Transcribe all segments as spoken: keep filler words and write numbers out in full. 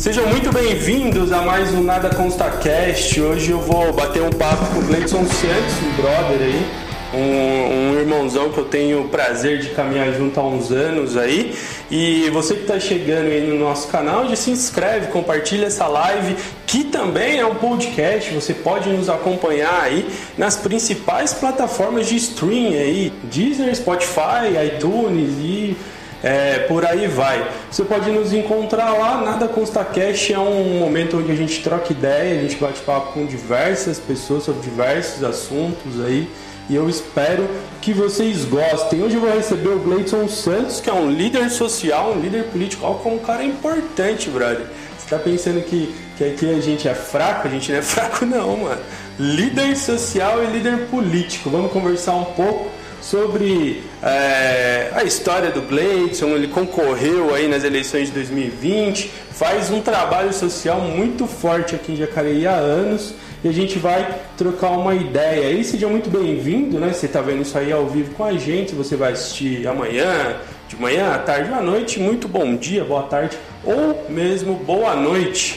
Sejam muito bem-vindos a mais um Nada ConstaCast. Hoje eu vou bater um papo com o Gleidson Santos, um brother aí, um, um irmãozão que eu tenho o prazer de caminhar junto há uns anos aí. E você que está chegando aí no nosso canal, já se inscreve, compartilha essa live, que também é um podcast. Você pode nos acompanhar aí nas principais plataformas de stream aí, Deezer, Spotify, iTunes e... É, por aí vai. Você pode nos encontrar lá. Nada ConstaCast é um momento onde a gente troca ideia, a gente bate papo com diversas pessoas sobre diversos assuntos aí. E eu espero que vocês gostem. Hoje eu vou receber o Gleidson Santos, que é um líder social, um líder político. Olha como um cara é importante, brother. Você tá pensando que, que aqui a gente é fraco? A gente não é fraco não, mano. Líder social e líder político. Vamos conversar um pouco sobre é, a história do Gleidson. Ele concorreu aí nas eleições de dois mil e vinte, faz um trabalho social muito forte aqui em Jacareí há anos, e a gente vai trocar uma ideia aí. Seja muito bem-vindo, né? Você está vendo isso aí ao vivo com a gente, você vai assistir amanhã, de manhã, à tarde ou à noite. Muito bom dia, boa tarde ou mesmo boa noite.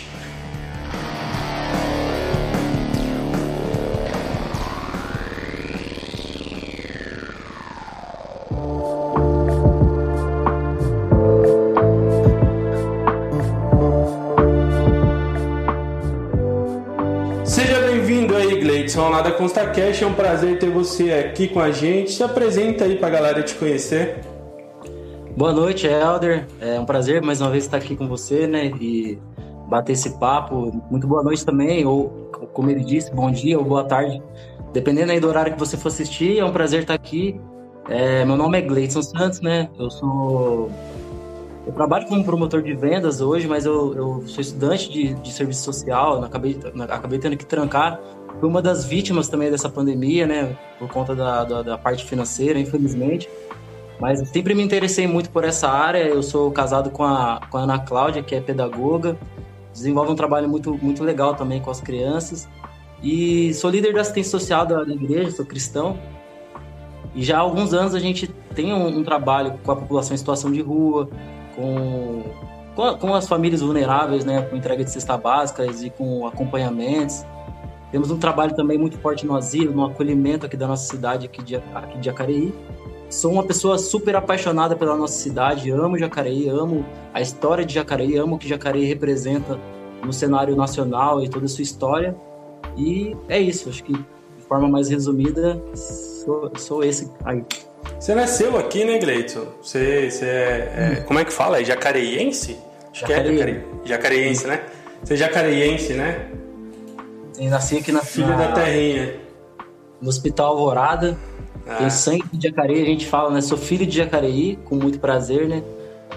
Ao Nada ConstaCast, é um prazer ter você aqui com a gente. Se apresenta aí pra galera te conhecer. Boa noite, Helder. É um prazer mais uma vez estar aqui com você, né? E bater esse papo. Muito boa noite também, ou como ele disse, bom dia ou boa tarde. Dependendo aí do horário que você for assistir, é um prazer estar aqui. É, meu nome é Gleidson Santos, né? Eu sou... Eu trabalho como promotor de vendas hoje, mas eu, eu sou estudante de, de serviço social. Acabei, acabei tendo que trancar. Fui uma das vítimas também dessa pandemia, né? Por conta da, da, da parte financeira, infelizmente. Mas sempre me interessei muito por essa área. Eu sou casado com a, com a Ana Cláudia, que é pedagoga. Desenvolve um trabalho muito, muito legal também com as crianças. E sou líder da assistência social da, da igreja, sou cristão. E já há alguns anos a gente tem um, um trabalho com a população em situação de rua, com, com, a, com as famílias vulneráveis, né? Com entrega de cestas básicas e com acompanhamentos. Temos um trabalho também muito forte no asilo, no acolhimento aqui da nossa cidade, aqui de, aqui de Jacareí. Sou uma pessoa super apaixonada pela nossa cidade, amo Jacareí, amo a história de Jacareí, amo o que Jacareí representa no cenário nacional e toda a sua história. E é isso, acho que de forma mais resumida, sou, sou esse aí. Você nasceu aqui, né, Gleidson? Você, você é, é... Como é que fala? É jacareiense? Acho Jacareí. que é jacare... jacareiense, né? Você é jacareiense, né? Eu nasci aqui na Filho na, da terrinha. No Hospital Alvorada. Ah. Tenho sangue de Jacareí, a gente fala, né? Sou filho de Jacareí, com muito prazer, né?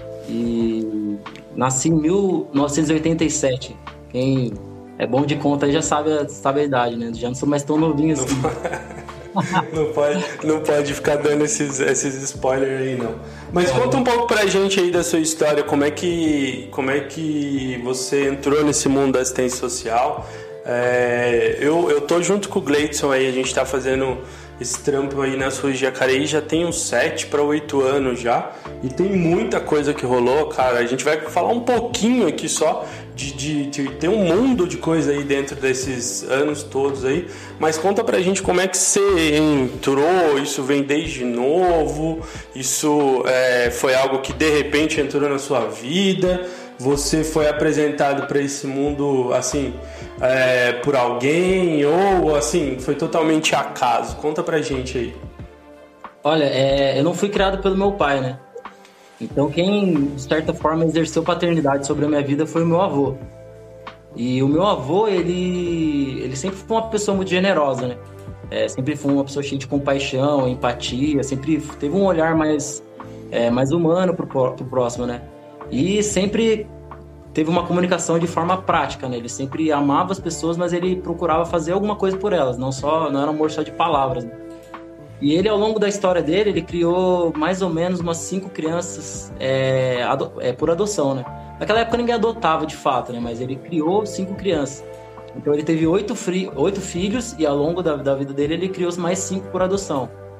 E nasci em mil novecentos e oitenta e sete. Quem é bom de conta aí já sabe a, sabe a idade, né? Já não sou mais tão novinho assim. Não, não, pode, não pode ficar dando esses, esses spoilers aí, não. Mas conta um pouco pra gente aí da sua história. Como é que, como é que você entrou nesse mundo da assistência social? É, eu, eu tô junto com o Gleidson aí, a gente tá fazendo esse trampo aí nas ruas de Jacareí já tem uns sete para oito anos já, e tem muita coisa que rolou, cara. A gente vai falar um pouquinho aqui só de, de, de ter um mundo de coisa aí dentro desses anos todos aí, mas conta pra gente como é que você entrou. Isso vem desde novo? Isso é, foi algo que de repente entrou na sua vida? Você foi apresentado para esse mundo assim é, por alguém, ou assim foi totalmente acaso? Conta pra gente aí. Olha, é, eu não fui criado pelo meu pai, né? Então quem de certa forma exerceu paternidade sobre a minha vida foi o meu avô. E o meu avô, ele, ele sempre foi uma pessoa muito generosa, né? É, sempre foi uma pessoa cheia de compaixão, empatia, sempre teve um olhar mais, é, mais humano pro, pro próximo, né? E sempre teve uma comunicação de forma prática, né? Ele sempre amava as pessoas, mas ele procurava fazer alguma coisa por elas, não só, não era um amor só de palavras, né? E ele, ao longo da história dele, ele criou mais ou menos umas cinco crianças é, ado- é, por adoção, né? Naquela época ninguém adotava de fato, né? Mas ele criou cinco crianças. Então ele teve oito, fri- oito filhos, e ao longo da, da vida dele ele criou mais cinco por adoção.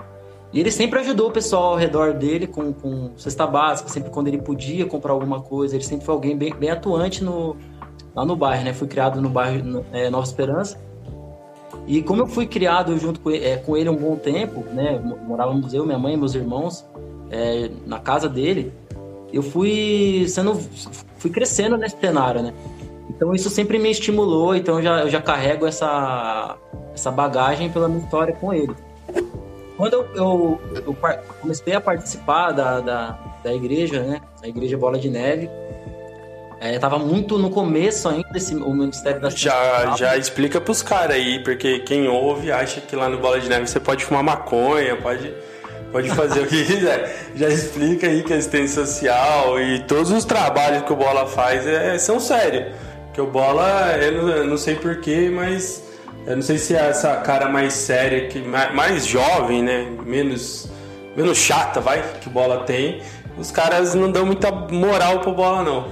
E ele sempre ajudou o pessoal ao redor dele com, com cesta básica, sempre quando ele podia comprar alguma coisa. Ele sempre foi alguém bem, bem atuante no, lá no bairro, né? Fui criado no bairro no, é, Nova Esperança. E como eu fui criado junto com ele, é, com ele um bom tempo, né? Morávamos eu, minha mãe e meus irmãos é, na casa dele. Eu fui sendo, fui crescendo nesse cenário, né? Então isso sempre me estimulou. Então eu já, eu já carrego essa, essa bagagem pela minha história com ele. Quando eu, eu, eu comecei a participar da, da, da igreja, né? A Igreja Bola de Neve, estava é, muito no começo ainda desse, o Ministério da Já, já explica pros caras aí, porque quem ouve acha que lá no Bola de Neve você pode fumar maconha, pode, pode fazer o que quiser. Já explica aí que a assistência social e todos os trabalhos que o Bola faz é, são sérios. Porque o Bola, eu não, eu não sei porquê, mas... Eu não sei se é essa cara mais séria, que, mais, mais jovem, né? Menos, menos chata, vai, que o Bola tem. Os caras não dão muita moral pro Bola, não.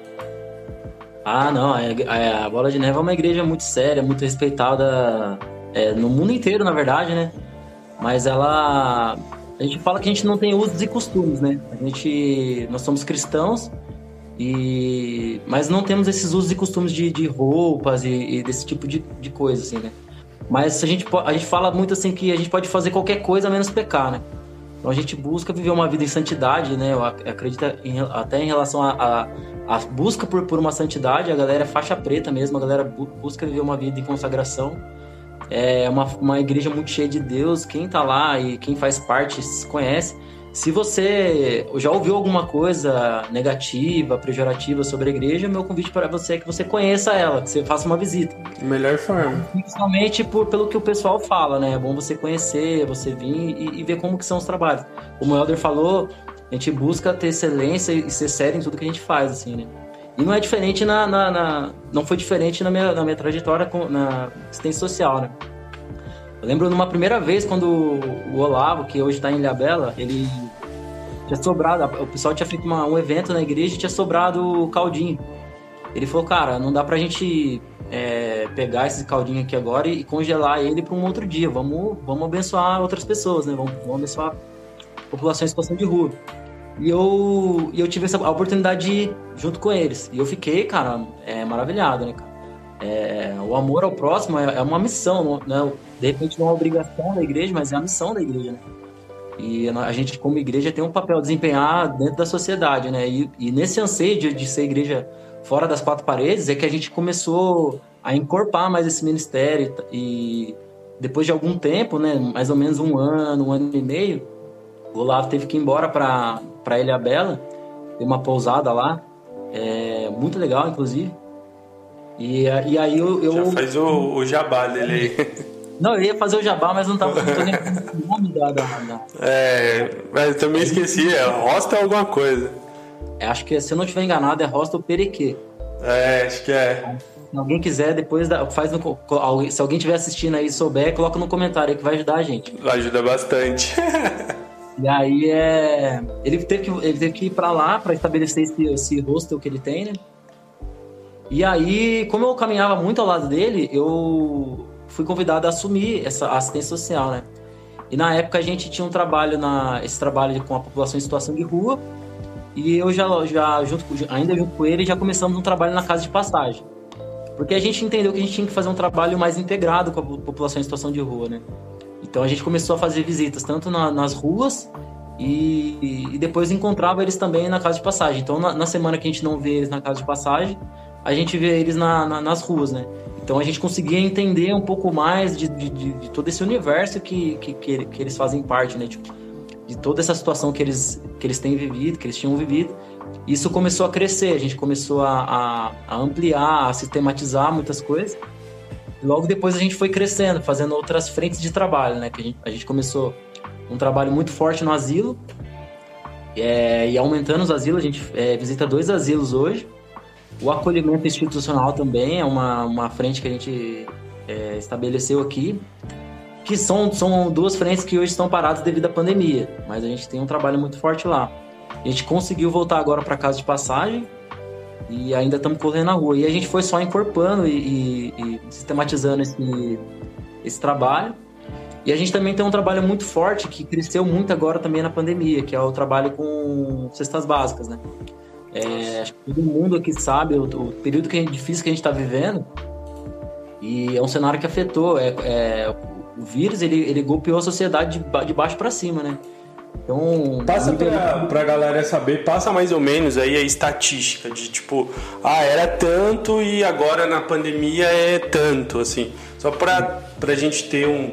Ah, não. A, a Bola de Neve é uma igreja muito séria, muito respeitada é, no mundo inteiro, na verdade, né? Mas ela... A gente fala que a gente não tem usos e costumes, né? A gente... Nós somos cristãos, e... mas não temos esses usos e costumes de, de roupas e, e desse tipo de, de coisa, assim, né? Mas a gente, a gente fala muito assim que a gente pode fazer qualquer coisa menos pecar, né? Então a gente busca viver uma vida em santidade, né? Eu acredito em, até em relação à a, a, a busca por, por uma santidade, a galera é faixa preta mesmo, a galera bu, busca viver uma vida em consagração. É uma, uma igreja muito cheia de Deus, quem tá lá e quem faz parte se conhece. Se você já ouviu alguma coisa negativa, pejorativa sobre a igreja, meu convite para você é que você conheça ela, que você faça uma visita. Melhor forma. Principalmente por, pelo que o pessoal fala, né? É bom você conhecer, você vir e, e ver como que são os trabalhos. Como o Helder falou, a gente busca ter excelência e ser sério em tudo que a gente faz, assim, né? E não é diferente na... na, na não foi diferente na minha, na minha trajetória com, na assistência social, né? Eu lembro numa primeira vez, quando o Olavo, que hoje está em Ilhabela, ele tinha sobrado, o pessoal tinha feito uma, um evento na igreja e tinha sobrado o caldinho. Ele falou, cara, não dá pra gente é, pegar esse caldinho aqui agora e congelar ele para um outro dia, vamos, vamos abençoar outras pessoas, né? Vamos, vamos abençoar a população em situação de rua. E eu, eu tive essa a oportunidade de ir junto com eles. E eu fiquei, cara, é, maravilhado, né, cara? É, o amor ao próximo é, é uma missão, né? De repente não é uma obrigação da igreja, mas é a missão da igreja, né? E a gente, como igreja, tem um papel a desempenhar dentro da sociedade, né? E, e nesse anseio de, de ser igreja fora das quatro paredes é que a gente começou a encorpar mais esse ministério. E depois de algum tempo, né? Mais ou menos um ano, um ano e meio, o Olavo teve que ir embora para para Ilhabela, tem uma pousada lá, é, muito legal, inclusive. E, e aí eu, eu... Já faz o, o jabá dele aí. Não, eu ia fazer o jabá, mas não tava lembrando o nome da, da, da... É, mas eu também esqueci, é Rosta alguma coisa. É, acho que, se eu não estiver enganado, é Hostel Perequê. É, acho que é. Se alguém quiser, depois da, faz no, se alguém estiver assistindo aí e souber, coloca no comentário aí que vai ajudar a gente. Ajuda bastante. E aí, é... Ele teve que, ele teve que ir pra lá pra estabelecer esse, esse hostel que ele tem, né? E aí, como eu caminhava muito ao lado dele, eu fui convidado a assumir essa assistência social, né? E na época a gente tinha um trabalho, na, esse trabalho com a população em situação de rua, e eu já, já junto, ainda junto com ele, já começamos um trabalho na casa de passagem. Porque a gente entendeu que a gente tinha que fazer um trabalho mais integrado com a população em situação de rua, né? Então a gente começou a fazer visitas tanto na, nas ruas e, e depois encontrava eles também na casa de passagem. Então na, na semana que a gente não vê eles na casa de passagem, a gente vê eles na, na, nas ruas, né? Então a gente conseguia entender um pouco mais de, de, de, de todo esse universo que, que, que, que eles fazem parte, né? Tipo, de toda essa situação que eles, que eles têm vivido, que eles tinham vivido. Isso começou a crescer, a gente começou a, a, a ampliar, a sistematizar muitas coisas. E logo depois a gente foi crescendo, fazendo outras frentes de trabalho, né? Que a gente, a gente começou um trabalho muito forte no asilo, é, e aumentando os asilos, a gente é, visita dois asilos hoje. O acolhimento institucional também é uma, uma frente que a gente é, estabeleceu aqui, que são, são duas frentes que hoje estão paradas devido à pandemia, mas a gente tem um trabalho muito forte lá. A gente conseguiu voltar agora para casa de passagem e ainda estamos correndo na rua. E a gente foi só encorpando e, e, e sistematizando esse, esse trabalho. E a gente também tem um trabalho muito forte que cresceu muito agora também na pandemia, que é o trabalho com cestas básicas, né? É, acho que todo mundo aqui sabe o, o período que é difícil que a gente está vivendo, e é um cenário que afetou. É, é, o vírus ele, ele golpeou a sociedade de, de baixo para cima, né? Então, passa pra, pra galera saber, passa mais ou menos aí a estatística de tipo, ah, era tanto e agora na pandemia é tanto, assim. Só pra, pra gente ter um...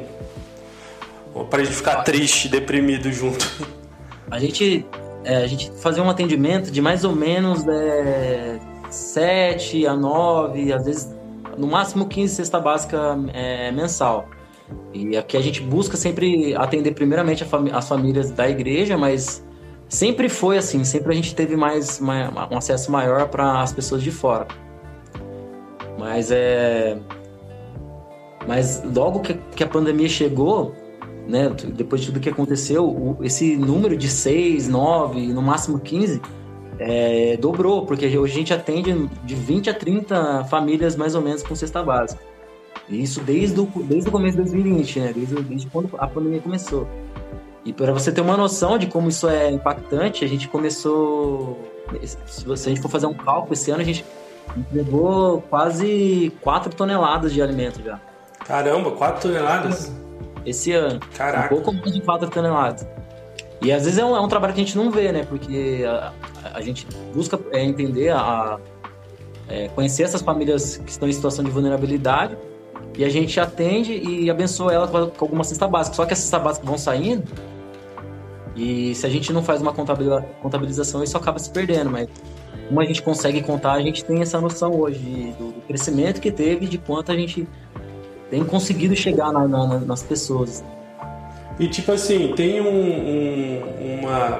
pra gente ficar triste, deprimido junto. A gente, é, a gente fazia um atendimento de mais ou menos é, sete a nove, às vezes no máximo quinze cesta básica é, mensal. E aqui a gente busca sempre atender primeiramente a fami- as famílias da igreja, mas sempre foi assim, sempre a gente teve mais, mais um acesso maior para as pessoas de fora. Mas é, mas logo que, que a pandemia chegou, né, depois de tudo que aconteceu, o, esse número de seis, nove, no máximo quinze, é, dobrou, porque hoje a gente atende de vinte a trinta famílias mais ou menos com cesta básica. Isso desde o, desde o começo de dois mil e vinte, né? Desde, desde quando a pandemia começou. E para você ter uma noção de como isso é impactante, a gente começou... Se você, a gente for fazer um cálculo, esse ano a gente levou quase quatro toneladas de alimento já. Caramba, quatro toneladas? Esse ano. Caraca. Um pouco mais de quatro toneladas. E às vezes é um, é um trabalho que a gente não vê, né? Porque a, a gente busca é, entender, a, é, conhecer essas famílias que estão em situação de vulnerabilidade, e a gente atende e abençoa elas com alguma cesta básica. Só que as cestas básicas vão saindo, e se a gente não faz uma contabilização, isso acaba se perdendo. Mas como a gente consegue contar, a gente tem essa noção hoje de, do, do crescimento que teve, de quanto a gente tem conseguido chegar na, na, nas pessoas. E tipo assim, tem um, um, uma,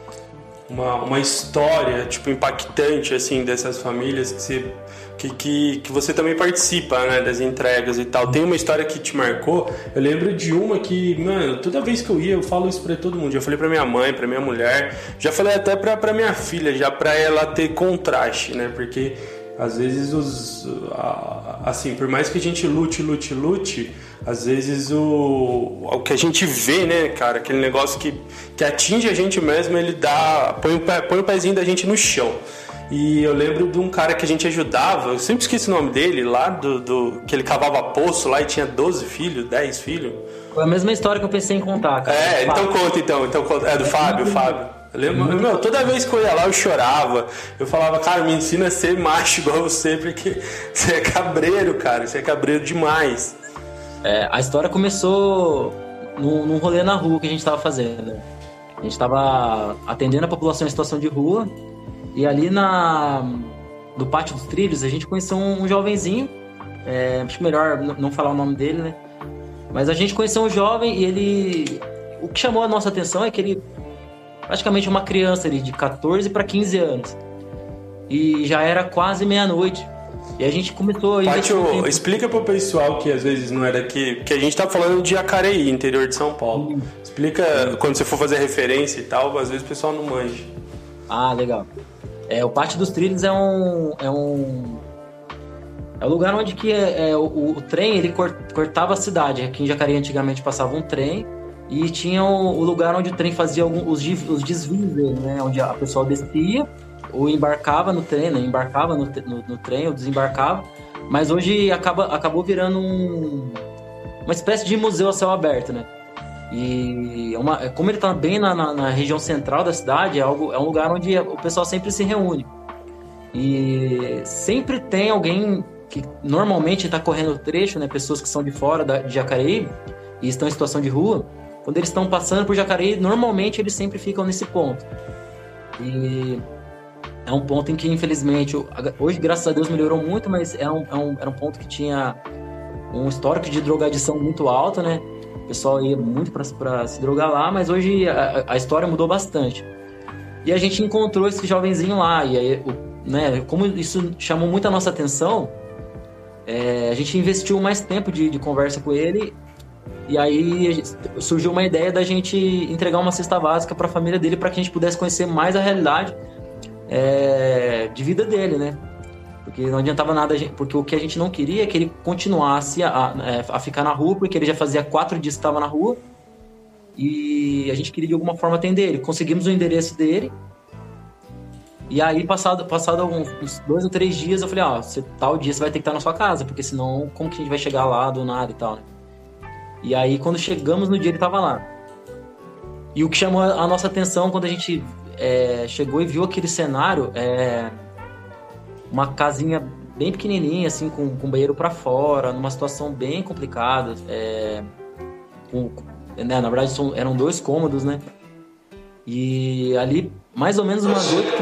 uma, uma história tipo, impactante assim, dessas famílias que você, que, que, que você também participa, né, das entregas e tal. Tem uma história que te marcou? Eu lembro de uma que, mano, toda vez que eu ia, eu falo isso pra todo mundo. Já falei pra minha mãe, pra minha mulher, já falei até pra, pra minha filha, já pra ela ter contraste, né? Porque às vezes os... assim, por mais que a gente lute, lute, lute, às vezes o, o que a gente vê, né, cara, aquele negócio que, que atinge a gente mesmo, ele dá, põe o, pé, põe o pezinho da gente no chão. E eu lembro de um cara que a gente ajudava, eu sempre esqueci o nome dele, lá do, do que ele cavava poço lá e tinha doze filhos, dez filhos. Foi a mesma história que eu pensei em contar, cara. É, então conta então, então conta. É do Fábio, Fábio. Eu lembro, meu, toda vez que eu ia lá eu chorava. Eu falava, cara, me ensina a ser macho igual você, porque você é cabreiro, cara, você é cabreiro demais. É, a história começou num, num rolê na rua que a gente estava fazendo. A gente estava atendendo a população em situação de rua, e ali na, no Pátio dos Trilhos a gente conheceu um, um jovenzinho, é, acho melhor não falar o nome dele, né? Mas a gente conheceu um jovem e ele... O que chamou a nossa atenção é que ele... praticamente uma criança ali de catorze para quinze anos. E já era quase meia-noite. E a gente começou a investir. Pátio, explica pro pessoal que às vezes não é daqui, que a gente tá falando de Jacareí, interior de São Paulo. Sim. Explica, Sim. Quando você for fazer referência e tal, às vezes o pessoal não manja. Ah, legal. É, o Pátio dos Trilhos é um... É um... É o lugar onde que é, é, o, o trem ele cortava a cidade. Aqui em Jacareí antigamente passava um trem e tinha o, o lugar onde o trem fazia algum, os, os desvios dele, né? Onde a pessoa descia ou embarcava no trem, né? Embarcava no, no, no trem ou desembarcava. Mas hoje acaba, acabou virando um, uma espécie de museu a céu aberto, né? E é uma, como ele está bem na, na, na região central da cidade, é, algo, é um lugar onde o pessoal sempre se reúne. E sempre tem alguém que normalmente está correndo o trecho, né? Pessoas que são de fora da, de Jacareí e estão em situação de rua. Quando eles estão passando por Jacareí, normalmente eles sempre ficam nesse ponto. E é um ponto em que, infelizmente, hoje, graças a Deus, melhorou muito, mas era um, era um, era um ponto que tinha um histórico de drogadição muito alto, né? O pessoal ia muito para se drogar lá, mas hoje a, a história mudou bastante. E a gente encontrou esse jovenzinho lá, e aí, né, como isso chamou muito a nossa atenção, é, a gente investiu mais tempo de, de conversa com ele. E aí surgiu uma ideia da gente entregar uma cesta básica para a família dele, para que a gente pudesse conhecer mais a realidade é, de vida dele, né? Porque não adiantava nada, porque o que a gente não queria é que ele continuasse a, a ficar na rua, porque ele já fazia quatro dias que estava na rua, e a gente queria de alguma forma atender ele. Conseguimos o endereço dele, e aí passado, passado uns dois ou três dias eu falei, ó, oh, tal dia você vai ter que estar na sua casa, porque senão como que a gente vai chegar lá do nada e tal, né? E aí quando chegamos no dia ele estava lá. E o que chamou a nossa atenção quando a gente é, chegou e viu aquele cenário, é uma casinha bem pequenininha, assim, com, com banheiro para fora, numa situação bem complicada. É, com, né, na verdade, são, eram dois cômodos, né? E ali, mais ou menos umas oito...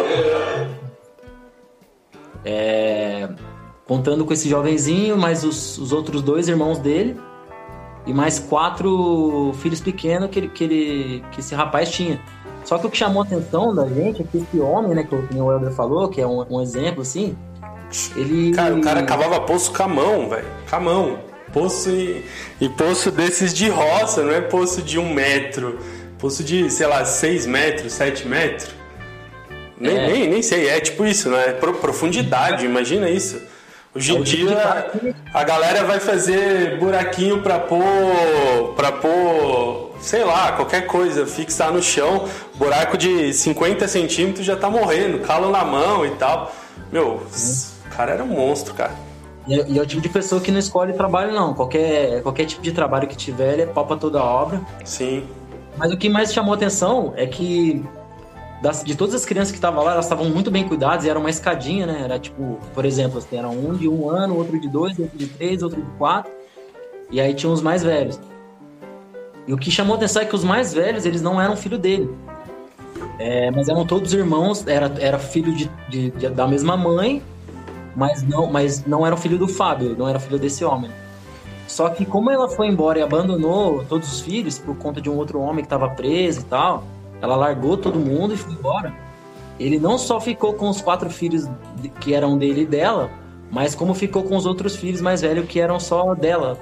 É, contando com esse jovenzinho, mais os, os outros dois irmãos dele, e mais quatro filhos pequenos que, ele, que, ele, que esse rapaz tinha. Só que o que chamou a atenção da gente é que esse homem, né, que o Helder falou, que é um, um exemplo, assim, ele... Cara, o cara cavava poço com a mão, velho, com a mão. Poço e, e poço desses de roça, não é poço de um metro. Poço de, sei lá, seis metros, sete metros. Nem, é. nem, nem sei, é tipo isso, né? Profundidade, imagina isso. Hoje em dia a galera vai fazer buraquinho pra pôr, pra pôr, sei lá, qualquer coisa, fixar no chão, buraco de cinquenta centímetros já tá morrendo, calo na mão e tal. Meu, o cara era um monstro, cara. E é, e é o tipo de pessoa que não escolhe trabalho, não. Qualquer, qualquer tipo de trabalho que tiver, ele é pau pra toda a obra. Sim. Mas o que mais chamou atenção é que Das, de todas as crianças que estavam lá, elas estavam muito bem cuidadas e era uma escadinha, né? Era tipo, por exemplo, assim, era um de um ano, outro de dois, outro de três, outro de quatro. E aí tinha os mais velhos. E o que chamou a atenção é que os mais velhos, eles não eram filho dele. É, mas eram todos irmãos, era, era filho de, de, de, da mesma mãe, mas não, mas não era filho do Fábio, não era filho desse homem. Só que como ela foi embora e abandonou todos os filhos por conta de um outro homem que estava preso e tal... Ela largou todo mundo e foi embora. Ele não só ficou com os quatro filhos que eram dele e dela, mas como ficou com os outros filhos mais velhos que eram só dela.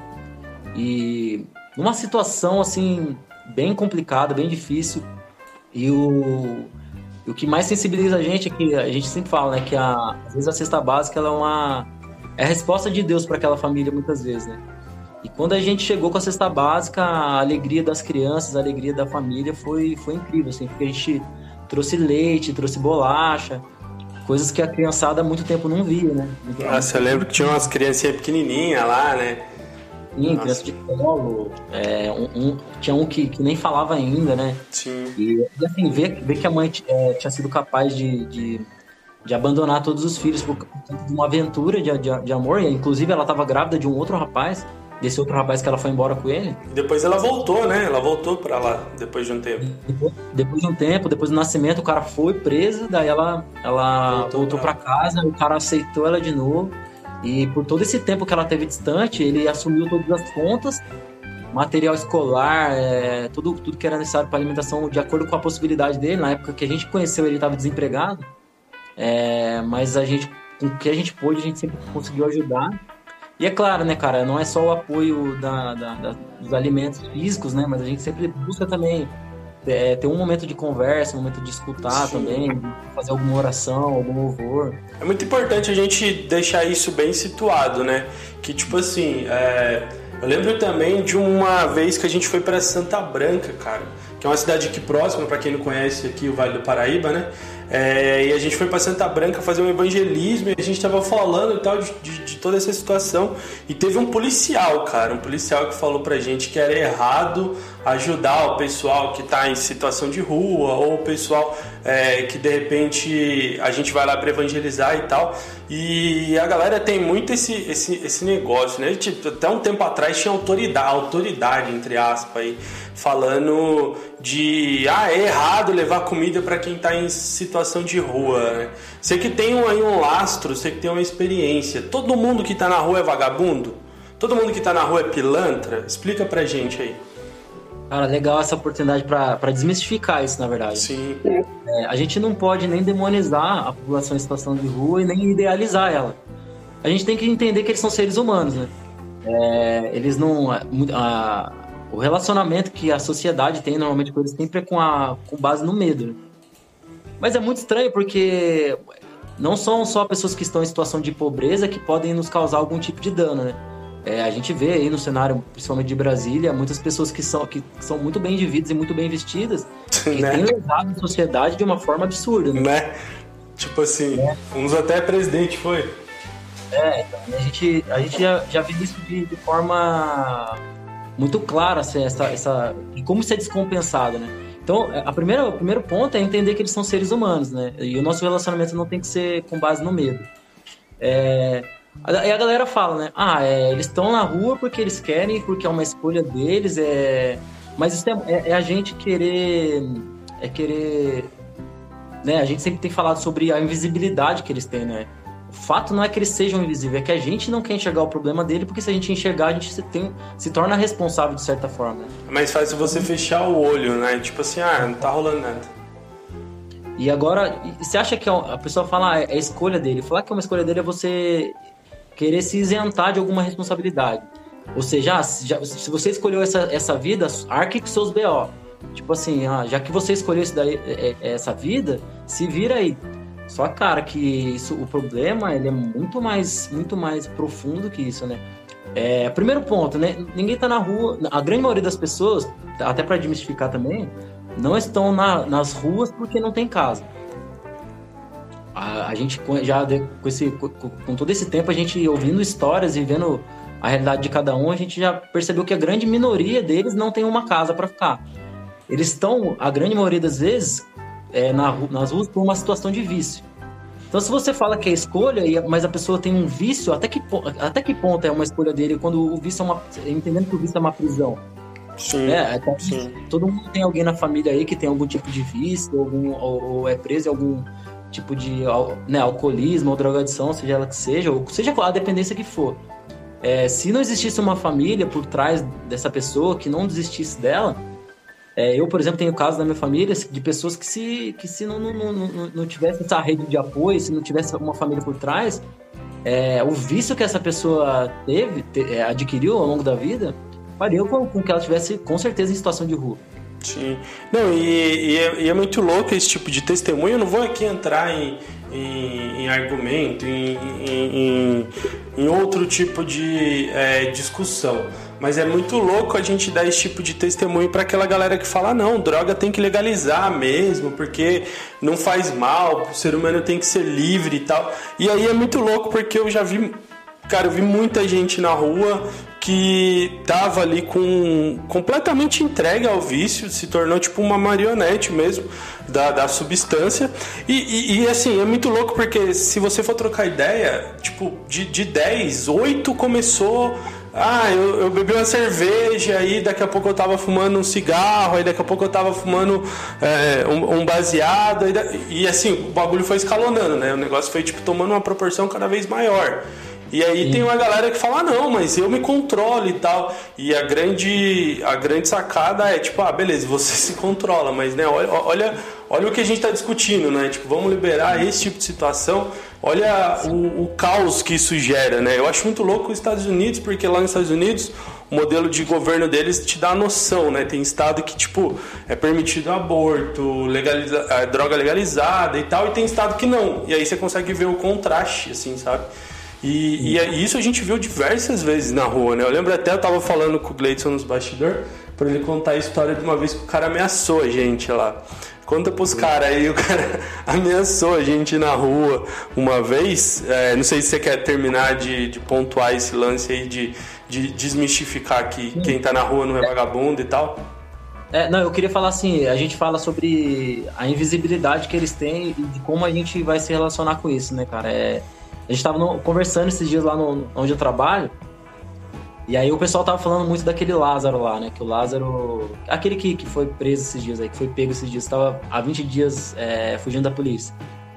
E numa situação, assim, bem complicada, bem difícil. E o, o que mais sensibiliza a gente é que a gente sempre fala, né? Que a, às vezes a cesta básica ela é, uma, é a resposta de Deus para aquela família, muitas vezes, né? E quando a gente chegou com a cesta básica, a alegria das crianças, a alegria da família foi, foi incrível, assim, porque a gente trouxe leite, trouxe bolacha, coisas que a criançada há muito tempo não via, né? Nossa, eu lembro que tinha umas criancinhas pequenininhas lá, né? Sim, criança de colo, é, um, um, tinha um que, que nem falava ainda, né? Sim. E, e assim, ver, ver que a mãe é, tinha sido capaz de, de, de abandonar todos os filhos por uma aventura de, de, de amor, e inclusive ela estava grávida de um outro rapaz, desse outro rapaz que ela foi embora com ele. E depois ela voltou, né? Ela voltou pra lá, depois de um tempo. Depois, depois de um tempo, depois do nascimento, o cara foi preso, daí ela, ela voltou, voltou pra casa, o cara aceitou ela de novo. E por todo esse tempo que ela teve distante, ele assumiu todas as contas, material escolar, é, tudo, tudo que era necessário para alimentação, de acordo com a possibilidade dele. Na época que a gente conheceu, ele estava desempregado, é, mas a gente, com o que a gente pôde, a gente sempre conseguiu ajudar. E é claro, né, cara, não é só o apoio da, da, da, dos alimentos físicos, né, mas a gente sempre busca também é, ter um momento de conversa, um momento de escutar. Sim. Também, de fazer alguma oração, algum louvor. É muito importante a gente deixar isso bem situado, né, que tipo assim, é, eu lembro também de uma vez que a gente foi para Santa Branca, cara, que é uma cidade aqui próxima, para quem não conhece aqui o Vale do Paraíba, né? É, e a gente foi para Santa Branca fazer um evangelismo e a gente estava falando e tal de, de, de toda essa situação, e teve um policial, cara, um policial que falou pra gente que era errado ajudar o pessoal que tá em situação de rua, ou o pessoal é, que de repente a gente vai lá para evangelizar e tal. E a galera tem muito esse, esse, esse negócio, né? Tipo, até um tempo atrás tinha autoridade, autoridade entre aspas aí, falando de ah, é errado levar comida para quem tá em situação de rua, né? Você que tem um, aí um lastro, você que tem uma experiência, todo mundo que tá na rua é vagabundo? Todo mundo que tá na rua é pilantra? Explica pra gente aí. Cara, legal essa oportunidade pra, pra desmistificar isso, na verdade. Sim. É, a gente não pode nem demonizar a população em situação de rua e nem idealizar ela. A gente tem que entender que eles são seres humanos, né? É, eles não... A, a, o relacionamento que a sociedade tem normalmente com eles sempre é com, a, com base no medo, né? Mas é muito estranho porque não são só pessoas que estão em situação de pobreza que podem nos causar algum tipo de dano, né? É, a gente vê aí no cenário, principalmente de Brasília, muitas pessoas que são, que são muito bem indivíduos e muito bem vestidas, que né? têm levado a sociedade de uma forma absurda, né? né? Tipo assim, é. uns até presidente foi. É, a gente, a gente já, já viu isso de, de forma muito clara, assim, essa, essa, de como isso é descompensado, né? Então, a primeira, o primeiro ponto é entender que eles são seres humanos, né? E o nosso relacionamento não tem que ser com base no medo. É, aí a galera fala, né? Ah, é, eles estão na rua porque eles querem, porque é uma escolha deles, é... Mas isso é, é, é a gente querer... É querer... Né? A gente sempre tem falado sobre a invisibilidade que eles têm, né? O fato não é que eles sejam invisíveis, é que a gente não quer enxergar o problema dele, porque se a gente enxergar, a gente se, tem, se torna responsável de certa forma. É mais fácil você fechar o olho, né? Tipo assim, ah, não tá rolando nada. E agora, você acha que a pessoa fala, ah, é a escolha dele? Falar que é uma escolha dele é você querer se isentar de alguma responsabilidade. Ou seja, ah, já, se você escolheu essa, essa vida, arque com seus B O. Tipo assim, ah, já que você escolheu isso daí, essa vida, se vira aí. Só, cara, que isso, o problema ele é muito mais, muito mais profundo que isso, né? É, primeiro ponto, né? Ninguém tá na rua, a grande maioria das pessoas, até para desmistificar também, não estão na, nas ruas porque não tem casa. A, a gente já, com, esse, com, com todo esse tempo, a gente ouvindo histórias e vendo a realidade de cada um, a gente já percebeu que a grande minoria deles não tem uma casa para ficar. Eles estão, a grande maioria das vezes, É, na, nas ruas por uma situação de vício. Então, se você fala que é escolha, mas a pessoa tem um vício, até que, até que ponto é uma escolha dele quando o vício é uma... Entendendo que o vício é uma prisão. Sim, é, até sim. Todo mundo tem alguém na família aí que tem algum tipo de vício, algum, ou, ou é preso em algum tipo de né, alcoolismo ou drogadição, seja ela que seja, ou seja a dependência que for. É, se não existisse uma família por trás dessa pessoa que não desistisse dela, É, eu, por exemplo, tenho casos na minha família de pessoas que se, que se não, não, não, não tivesse essa rede de apoio, se não tivesse uma família por trás, é, o vício que essa pessoa teve, te, é, adquiriu ao longo da vida, faria com, com que ela estivesse, com certeza, em situação de rua. Sim. Não, e, e, é, e é muito louco esse tipo de testemunho. Eu não vou aqui entrar em, em, em argumento, em, em, em outro tipo de é, discussão. Mas é muito louco a gente dar esse tipo de testemunho para aquela galera que fala, não, droga tem que legalizar mesmo, porque não faz mal, o ser humano tem que ser livre e tal. E aí é muito louco porque eu já vi, cara, eu vi muita gente na rua que tava ali com completamente entregue ao vício, se tornou tipo uma marionete mesmo da, da substância. E, e, e assim, é muito louco porque se você for trocar ideia, tipo, de, de dez, oito começou... Ah, eu, eu bebi uma cerveja, aí daqui a pouco eu tava fumando um cigarro, aí daqui a pouco eu tava fumando é, um, um baseado, e, e assim, o bagulho foi escalonando, né? O negócio foi tipo tomando uma proporção cada vez maior. E aí Sim. tem uma galera que fala, ah, não, mas eu me controlo e tal. E a grande, a grande sacada é tipo, ah, beleza, você se controla, mas né, olha, olha, olha o que a gente tá discutindo, né? Tipo, vamos liberar esse tipo de situação. Olha o, o caos que isso gera, né? Eu acho muito louco os Estados Unidos, porque lá nos Estados Unidos o modelo de governo deles te dá a noção, né? Tem estado que, tipo, é permitido aborto, legaliza, a droga legalizada e tal, e tem estado que não. E aí você consegue ver o contraste, assim, sabe? E, e isso a gente viu diversas vezes na rua, né? Eu lembro até, eu tava falando com o Gleidson nos bastidores, pra ele contar a história de uma vez que o cara ameaçou a gente lá. Conta pros caras aí, o cara ameaçou a gente na rua uma vez. É, não sei se você quer terminar de, de pontuar esse lance aí, de, de desmistificar que Sim. quem tá na rua não é vagabundo e tal. É, não, eu queria falar assim, a gente fala sobre a invisibilidade que eles têm e de como a gente vai se relacionar com isso, né, cara? É, a gente tava no, conversando esses dias lá no, onde eu trabalho, e aí o pessoal tava falando muito daquele Lázaro lá, né? Que o Lázaro... Aquele que, que foi preso esses dias aí, que foi pego esses dias, tava há vinte dias é, fugindo da polícia.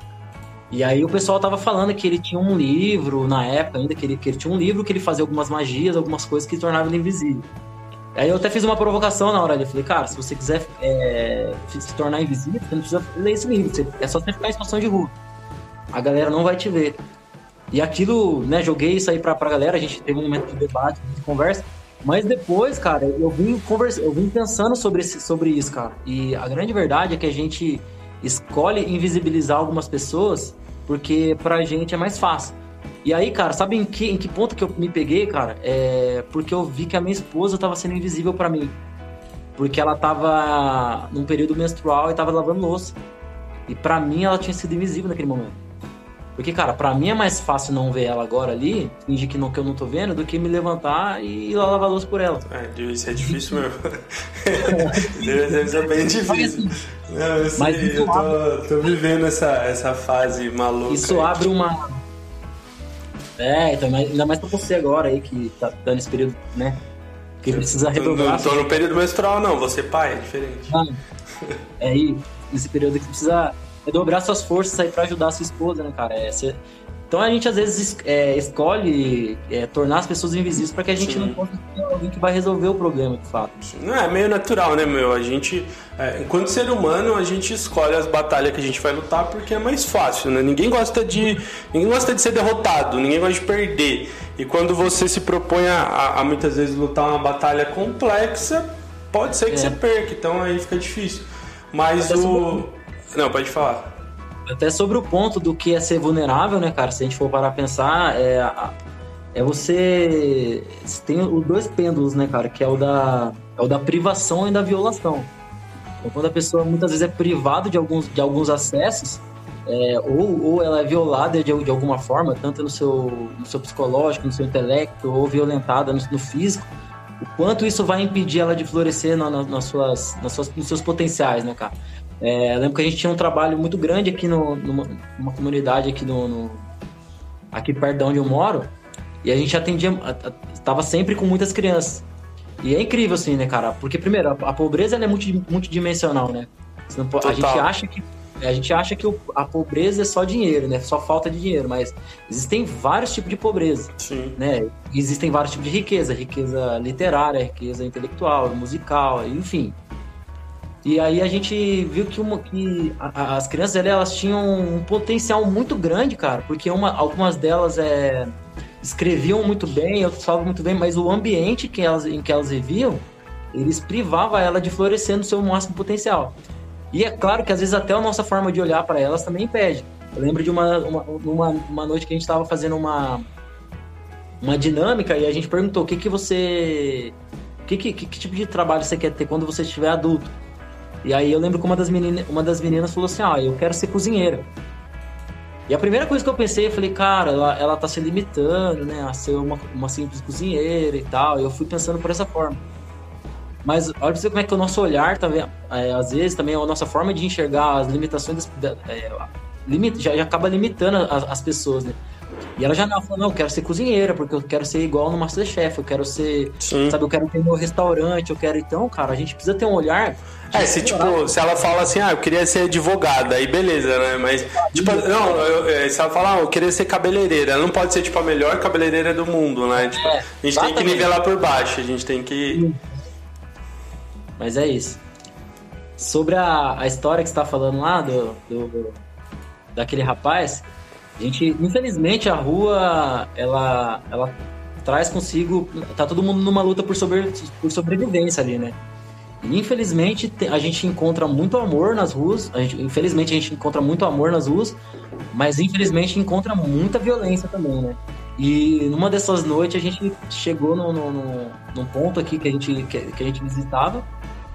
E aí o pessoal tava falando que ele tinha um livro, na época ainda, que ele, que ele tinha um livro que ele fazia algumas magias, algumas coisas que tornavam ele invisível. Aí eu até fiz uma provocação na hora ali, falei, cara, se você quiser é, se tornar invisível, você não precisa ler esse livro, você, é só você ficar em situação de rua. A galera não vai te ver. E aquilo, né, joguei isso aí pra, pra galera, a gente teve um momento de debate, de conversa, mas depois, cara, eu vim, conversa, eu vim pensando sobre, esse, sobre isso, cara. E a grande verdade é que a gente escolhe invisibilizar algumas pessoas porque pra gente é mais fácil. E aí, cara, sabe em que, em que ponto que eu me peguei, cara? É porque eu vi que a minha esposa tava sendo invisível pra mim. Porque ela tava num período menstrual e tava lavando louça. E pra mim ela tinha sido invisível naquele momento. Porque, cara, pra mim é mais fácil não ver ela agora ali, fingir que, não, que eu não tô vendo, do que me levantar e ir lá lavar louça por ela. É, isso é difícil mesmo. Deve ser bem difícil. Não, eu sei, Mas eu tô, tô vivendo essa, essa fase maluca. Isso aí. Abre uma... É, então, ainda mais pra você agora aí, que tá dando esse período, né? Que precisa redobrar. Não tô no período menstrual, não. Você pai, é diferente. Ah, é aí, nesse período que precisa redobrar suas forças aí pra ajudar a sua esposa, né, cara? É, você... Então a gente às vezes é, escolhe é, tornar as pessoas invisíveis para que a gente Sim. não possa ter alguém que vai resolver o problema, de fato. Não, é meio natural, né, meu? A gente, é, enquanto ser humano, a gente escolhe as batalhas que a gente vai lutar porque é mais fácil, né? Ninguém gosta de, ninguém gosta de ser derrotado, ninguém gosta de perder. E quando você se propõe a, a muitas vezes lutar uma batalha complexa, pode ser que é. você perca, então aí fica difícil. Mas Até o... Sobre... Não, pode falar. Até sobre o ponto do que é ser vulnerável, né, cara? Se a gente for parar a pensar, é, é você... você tem os dois pêndulos, né, cara? Que é o da, é o da privação e da violação. Então, quando a pessoa muitas vezes é privada de alguns, de alguns acessos, é, ou, ou ela é violada de, de alguma forma, tanto no seu, no seu psicológico, no seu intelecto, ou violentada no, no físico, o quanto isso vai impedir ela de florescer na, na, nas suas, nas suas, nos seus potenciais, né, cara? É, eu lembro que a gente tinha um trabalho muito grande aqui no, numa, numa comunidade aqui, no, no, aqui perto de onde eu moro, e a gente atendia, estava sempre com muitas crianças. E é incrível, assim, né, cara? Porque, primeiro, a, a pobreza ela é multi, multidimensional, né? Não, a gente acha que, a gente acha que o, a pobreza é só dinheiro, né? Só falta de dinheiro, mas existem vários tipos de pobreza. Sim. Né? Existem vários tipos de riqueza, riqueza literária, riqueza intelectual, musical, enfim. E aí a gente viu que, uma, que a, as crianças elas tinham um potencial muito grande, cara, porque uma, algumas delas é, escreviam muito bem, outras falavam muito bem, mas o ambiente que elas, em que elas viviam, eles privavam ela de florescer no seu máximo potencial. E é claro que às vezes até a nossa forma de olhar para elas também impede. Eu lembro de uma, uma, uma, uma noite que a gente estava fazendo uma, uma dinâmica e a gente perguntou o que, que você... Que, que, que tipo de trabalho você quer ter quando você estiver adulto? E aí eu lembro que uma das meninas, uma das meninas falou assim, ah, eu quero ser cozinheira. E a primeira coisa que eu pensei, eu falei, cara, ela, ela tá se limitando, né, a ser uma, uma simples cozinheira e tal. E eu fui pensando por essa forma. Mas olha pra você como é que o nosso olhar, também, é, às vezes, também a nossa forma de enxergar as limitações, das, é, limita, já, já acaba limitando as, as pessoas, né? E ela já não falou, não, eu quero ser cozinheira, porque eu quero ser igual no MasterChef, eu quero ser, Sim. sabe, eu quero ter meu restaurante, eu quero... Então, cara, a gente precisa ter um olhar... É, se tipo, se ela fala assim, ah, eu queria ser advogada, aí beleza, né? Mas, tipo, não, eu, se ela fala, ah, eu queria ser cabeleireira, ela não pode ser, tipo, a melhor cabeleireira do mundo, né? Tipo, é, a gente exatamente. tem que nivelar por baixo, a gente tem que... Mas é isso. Sobre a, a história que você tá falando lá, do, do, daquele rapaz, a gente, infelizmente, a rua, ela, ela traz consigo, tá todo mundo numa luta por, sobre, por sobrevivência ali, né? E, infelizmente, a gente encontra muito amor nas ruas, a gente, infelizmente a gente encontra muito amor nas ruas, mas infelizmente encontra muita violência também, né? E numa dessas noites a gente chegou no, no, no, num ponto aqui que a gente, que, que a gente visitava,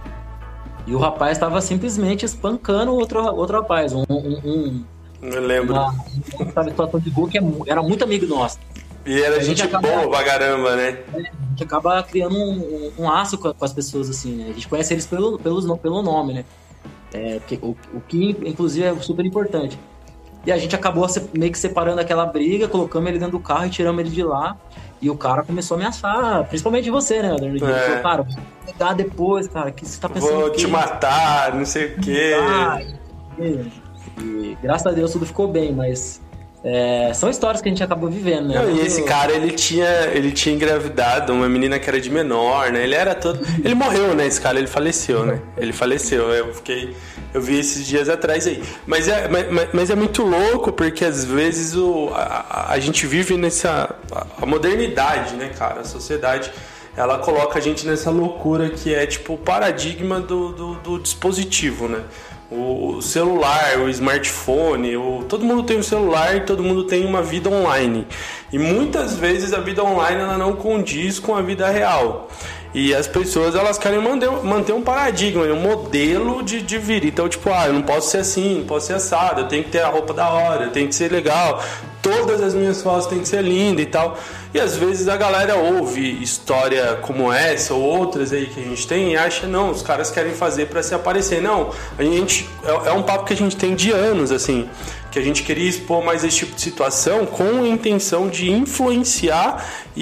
e o rapaz estava simplesmente espancando outro, outro rapaz, um... um, um Eu lembro. Uma, uma situação de rua que era muito amigo nosso. E era gente, gente acaba, boa pra caramba, né? A gente acaba criando um, um laço com, com as pessoas, assim, né? A gente conhece eles pelo, pelo, pelo nome, né? É, porque, o, o que, inclusive, é super importante. E a gente acabou meio que separando aquela briga, colocamos ele dentro do carro e tiramos ele de lá. E o cara começou a ameaçar, principalmente você, né? Ele é. falou, cara, vou pegar depois, cara, o que você tá pensando? Vou te matar, não sei o quê. Ah, e, e graças a Deus tudo ficou bem, mas... É, são histórias que a gente acabou vivendo, né? Não, e esse cara, ele tinha, ele tinha engravidado uma menina que era de menor, né? Ele era todo... Ele morreu, né? Esse cara, ele faleceu, né? Ele faleceu, eu fiquei... Eu vi esses dias atrás aí. Mas é, mas, mas é muito louco, porque às vezes o, a, a gente vive nessa... A modernidade, né, cara? A sociedade... ela coloca a gente nessa loucura que é tipo o paradigma do, do, do dispositivo, né? O celular, o smartphone, o... todo mundo tem um celular e todo mundo tem uma vida online. E muitas vezes a vida online ela não condiz com a vida real. E as pessoas elas querem manter, manter um paradigma, um modelo de, de vida. Então, tipo, ah, eu não posso ser assim, não posso ser assado, eu tenho que ter a roupa da hora, eu tenho que ser legal, todas as minhas fotos têm que ser lindas e tal. E às vezes a galera ouve história como essa ou outras aí que a gente tem e acha, não, os caras querem fazer pra se aparecer. Não, a gente, é, é um papo que a gente tem de anos, assim, que a gente queria expor mais esse tipo de situação com a intenção de influenciar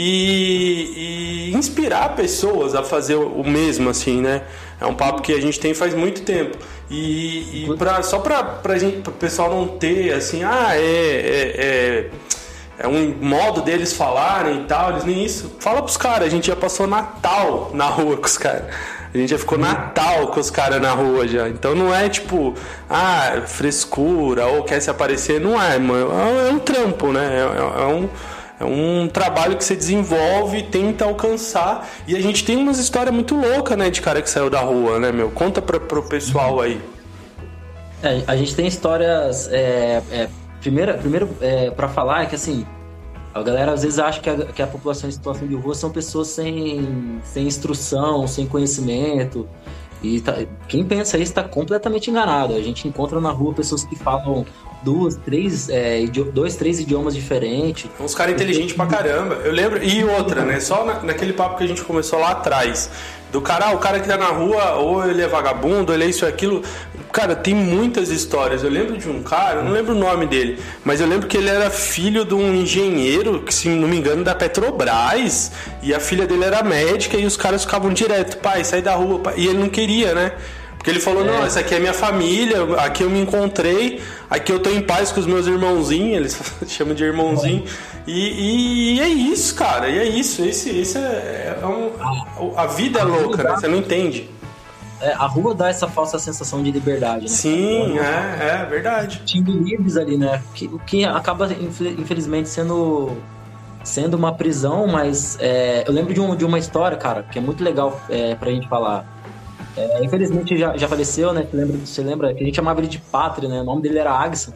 e, e inspirar pessoas a fazer o mesmo, assim, né? É um papo que a gente tem faz muito tempo. E, e pra, só pra, pra gente, pro pessoal não ter, assim, ah, é... é, é É um modo deles falarem e tal, eles nem isso. Fala pros caras, a gente já passou Natal na rua com os caras. A gente já ficou Natal com os caras na rua já. Então não é tipo, ah, frescura ou quer se aparecer. Não é, mano. É um trampo, né? É, é, um, é um trabalho que você desenvolve, tenta alcançar. E a gente tem umas histórias muito loucas, né? De cara que saiu da rua, né, meu? Conta pra, pro pessoal aí. É, a gente tem histórias... É, é... Primeiro, primeiro é, para falar é que assim, a galera às vezes acha que a, que a população em situação de rua são pessoas sem, sem instrução, sem conhecimento. E tá, quem pensa isso está completamente enganado. A gente encontra na rua pessoas que falam duas, três, é, idio- dois, três idiomas diferentes. Uns caras inteligentes pra caramba. Eu lembro. E outra, né? Só na, naquele papo que a gente começou lá atrás. Do cara, ah, o cara que tá na rua, ou ele é vagabundo, ou ele é isso e aquilo. Cara, tem muitas histórias. Eu lembro de um cara, eu não lembro o nome dele, mas eu lembro que ele era filho de um engenheiro, que se não me engano, da Petrobras, e a filha dele era médica, e os caras ficavam direto, pai, sai da rua, pai. E ele não queria, né? Porque ele falou, é. não, essa aqui é minha família, aqui eu me encontrei, aqui eu tô em paz com os meus irmãozinhos, eles chamam de irmãozinho, e, e é isso, cara, e é isso, esse, esse é, é um, a vida é louca, né? Você não entende. É, a rua dá essa falsa sensação de liberdade, né? Sim, é, é verdade. Tinha livres ali, né? Que, o que acaba, infelizmente, sendo, sendo uma prisão, mas é, eu lembro de, um, de uma história, cara, que é muito legal é, pra gente falar. É, infelizmente já, já faleceu, né? Você lembra, você lembra que a gente chamava ele de Pátria, né? O nome dele era Agson.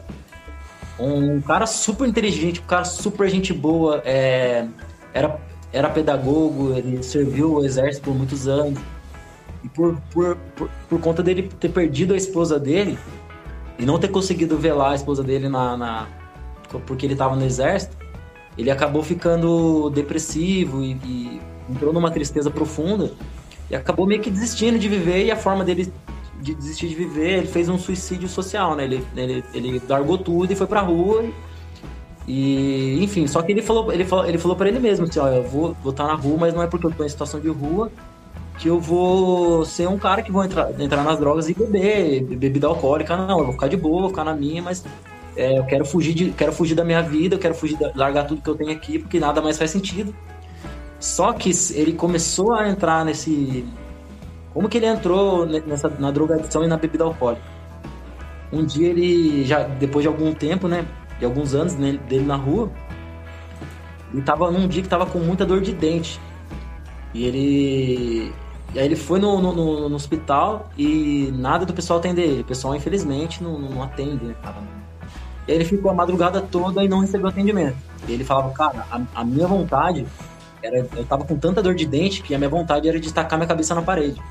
Um cara super inteligente, um cara super gente boa, é, era, era pedagogo, ele serviu o exército por muitos anos. E por, por, por, por conta dele ter perdido a esposa dele e não ter conseguido velar a esposa dele na, na, porque ele estava no exército, ele acabou ficando depressivo e, e entrou numa tristeza profunda e acabou meio que desistindo de viver. E a forma dele de desistir de viver, ele fez um suicídio social, né? Ele, ele, ele largou tudo e foi pra rua. E, enfim, só que ele falou, ele falou, ele falou pra ele mesmo assim, ó, eu vou vou estar na rua, mas não é porque eu tô em situação de rua que eu vou ser um cara que vou entrar, entrar nas drogas e beber bebida alcoólica. Não, eu vou ficar de boa, vou ficar na minha, mas é, eu quero fugir, de, quero fugir da minha vida, eu quero fugir da, largar tudo que eu tenho aqui, porque nada mais faz sentido. Só que ele começou a entrar nesse... Como que ele entrou nessa, na drogadição e na bebida alcoólica? Um dia ele, já depois de algum tempo, né, de alguns anos né, dele na rua, ele tava num dia que tava com muita dor de dente. E ele... E aí ele foi no, no, no hospital e nada do pessoal atender ele. O pessoal, infelizmente, não, não atende, né, cara? E aí ele ficou a madrugada toda e não recebeu atendimento. E ele falava, cara, a, a minha vontade era... Eu tava com tanta dor de dente que a minha vontade era de tacar minha cabeça na parede.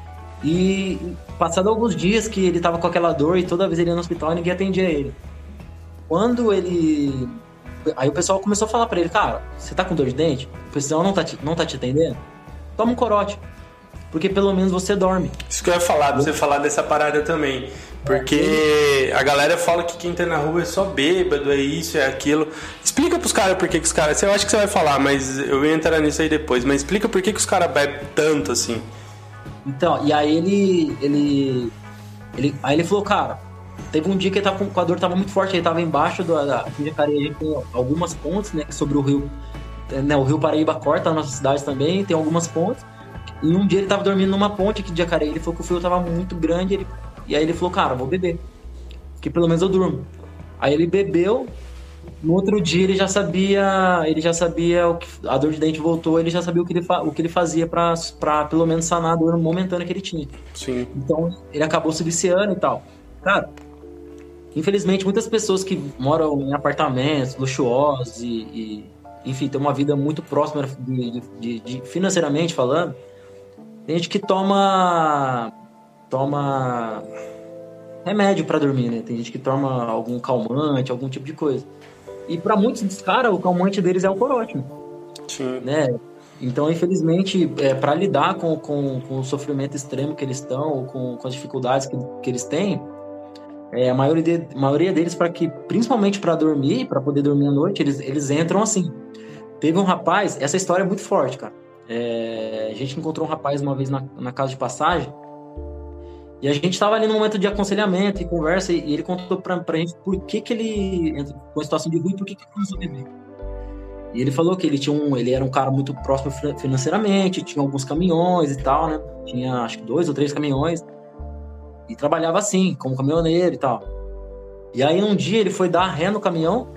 E passado alguns dias que ele tava com aquela dor e toda vez ele ia no hospital e ninguém atendia ele. Quando ele... Aí o pessoal começou a falar pra ele, cara, você tá com dor de dente? O pessoal não tá te, não tá te atendendo? Toma um corote. Porque pelo menos você dorme. Isso que eu ia falar, você falar dessa parada também. Porque a galera fala que quem tá na rua é só bêbado, é isso, é aquilo. Explica pros caras por que que os caras... Eu acho que você vai falar, mas eu ia entrar nisso aí depois. Mas explica por que que os caras bebem tanto assim. Então, e aí ele, ele, ele... Aí ele falou, cara, teve um dia que ele tava com a dor, tava muito forte. Ele tava embaixo da, da Jacareí, com algumas pontes, né, sobre o rio... Né, o rio Paraíba corta a nossa cidade também, tem algumas pontes. E um dia ele tava dormindo numa ponte aqui de Jacareí, ele falou que o frio tava muito grande, ele, e aí ele falou, cara, vou beber, que pelo menos eu durmo. Aí ele bebeu, no outro dia ele já sabia, ele já sabia o que, a dor de dente voltou, ele já sabia o que ele, o que ele fazia pra, pra pelo menos sanar a dor momentânea que ele tinha. Sim. Então ele acabou se viciando e tal. Cara, infelizmente muitas pessoas que moram em apartamentos luxuosos e, e enfim, tem uma vida muito próxima de, de, de, financeiramente falando, tem gente que toma toma remédio pra dormir, né? Tem gente que toma algum calmante, algum tipo de coisa. E para muitos dos caras, o calmante deles é o corote, Sim. Né? Então, infelizmente, é, para lidar com, com, com o sofrimento extremo que eles estão, com, com as dificuldades que, que eles têm, é, a maioria, de, a maioria deles, para que, principalmente para dormir, para poder dormir à noite, eles, eles entram assim. Teve um rapaz, essa história é muito forte, cara. É, a gente encontrou um rapaz uma vez na, na casa de passagem, e a gente estava ali no momento de aconselhamento e conversa, e ele contou pra, pra gente por que que ele entrou com a situação de ruim, por que que ele começou a beber. E ele falou que ele tinha um, ele era um cara muito próximo financeiramente, tinha alguns caminhões e tal, né? Tinha acho que dois ou três caminhões. E trabalhava assim, como caminhoneiro e tal. E aí um dia ele foi dar ré no caminhão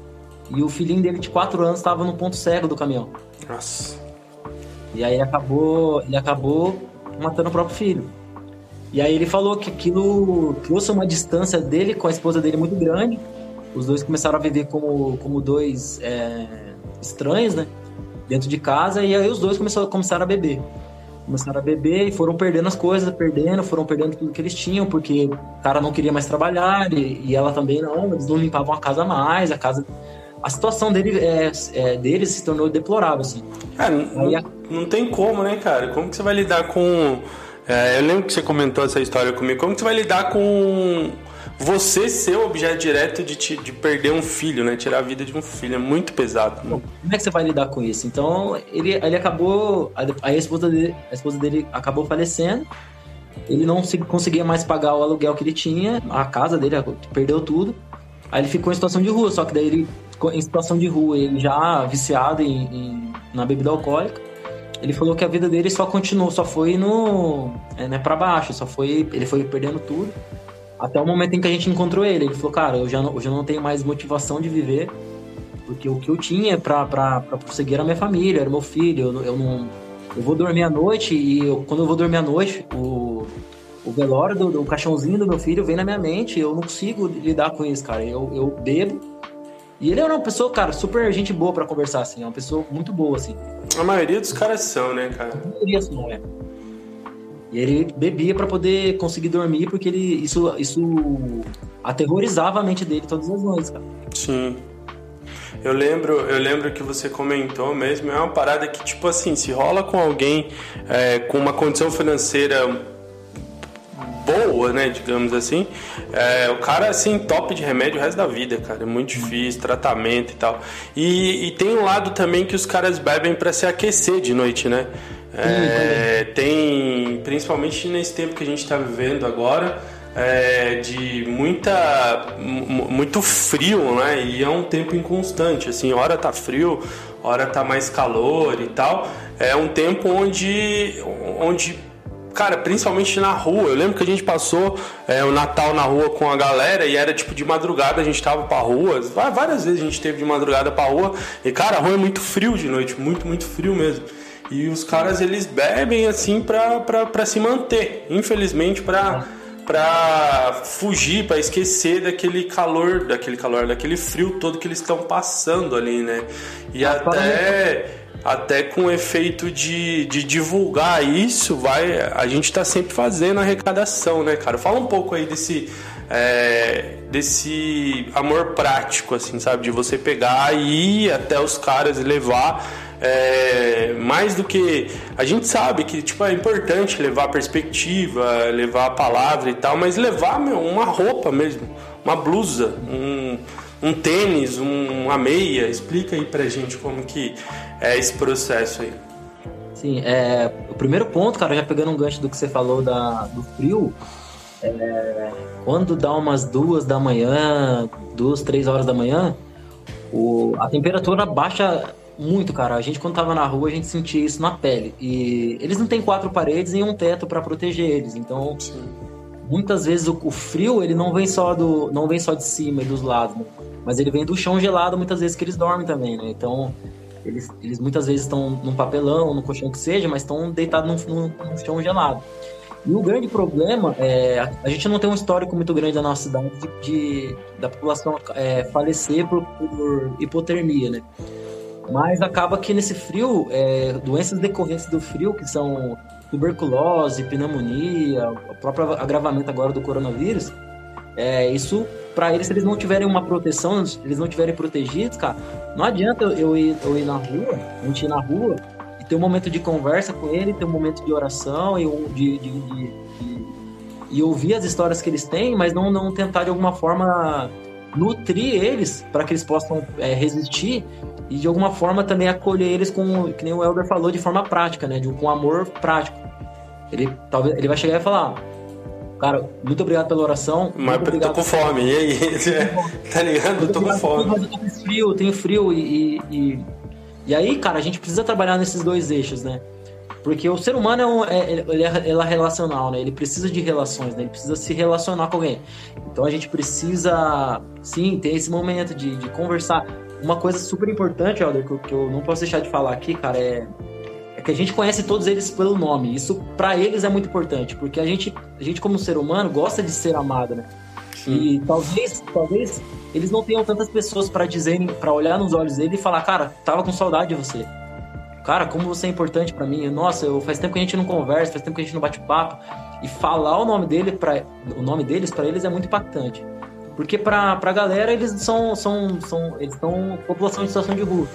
e o filhinho dele de quatro anos estava no ponto cego do caminhão. Nossa. E aí ele acabou, ele acabou matando o próprio filho. E aí ele falou que aquilo trouxe uma distância dele com a esposa dele muito grande. Os dois começaram a viver como, como dois é, estranhos, né? Dentro de casa. E aí os dois começaram, começaram a beber. Começaram a beber e foram perdendo as coisas, perdendo, foram perdendo tudo que eles tinham, porque o cara não queria mais trabalhar e, e ela também não. Eles não limpavam a casa mais, a casa... A situação dele, é, é, deles se tornou deplorável, assim. É, não, a... não tem como, né, cara? Como que você vai lidar com... É, eu lembro que você comentou essa história comigo. Como que você vai lidar com você ser o objeto direto de, te, de perder um filho, né? Tirar a vida de um filho. É muito pesado. Né? Como é que você vai lidar com isso? Então, ele, ele acabou... A, a, esposa dele, a esposa dele acabou falecendo. Ele não conseguia mais pagar o aluguel que ele tinha. A casa dele perdeu tudo. Aí ele ficou em situação de rua. Só que daí ele ficou em situação de rua. Ele já viciado em, em, na bebida alcoólica. Ele falou que a vida dele só continuou, só foi no, é, né, pra baixo, só foi, ele foi perdendo tudo, até o momento em que a gente encontrou ele. Ele falou, cara, eu já não, eu já não tenho mais motivação de viver, porque o que eu tinha pra, pra, pra prosseguir era a minha família, era meu filho, eu, eu não... Eu vou dormir à noite e eu, quando eu vou dormir à noite, o, o velório do, do caixãozinho do meu filho vem na minha mente, eu não consigo lidar com isso, cara. Eu, eu bebo. E ele era uma pessoa, cara, super gente boa pra conversar, assim. É uma pessoa muito boa, assim. A maioria dos caras são, né, cara? A maioria, assim, é. E ele bebia pra poder conseguir dormir, porque ele, isso, isso aterrorizava a mente dele todas as noites, cara. Sim. Eu lembro, eu lembro que você comentou mesmo, é uma parada que, tipo assim, se rola com alguém é, com uma condição financeira boa, né, digamos assim, é, o cara, assim, top de remédio o resto da vida, cara, é muito difícil, tratamento e tal, e, e tem um lado também que os caras bebem pra se aquecer de noite, né, é, tem, principalmente nesse tempo que a gente tá vivendo agora, é, de muita, muito frio, né, e é um tempo inconstante, assim, hora tá frio, hora tá mais calor e tal, é um tempo onde, onde cara, principalmente na rua. Eu lembro que a gente passou é, o Natal na rua com a galera e era tipo de madrugada, a gente tava pra rua. Várias vezes a gente teve de madrugada pra rua. E, cara, a rua é muito frio de noite, muito, muito frio mesmo. E os caras, eles bebem assim pra, pra, pra se manter. Infelizmente, pra, pra fugir, pra esquecer daquele calor, daquele calor, daquele frio todo que eles estão passando ali, né? E até... Até com o efeito de, de divulgar isso, vai, a gente tá sempre fazendo arrecadação, né, cara? Fala um pouco aí desse, é, desse amor prático, assim, sabe? De você pegar e ir até os caras e levar, é, mais do que... A gente sabe que, tipo, é importante levar perspectiva, levar a palavra e tal, mas levar, meu, uma roupa mesmo, uma blusa, um... um tênis, um, uma meia. Explica aí pra gente como que é esse processo aí. Sim, é, o primeiro ponto, cara, já pegando um gancho do que você falou da, do frio, é, quando dá umas duas da manhã, duas, três horas da manhã, o, a temperatura baixa muito, cara. A gente, quando tava na rua, a gente sentia isso na pele. E eles não têm quatro paredes e um teto pra proteger eles, então... Sim. muitas vezes o, o frio, ele não vem só do, não vem só de cima e dos lados, né? Mas ele vem do chão gelado, muitas vezes que eles dormem também, né? Então, eles, eles muitas vezes estão num papelão, no colchão que seja, mas estão deitados num, num, num chão gelado. E o grande problema é a gente não tem um histórico muito grande da nossa cidade de, de da população é, falecer por, por hipotermia, né? Mas acaba que nesse frio, é, doenças decorrentes do frio, que são tuberculose, pneumonia, o próprio agravamento agora do coronavírus, é, isso, para eles, se eles não tiverem uma proteção, se eles não tiverem protegidos, cara, não adianta eu, eu, ir, eu ir na rua, a gente ir na rua e ter um momento de conversa com ele, ter um momento de oração e de, de, de, de, e ouvir as histórias que eles têm, mas não, não tentar de alguma forma nutrir eles para que eles possam é, resistir e de alguma forma também acolher eles com, que nem o Elder falou, de forma prática, né, de, com amor prático. Ele, talvez, ele vai chegar e falar: cara, muito obrigado pela oração. Mas eu tô com fome, e aí? Tá ligado? Eu tô com fome. Mas eu tô com frio, tenho frio. E, e, e aí, cara, a gente precisa trabalhar nesses dois eixos, né? Porque o ser humano é, um, é, ele é, ele é relacional, né? Ele precisa de relações, né? Ele precisa se relacionar com alguém. Então a gente precisa, sim, ter esse momento de, de conversar. Uma coisa super importante, Helder, que eu, que eu não posso deixar de falar aqui, cara, é... é que a gente conhece todos eles pelo nome. Isso, pra eles, é muito importante. Porque a gente, a gente como ser humano, gosta de ser amado, né? Sim. E talvez, talvez eles não tenham tantas pessoas pra dizerem, pra olhar nos olhos dele e falar: cara, tava com saudade de você. Cara, como você é importante pra mim. Nossa, eu, faz tempo que a gente não conversa, faz tempo que a gente não bate papo. E falar o nome dele pra, o nome deles pra eles é muito impactante. Porque pra, pra galera, eles são, são, são, eles são população em situação de rua.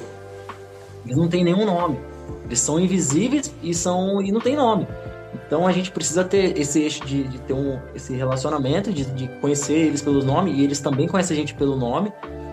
Eles não têm nenhum nome. Eles são invisíveis e, são, e não tem nome. Então a gente precisa ter esse eixo de, de ter um, esse relacionamento, de, de conhecer eles pelo nome, e eles também conhecem a gente pelo nome.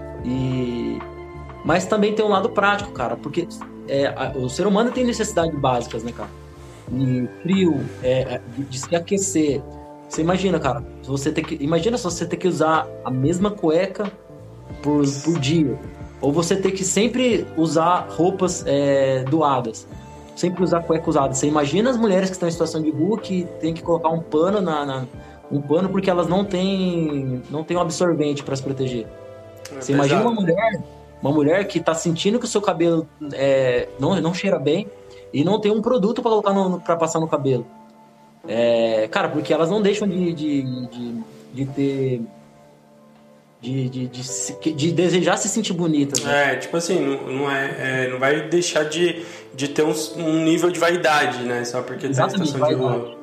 E... Mas também tem um lado prático, cara, porque é, a, o ser humano tem necessidades básicas, né, cara? E frio, é, de, de se aquecer. Você imagina, cara, se você ter que, imagina se você ter que usar a mesma cueca por, por dia. Ou você ter que sempre usar roupas é, doadas. Sempre usar cueca usada. Você imagina as mulheres que estão em situação de rua que tem que colocar um pano na, na um pano porque elas não têm não têm um absorvente para se proteger. É você pesado. Imagina uma mulher, uma mulher que está sentindo que o seu cabelo é, não, não cheira bem e não tem um produto para colocar para passar no cabelo. É, cara, porque elas não deixam de, de, de, de ter De, de, de, de desejar se sentir bonita, né? É, tipo assim, não, não, é, é, não vai deixar de, de ter um, um nível de vaidade, né? Só porque Exatamente, tá em situação de rua.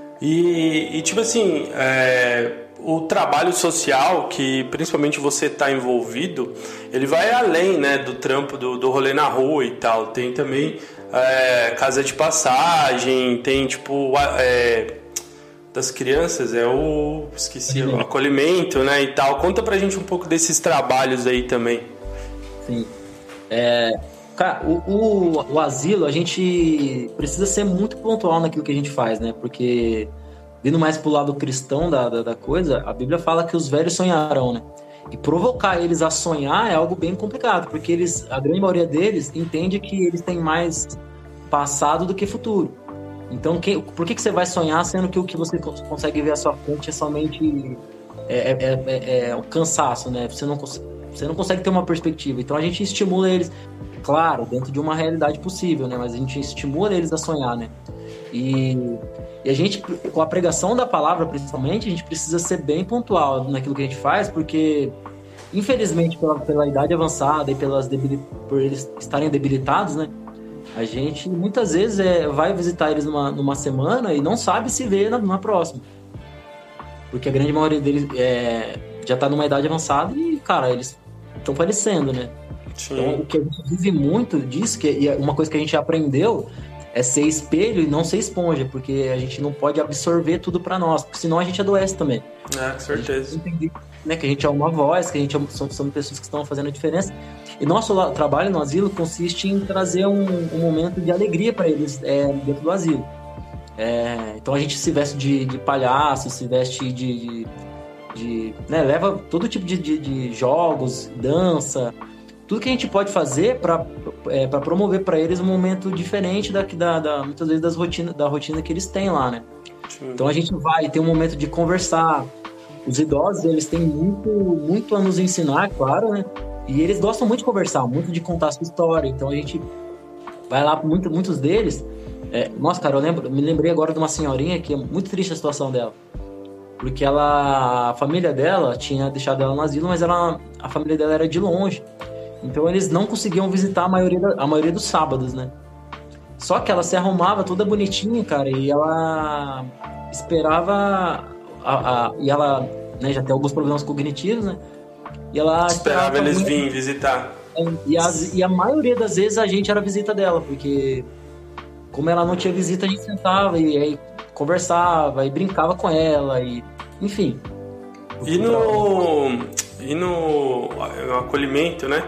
E, e tipo assim, é, o trabalho social, que principalmente você tá envolvido, ele vai além, né, do trampo do, do rolê na rua e tal. Tem também é, casa de passagem, tem tipo... É, das crianças, é o... esqueci, o acolhimento, né, e tal. Conta pra gente um pouco desses trabalhos aí também. Sim. É, cara, o, o, o asilo, a gente precisa ser muito pontual naquilo que a gente faz, né, porque vindo mais pro lado cristão da, da, da coisa, a Bíblia fala que os velhos sonharão, né, e provocar eles a sonhar é algo bem complicado, porque eles, a grande maioria deles entende que eles têm mais passado do que futuro. Então, que, por que, que você vai sonhar sendo que o que você consegue ver à sua frente é somente é, é, é, é um cansaço, né? Você não, você não consegue ter uma perspectiva. Então, a gente estimula eles, claro, dentro de uma realidade possível, né? Mas a gente estimula eles a sonhar, né? E, e a gente, com a pregação da palavra, principalmente, a gente precisa ser bem pontual naquilo que a gente faz, porque, infelizmente, pela, pela idade avançada e pelas debil, por eles estarem debilitados, né? A gente, muitas vezes, é, vai visitar eles numa, numa semana e não sabe se ver na, na próxima. Porque a grande maioria deles é, já tá numa idade avançada e, cara, eles estão falecendo, né? Sim. Então, o que a gente vive muito disso, que e uma coisa que a gente aprendeu é ser espelho e não ser esponja, porque a gente não pode absorver tudo pra nós, porque senão a gente adoece também. É, com certeza. Entender, né, que a gente é uma voz, que a gente é, somos, somos pessoas que estão fazendo a diferença. E nosso trabalho no asilo consiste em trazer um, um momento de alegria para eles é, dentro do asilo. É, então a gente se veste de, de palhaço, se veste de... de, de né, leva todo tipo de, de, de jogos, dança, tudo que a gente pode fazer para é, promover para eles um momento diferente da, da, da, muitas vezes das rotina, da rotina que eles têm lá, né? Sim. Então a gente vai ter um momento de conversar. Os idosos, eles têm muito, muito a nos ensinar, claro, né? E eles gostam muito de conversar, muito de contar a sua história. Então a gente vai lá, muito, muitos deles... É, nossa, cara, eu lembro, me lembrei agora de uma senhorinha que é muito triste a situação dela. Porque ela, a família dela tinha deixado ela no asilo, mas ela, a família dela era de longe. Então eles não conseguiam visitar a maioria, da, a maioria dos sábados, né? Só que ela se arrumava toda bonitinha, cara, e ela esperava... A, a, e ela, né, já tem alguns problemas cognitivos, né? E ela esperava, esperava eles virem visitar. E a, e a maioria das vezes a gente era visita dela, porque como ela não tinha visita, a gente sentava e aí conversava e brincava com ela, e enfim. E no, e no, no acolhimento, né?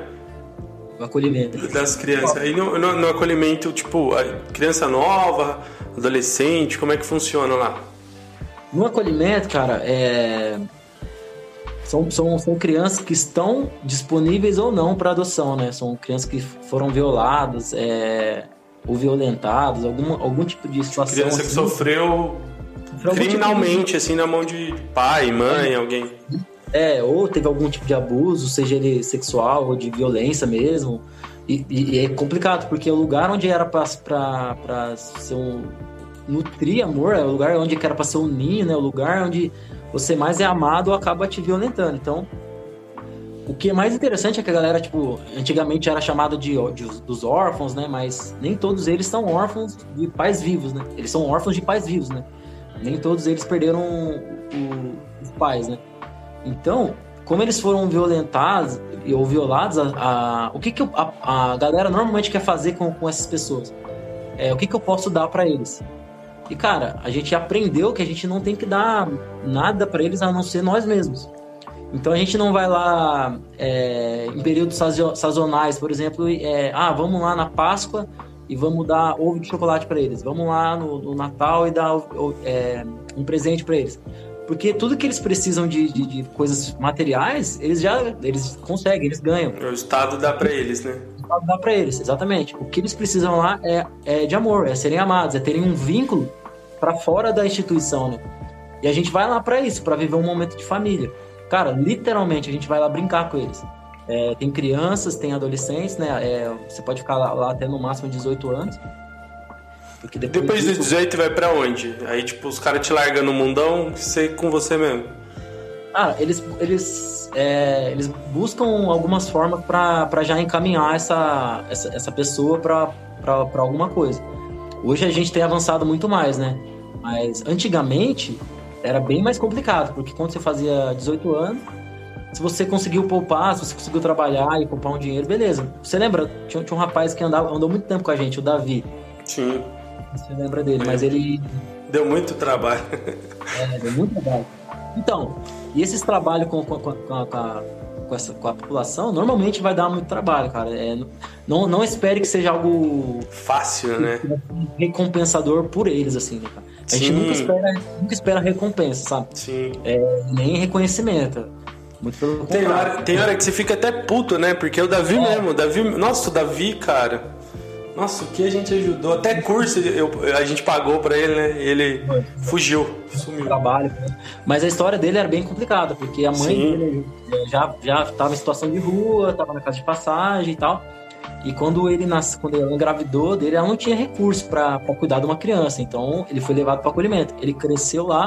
O acolhimento. Das crianças. E no, no, no acolhimento, tipo, a criança nova, adolescente, como é que funciona lá? No acolhimento, cara, é... são, são, são crianças que estão disponíveis ou não para adoção, né? São crianças que foram violadas, é... ou violentadas, algum, algum tipo de situação. Criança assim, que sofreu, sofreu criminalmente, tipo de... assim, na mão de pai, mãe, é. alguém. É, ou teve algum tipo de abuso, seja ele sexual ou de violência mesmo. E, e, e é complicado, porque o lugar onde era para ser um... nutrir amor, é o lugar onde era para ser um ninho, né? O lugar onde você mais é amado acaba te violentando. Então, o que é mais interessante é que a galera, tipo, antigamente era chamado de, de dos órfãos, né? Mas nem todos eles são órfãos de pais vivos, né? Eles são órfãos de pais vivos, né? Nem todos eles perderam o, os pais, né? Então, como eles foram violentados ou violados, a, a, o que, que a, a galera normalmente quer fazer com, com essas pessoas? É, o que, que eu posso dar para eles? E, cara, a gente aprendeu que a gente não tem que dar nada para eles a não ser nós mesmos. Então, a gente não vai lá é, em períodos sazonais, por exemplo, é, ah, vamos lá na Páscoa e vamos dar ovo de chocolate para eles. Vamos lá no, no Natal e dar é, um presente para eles. Porque tudo que eles precisam de, de, de coisas materiais, eles já eles conseguem, eles ganham. O Estado dá para eles, né? O Estado dá para eles, exatamente. O que eles precisam lá é, é de amor, é serem amados, é terem um vínculo para fora da instituição, né? E a gente vai lá para isso, para viver um momento de família. Cara, literalmente, a gente vai lá brincar com eles. É, tem crianças, tem adolescentes, né? É, você pode ficar lá, lá até no máximo dezoito anos. Porque depois, depois dos dezoito vai pra onde? Aí, tipo, os caras te largam no mundão, você com você mesmo. Ah, eles, eles, é, eles buscam algumas formas pra, pra já encaminhar essa, essa, essa pessoa pra, pra, pra alguma coisa. Hoje a gente tem avançado muito mais, né? Mas antigamente era bem mais complicado, porque quando você fazia dezoito anos, se você conseguiu poupar, se você conseguiu trabalhar e poupar um dinheiro, beleza. Você lembra? Tinha, tinha um rapaz que andava, andou muito tempo com a gente, o Davi. Sim. Você lembra dele, mas ele... Deu muito trabalho. É, deu muito trabalho. Então, e esses trabalhos com, com, com, a, com, essa, com a população, normalmente vai dar muito trabalho, cara. É, não, não espere que seja algo... fácil, né? Recompensador por eles, assim, né, cara? A gente nunca espera, nunca espera recompensa, sabe? Sim. É, nem reconhecimento. Muito pelo tem hora, tem hora que você fica até puto, né? Porque o Davi é. mesmo, o Davi... Nossa, o Davi, cara... Nossa, o que a gente ajudou? Até curso eu, a gente pagou pra ele, né? E ele fugiu, sumiu. Trabalho. Mas a história dele era bem complicada, porque a mãe Sim. dele já, já tava em situação de rua, tava na casa de passagem e tal. E quando ele nasce, quando ela engravidou dele, ela não tinha recurso pra, pra cuidar de uma criança. Então ele foi levado para acolhimento. Ele cresceu lá.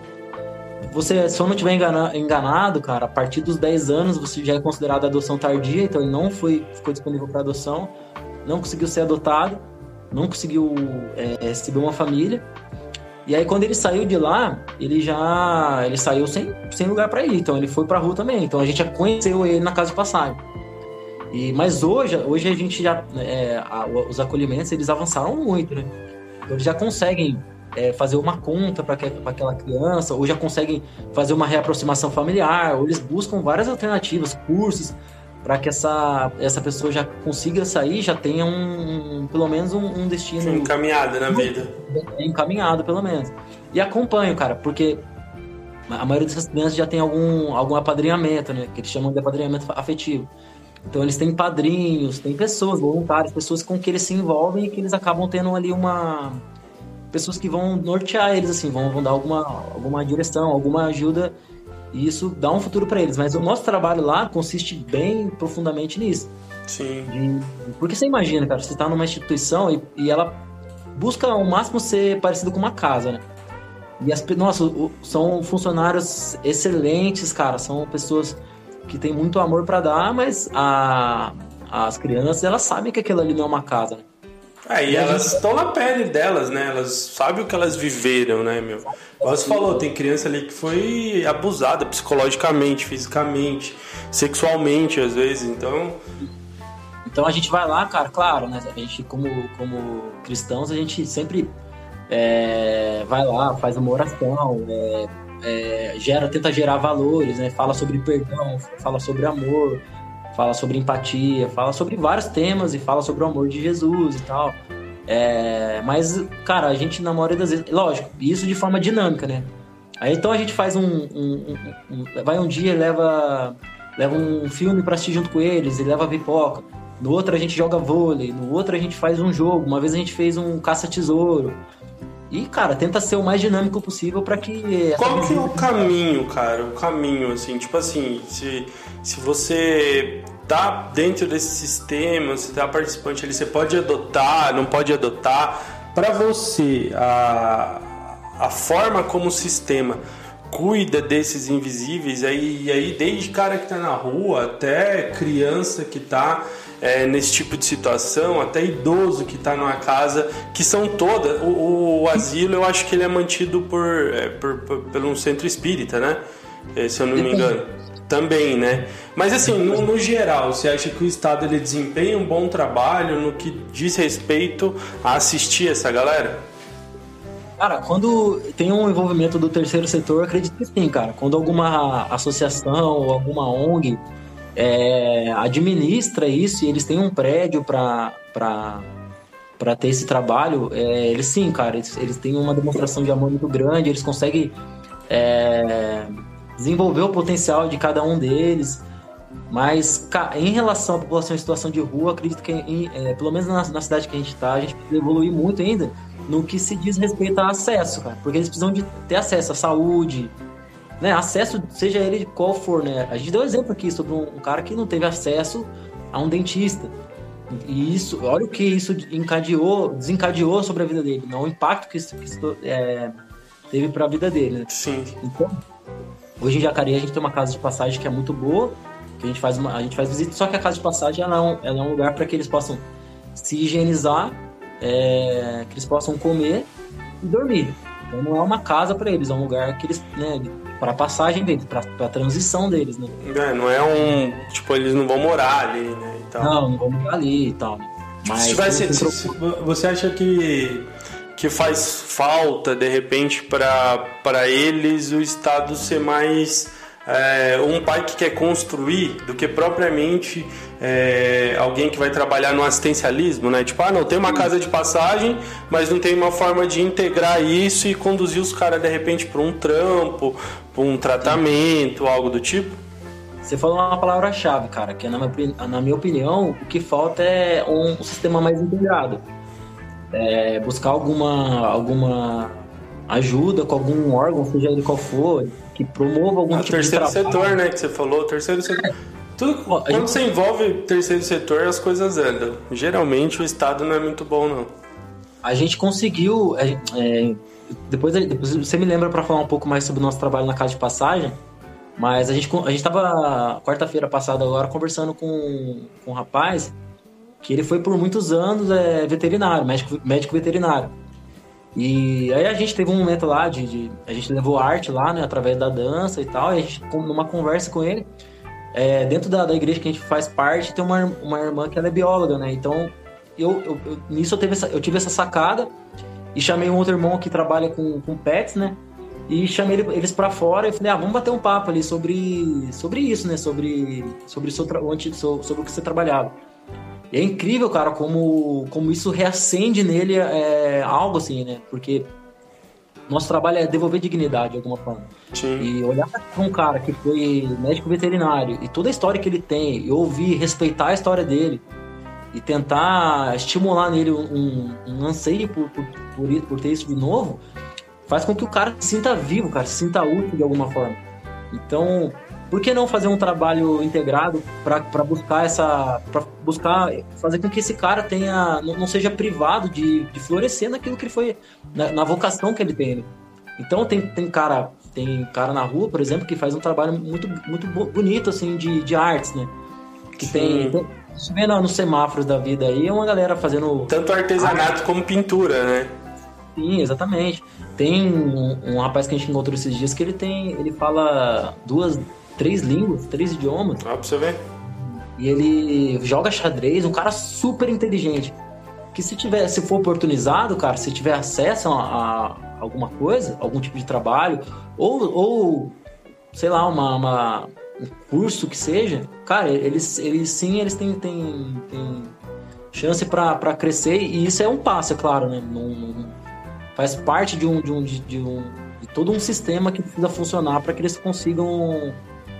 Você, se eu não tiver engana, enganado, cara, a partir dos dez anos você já é considerado adoção tardia, então ele não foi, ficou disponível para adoção. Não conseguiu ser adotado, não conseguiu é, receber uma família. E aí quando ele saiu de lá, ele já ele saiu sem, sem lugar para ir. Então ele foi para a rua também. Então a gente já conheceu ele na casa de passagem. E, mas hoje, hoje a gente já... É, a, os acolhimentos, eles avançaram muito, né? Então eles já conseguem é, fazer uma conta para aquela criança, ou já conseguem fazer uma reaproximação familiar, ou eles buscam várias alternativas, cursos, para que essa, essa pessoa já consiga sair, já tenha um, um pelo menos um, um destino... Sim, encaminhado na vida. Encaminhado, pelo menos. E acompanho, cara, porque a maioria dessas crianças já tem algum, algum apadrinhamento, né? Que eles chamam de apadrinhamento afetivo. Então eles têm padrinhos, tem pessoas voluntárias, pessoas com que eles se envolvem e que eles acabam tendo ali uma... pessoas que vão nortear eles, assim, vão, vão dar alguma, alguma direção, alguma ajuda, e isso dá um futuro para eles. Mas o nosso trabalho lá consiste bem profundamente nisso. Sim. De, porque você imagina, cara, você tá numa instituição e, e ela busca ao máximo ser parecido com uma casa, né? E as, nossa, são funcionários excelentes, cara, são pessoas que têm muito amor para dar, mas a, as crianças, elas sabem que aquilo ali não é uma casa, né? É, e, e elas gente... estão na pele delas, né? Elas sabem o que elas viveram, né, meu? Você falou, tem criança ali que foi abusada psicologicamente, fisicamente, sexualmente, às vezes, então... Então a gente vai lá, cara, claro, né? A gente, como, como cristãos, a gente sempre é, vai lá, faz uma oração, é, é, gera, tenta gerar valores, né? Fala sobre perdão, fala sobre amor, fala sobre empatia, fala sobre vários temas e fala sobre o amor de Jesus e tal. É, mas, cara, a gente, na maioria das vezes, lógico, isso de forma dinâmica, né? Aí então a gente faz um. um, um, um vai um dia e leva, leva um filme pra assistir junto com eles e leva pipoca. No outro a gente joga vôlei, no outro a gente faz um jogo. Uma vez a gente fez um caça-tesouro. E, cara, tenta ser o mais dinâmico possível pra que... Qual que é o caminho, cara? O caminho, assim, tipo assim, se, se você tá dentro desse sistema, você tá participante ali, você pode adotar, não pode adotar. Pra você, a, a forma como o sistema cuida desses invisíveis, aí, aí desde cara que tá na rua até criança que tá é, nesse tipo de situação, até idoso que tá numa casa, que são todas, o, o asilo eu acho que ele é mantido por, é, por, por, por um centro espírita, né? Se eu não me engano. Também, né? Mas assim, no, no geral, você acha que o Estado ele desempenha um bom trabalho no que diz respeito a assistir essa galera? Cara, quando tem um envolvimento do terceiro setor, acredito que sim, cara. Quando alguma associação ou alguma O N G é, administra isso e eles têm um prédio para para ter esse trabalho, é, eles sim, cara, eles, eles têm uma demonstração de amor muito grande, eles conseguem é, desenvolver o potencial de cada um deles. Mas em relação à população em situação de rua, acredito que em, é, pelo menos na, na cidade que a gente está, a gente precisa evoluir muito ainda no que se diz respeito a acesso, cara, porque eles precisam de ter acesso à saúde, né, acesso, seja ele qual for, né, a gente deu um exemplo aqui sobre um, um cara que não teve acesso a um dentista, e isso, olha o que isso encadeou, desencadeou sobre a vida dele, não o impacto que isso, que isso é, teve para a vida dele, né? Sim. Então, hoje em Jacareí a gente tem uma casa de passagem que é muito boa, que a gente faz, uma, a gente faz visita, só que a casa de passagem ela é um, ela é um lugar para que eles possam se higienizar, É, que eles possam comer e dormir. Então não é uma casa para eles, é um lugar que eles, né, para passagem deles, para a transição deles, né? É, não é um, tipo, eles não vão morar ali, né? E tal. Não, não vão morar ali e tal. Mas se tivesse, se, se, você acha que que faz falta de repente para para eles o Estado ser mais é, um pai que quer construir do que propriamente é, alguém que vai trabalhar no assistencialismo, né? Tipo, ah, não, tem uma casa de passagem, mas não tem uma forma de integrar isso e conduzir os caras de repente para um trampo, para um tratamento, algo do tipo? Você falou uma palavra-chave, cara, que na minha, na minha opinião, o que falta é um, um sistema mais integrado. É, buscar alguma, alguma ajuda com algum órgão, seja ele qual for, que promova algum ah, tipo de trabalho. Terceiro setor, né, que você falou, terceiro setor. Tudo, quando gente... você envolve terceiro setor, as coisas andam. Geralmente o Estado não é muito bom, não. A gente conseguiu... É, é, depois, depois você me lembra para falar um pouco mais sobre o nosso trabalho na casa de passagem, mas a gente a gente estava, quarta-feira passada agora, conversando com, com um rapaz que ele foi por muitos anos é, veterinário, médico, médico veterinário. E aí a gente teve um momento lá de, de a gente levou arte lá, né, através da dança e tal, e a gente, numa conversa com ele, é, dentro da, da igreja que a gente faz parte, tem uma, uma irmã que ela é bióloga, né, então eu, eu, eu, nisso eu, teve essa, eu tive essa sacada e chamei um outro irmão que trabalha com, com pets, né, e chamei eles pra fora e falei, ah, vamos bater um papo ali sobre, sobre isso, né, sobre, sobre, o seu, sobre o que você trabalhava. E é incrível, cara, como, como isso reacende nele é, algo assim, né? Porque nosso trabalho é devolver dignidade de alguma forma. Sim. E olhar para um cara que foi médico veterinário e toda a história que ele tem, e ouvir, respeitar a história dele, e tentar estimular nele um, um anseio por, por, por, por ter isso de novo, faz com que o cara se sinta vivo, cara, se sinta útil de alguma forma. Então, por que não fazer um trabalho integrado para buscar essa, para buscar fazer com que esse cara tenha, não, não seja privado de, de florescer naquilo que ele foi, na, na vocação que ele tem, né? Então tem, tem cara, tem cara na rua, por exemplo, que faz um trabalho muito, muito bonito assim de, de artes, né? Que tem, tem você vê nos semáforos da vida aí, é uma galera fazendo tanto artesanato arte. Como pintura, né? Sim, exatamente. Tem um, um rapaz que a gente encontrou esses dias que ele tem, ele fala duas, três línguas, três idiomas. Ah, pra você ver. E ele joga xadrez, um cara super inteligente. Que se tiver, se for oportunizado, cara, se tiver acesso a, a alguma coisa, algum tipo de trabalho, ou, ou sei lá, uma, uma, um curso que seja, cara, eles, eles sim, eles têm, têm, têm chance pra, pra crescer, e isso é um passo, é claro, né? Não, não, faz parte de um, de, um, de, de um de todo um sistema que precisa funcionar para que eles consigam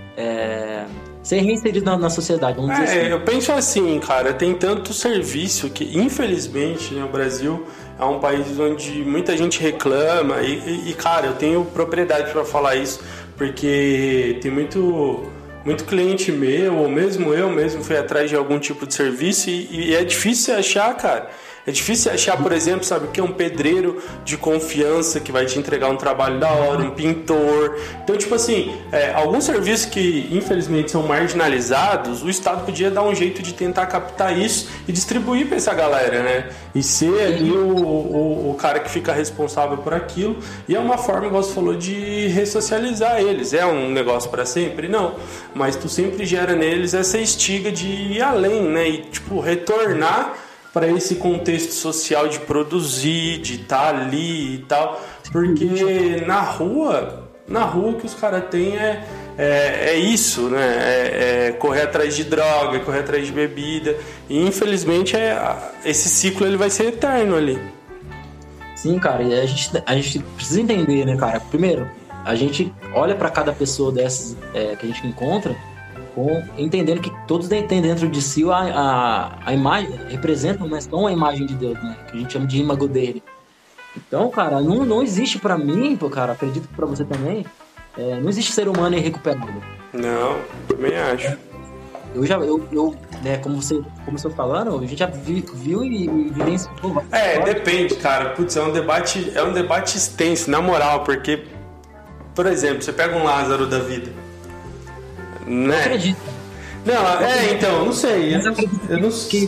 é, ser reinseridos na, na sociedade, vamos dizer é, assim. Eu penso assim, cara, tem tanto serviço que, infelizmente, né, o Brasil é um país onde muita gente reclama e, e, e cara, eu tenho propriedade para falar isso, porque tem muito, muito cliente meu, ou mesmo eu mesmo fui atrás de algum tipo de serviço e, e é difícil achar, cara. É difícil achar, por exemplo, sabe, que é um pedreiro de confiança que vai te entregar um trabalho da hora, um pintor. Então, tipo assim, é, alguns serviços que infelizmente são marginalizados, o Estado podia dar um jeito de tentar captar isso e distribuir para essa galera, né? E ser ali o, o, o cara que fica responsável por aquilo. E é uma forma, igual você falou, de ressocializar eles. É um negócio para sempre? Não. Mas tu sempre gera neles essa estiga de ir além, né? E, tipo, retornar para esse contexto social de produzir, de estar ali e tal, porque na rua, na rua o que os caras têm é, é, é isso, né? É, é correr atrás de droga, correr atrás de bebida, e infelizmente é, esse ciclo ele vai ser eterno ali. Sim, cara, e a gente, a gente precisa entender, né, cara? Primeiro, a gente olha para cada pessoa dessas é, que a gente encontra, com, entendendo que todos têm dentro de si a, a, a imagem, representam, mas não a imagem de Deus, né? Que a gente chama de imago dele. Então, cara, não, não existe pra mim, pô, cara, acredito que pra você também, é, não existe ser humano irrecuperável. Não, também acho. Eu já, eu, eu né, como você começou falando, a gente já vi, viu e, e vivenciou. É, depende, cara. Putz, é um debate, é um debate extenso, na moral, porque, por exemplo, você pega um Lázaro da vida. Né? Não acredito. Não, eu é, acredito. Então, não sei. Mas eu acredito eu não... que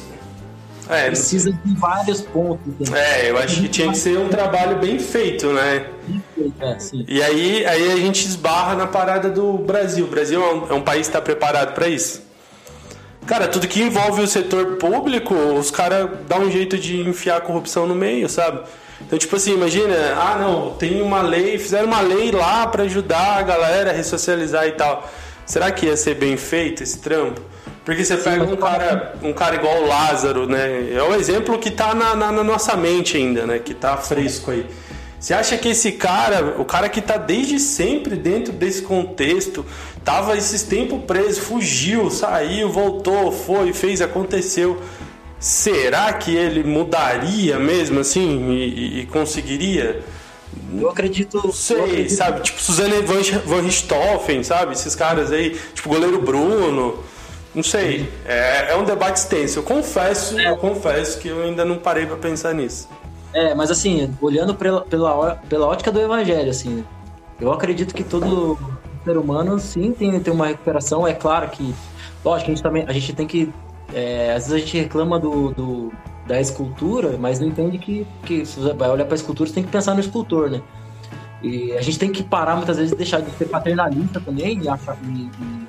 é, precisa não... de vários pontos. Né? É, eu acho que tinha que ser um trabalho bem feito, né? É, sim. E aí, aí a gente esbarra na parada do Brasil. O Brasil é um, é um país que está preparado para isso. Cara, tudo que envolve o setor público, os caras dão um jeito de enfiar a corrupção no meio, sabe? Então, tipo assim, imagina, ah, não, tem uma lei, fizeram uma lei lá para ajudar a galera a ressocializar e tal. Será que ia ser bem feito esse trampo? Porque você pega um cara, um cara igual o Lázaro, né? É o exemplo que tá na, na, na nossa mente ainda, né? Que tá fresco aí. Você acha que esse cara, o cara que tá desde sempre dentro desse contexto, tava esses tempos preso, fugiu, saiu, voltou, foi, fez, aconteceu. Será que ele mudaria mesmo assim e, e conseguiria? Eu acredito... Não sei, eu acredito. Sabe? Tipo, Suzane Van Richthofen, sabe? Esses caras aí, tipo, goleiro Bruno. Não sei. É, é um debate extenso. Eu confesso, é. eu confesso que eu ainda não parei pra pensar nisso. É, mas assim, olhando pela, pela, pela ótica do evangelho, assim, eu acredito que todo ser humano, sim, tem, tem uma recuperação. É claro que, lógico, a gente também, a gente tem que, é, às vezes a gente reclama do, do, da escultura, mas não entende que, que se você vai olhar pra escultura, você tem que pensar no escultor, né? E a gente tem que parar, muitas vezes, de deixar de ser paternalista também, e achar, e, e,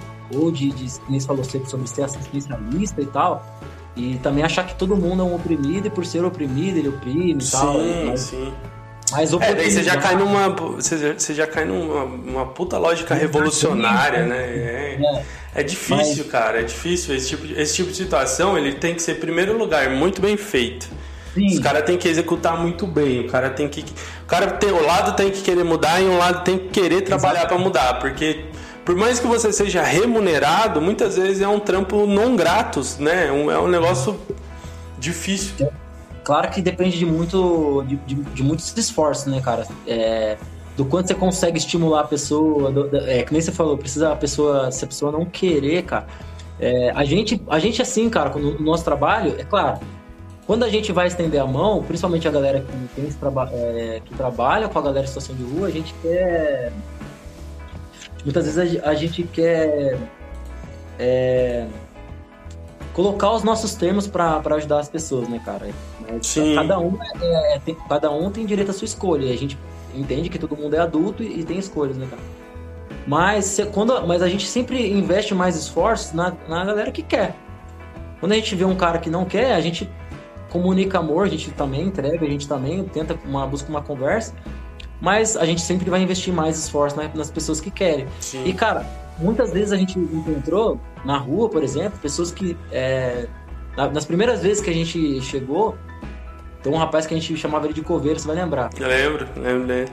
ou de, de, como você falou sobre ser assistencialista e tal, e também achar que todo mundo é um oprimido, e por ser oprimido, ele oprime e tal. Sim, mas, sim. Mas é, daí você já cai numa. Você, você já cai numa uma puta lógica revolucionária, né? É, é. é difícil, mas... cara. É difícil. Esse tipo, de, esse tipo de situação ele tem que ser, em primeiro lugar, muito bem feito. Sim. Os caras têm que executar muito bem. O cara tem que. O cara tem, o lado tem que querer mudar e um lado tem que querer trabalhar para mudar. Porque, por mais que você seja remunerado, muitas vezes é um trampo não gratos, né? Um, é um negócio difícil. Claro que depende de muito de, de, de muitos esforços, né, cara? É, do quanto você consegue estimular a pessoa, do, do, é, que nem você falou, precisa a pessoa, se a pessoa não querer, cara. É, a gente, a gente assim, cara, no nosso trabalho, é claro, quando a gente vai estender a mão, principalmente a galera que, tem esse traba- é, que trabalha com a galera em situação de rua, a gente quer... Muitas vezes a, a gente quer é, colocar os nossos termos para ajudar as pessoas, né, cara? Mas Sim. Cada um, é, é, tem, cada um tem direito à sua escolha. E a gente entende que todo mundo é adulto e, e tem escolhas, né, cara? Mas, se, quando, mas a gente sempre investe mais esforços na, na galera que quer. Quando a gente vê um cara que não quer, a gente comunica amor, a gente também entrega, a gente também tenta uma, busca uma conversa, mas a gente sempre vai investir mais esforço nas, nas pessoas que querem. Sim. E, cara, muitas vezes a gente encontrou na rua, por exemplo, pessoas que, é, nas primeiras vezes que a gente chegou, tem um rapaz que a gente chamava ele de coveiro, você vai lembrar. Eu lembro, lembro dele.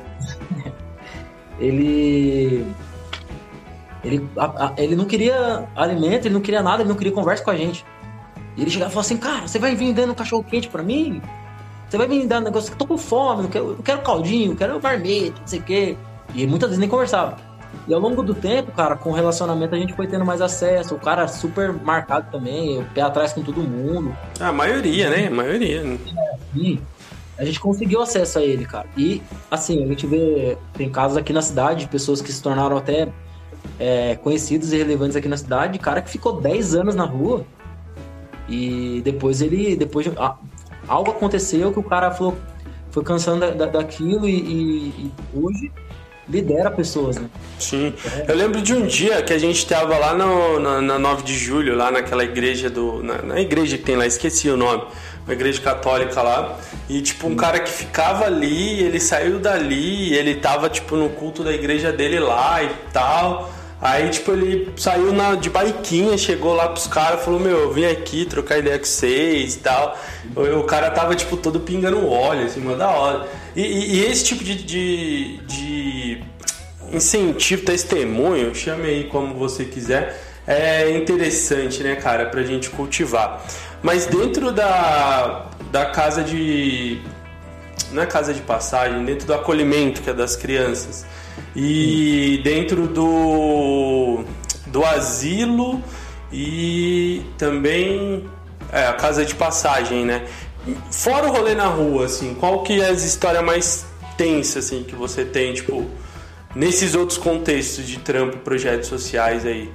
ele... Ele, a, a, ele não queria alimento, ele não queria nada, ele não queria conversa com a gente. E ele chegava e falava assim, cara, você vai vir dando cachorro quente pra mim? Você vai vir dando negócio que eu tô com fome, não quero, não quero caldinho, não quero marmita, não sei o quê. E muitas vezes nem conversava. E ao longo do tempo, cara, com o relacionamento a gente foi tendo mais acesso. O cara super marcado também, o pé atrás com todo mundo. A maioria, né? A maioria. E a gente conseguiu acesso a ele, cara. E, assim, a gente vê, tem casos aqui na cidade de pessoas que se tornaram até é, conhecidos e relevantes aqui na cidade. Cara que ficou dez anos na rua e depois ele, depois ah, algo aconteceu que o cara falou, foi cansando da, da, daquilo e, e, e hoje lidera pessoas, né? Sim. Eu lembro de um dia que a gente tava lá no, na, na nove de julho, lá naquela igreja do... Na, na igreja que tem lá, esqueci o nome. Uma igreja católica lá. E, tipo, um cara que ficava ali, ele saiu dali, ele tava, tipo, no culto da igreja dele lá e tal. Aí, tipo, ele saiu na, de baiquinha, chegou lá pros caras, falou, meu, eu vim aqui trocar ideia com vocês e tal. O, o cara tava, tipo, todo pingando óleo, assim, mó da hora. E, e, e esse tipo de, de, de incentivo, testemunho, chame aí como você quiser, é interessante, né, cara, pra gente cultivar. Mas dentro da, da casa de... Não é casa de passagem, dentro do acolhimento, que é das crianças, e dentro do, do asilo e também é, a casa de passagem, né? Fora o rolê na rua, assim, qual que é a história mais tensa, assim, que você tem, tipo, nesses outros contextos de trampo, projetos sociais aí?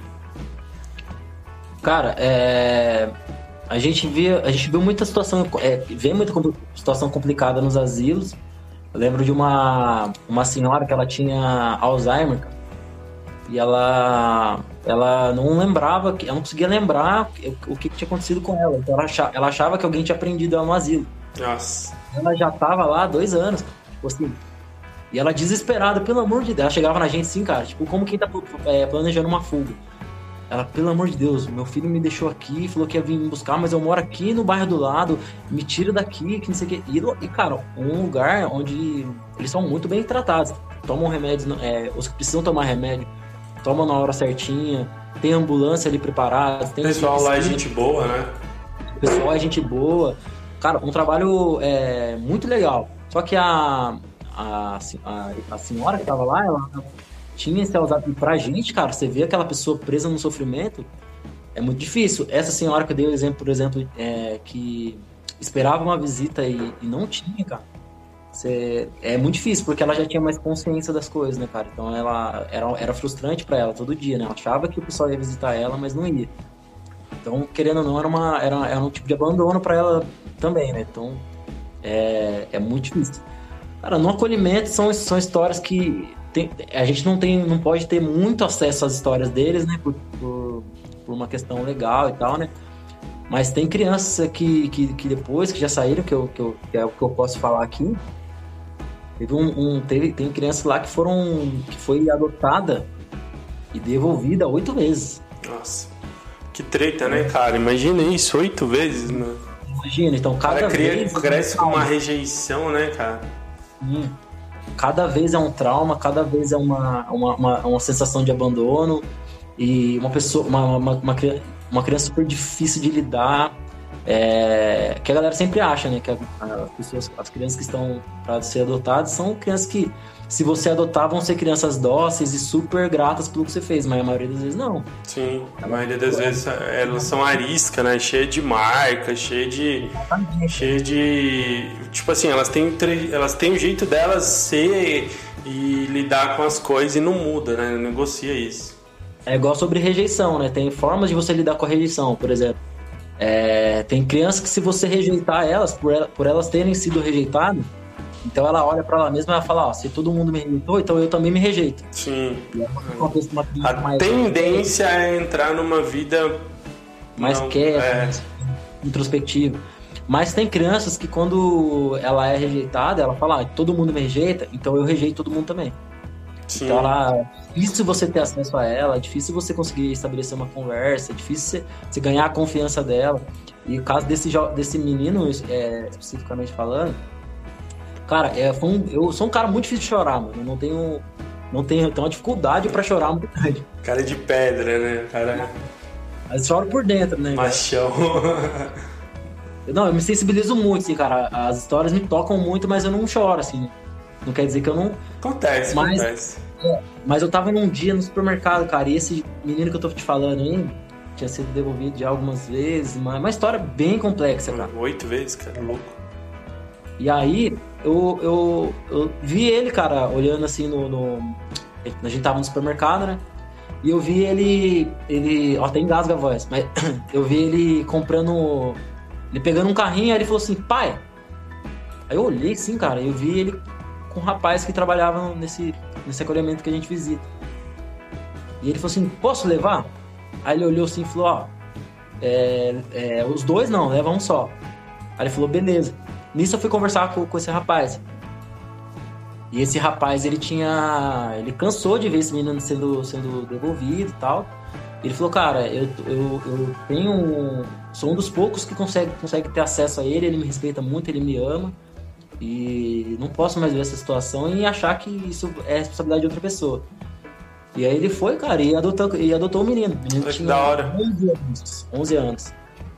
Cara, é... a gente via, a gente viu muita situação, é, vê muita situação complicada nos asilos. Eu lembro de uma, uma senhora que ela tinha Alzheimer, cara, e ela, ela não lembrava, ela não conseguia lembrar o, o que tinha acontecido com ela. Então ela achava, ela achava que alguém tinha prendido ela no asilo. Nossa. Ela já tava lá há dois anos, tipo assim. E ela desesperada, pelo amor de Deus. Ela chegava na gente assim, cara, tipo, como quem tá é, planejando uma fuga. Ela, pelo amor de Deus, meu filho me deixou aqui, falou que ia vir me buscar, mas eu moro aqui no bairro do lado, me tira daqui, que não sei o quê. E, e, cara, um lugar onde eles são muito bem tratados. Tomam remédios, é, os que precisam tomar remédio, tomam na hora certinha, tem ambulância ali preparada. Tem o pessoal lá é gente boa, né? O pessoal é gente boa. Cara, um trabalho é, muito legal. Só que a, a, a, a senhora que tava lá, ela... tinha esse Alzheimer pra gente, cara, você vê aquela pessoa presa no sofrimento, é muito difícil. Essa senhora que eu dei o exemplo, por exemplo, é, que esperava uma visita e, e não tinha, cara, você, é muito difícil, porque ela já tinha mais consciência das coisas, né, cara? Então ela era, era frustrante pra ela todo dia, né? Ela achava que o pessoal ia visitar ela, mas não ia. Então, querendo ou não, era, uma, era, era um tipo de abandono pra ela também, né? Então, é, é muito difícil. Cara, no acolhimento são, são histórias que tem, a gente não, tem, não pode ter muito acesso às histórias deles, né? Por, por, por uma questão legal e tal, né? Mas tem crianças que, que, que depois, que já saíram, que, eu, que, eu, que é o que eu posso falar aqui. Teve um, um, teve, tem crianças lá que foram. Que foi adotada e devolvida oito vezes. Nossa. Que treta, né, cara? Imagina isso, oito vezes, mano. Imagina, então cada cara cria, vez... cresce com uma rejeição, né, cara? Hum. cada vez é um trauma, cada vez é uma, uma, uma, uma sensação de abandono e uma pessoa, uma, uma, uma, uma criança super difícil de lidar. É, que a galera sempre acha, né? Que a, a pessoas, as crianças que estão para ser adotadas são crianças que, se você adotar, vão ser crianças dóceis e super gratas pelo que você fez, mas a maioria das vezes não. Sim, a maioria das vezes elas são arisca, né? Cheia de marca, cheia de. cheia de. Tipo assim, elas têm, elas têm o jeito delas ser e lidar com as coisas e não muda, né? Não negocia isso. É igual sobre rejeição, né? Tem formas de você lidar com a rejeição, por exemplo. É, tem crianças que, se você rejeitar elas, por, ela, por elas terem sido rejeitadas, então ela olha pra ela mesma e vai falar, ó, se todo mundo me rejeitou, então eu também me rejeito. Sim. Uma, uma a mais tendência é entrar numa vida mais não, quieta, é... mais introspectiva. Mas tem crianças que, quando ela é rejeitada, ela fala, ah, todo mundo me rejeita, então eu rejeito todo mundo também. Sim. Então ela, é difícil você ter acesso a ela, é difícil você conseguir estabelecer uma conversa, é difícil você, você ganhar a confiança dela. E o caso desse, desse menino, é, especificamente falando, cara, é, foi um, eu sou um cara muito difícil de chorar, mano. Eu não tenho, não tenho, tenho uma dificuldade pra chorar muito grande. Cara de pedra, né? Cara... Mas choro por dentro, né? Machão. Não, eu me sensibilizo muito, assim, cara. As histórias me tocam muito, mas eu não choro, assim, né? Não quer dizer que eu não... Acontece, mas, acontece. É, mas eu tava num dia no supermercado, cara, e esse menino que eu tô te falando aí tinha sido devolvido já algumas vezes, uma, uma história bem complexa, cara. Oito vezes, cara, louco. E aí, eu, eu, eu vi ele, cara, olhando assim no, no... A gente tava no supermercado, né? E eu vi ele... ele ó, até engasga a voz, mas eu vi ele comprando... Ele pegando um carrinho, aí ele falou assim, pai... Aí eu olhei assim, cara, e eu vi ele com um rapaz que trabalhava nesse, nesse acolhimento que a gente visita. E ele falou assim, posso levar? Aí ele olhou assim e falou, ó, é, é, os dois não, leva um só. Aí ele falou, beleza. Nisso eu fui conversar com, com esse rapaz. E esse rapaz, ele tinha... Ele cansou de ver esse menino sendo, sendo devolvido e tal. Ele falou, cara, eu, eu, eu tenho... Sou um dos poucos que consegue, consegue ter acesso a ele, ele me respeita muito, ele me ama. E não posso mais ver essa situação e achar que isso é responsabilidade de outra pessoa. E aí ele foi, cara, e adotou, e adotou o menino. O menino tinha da hora. onze anos. onze anos.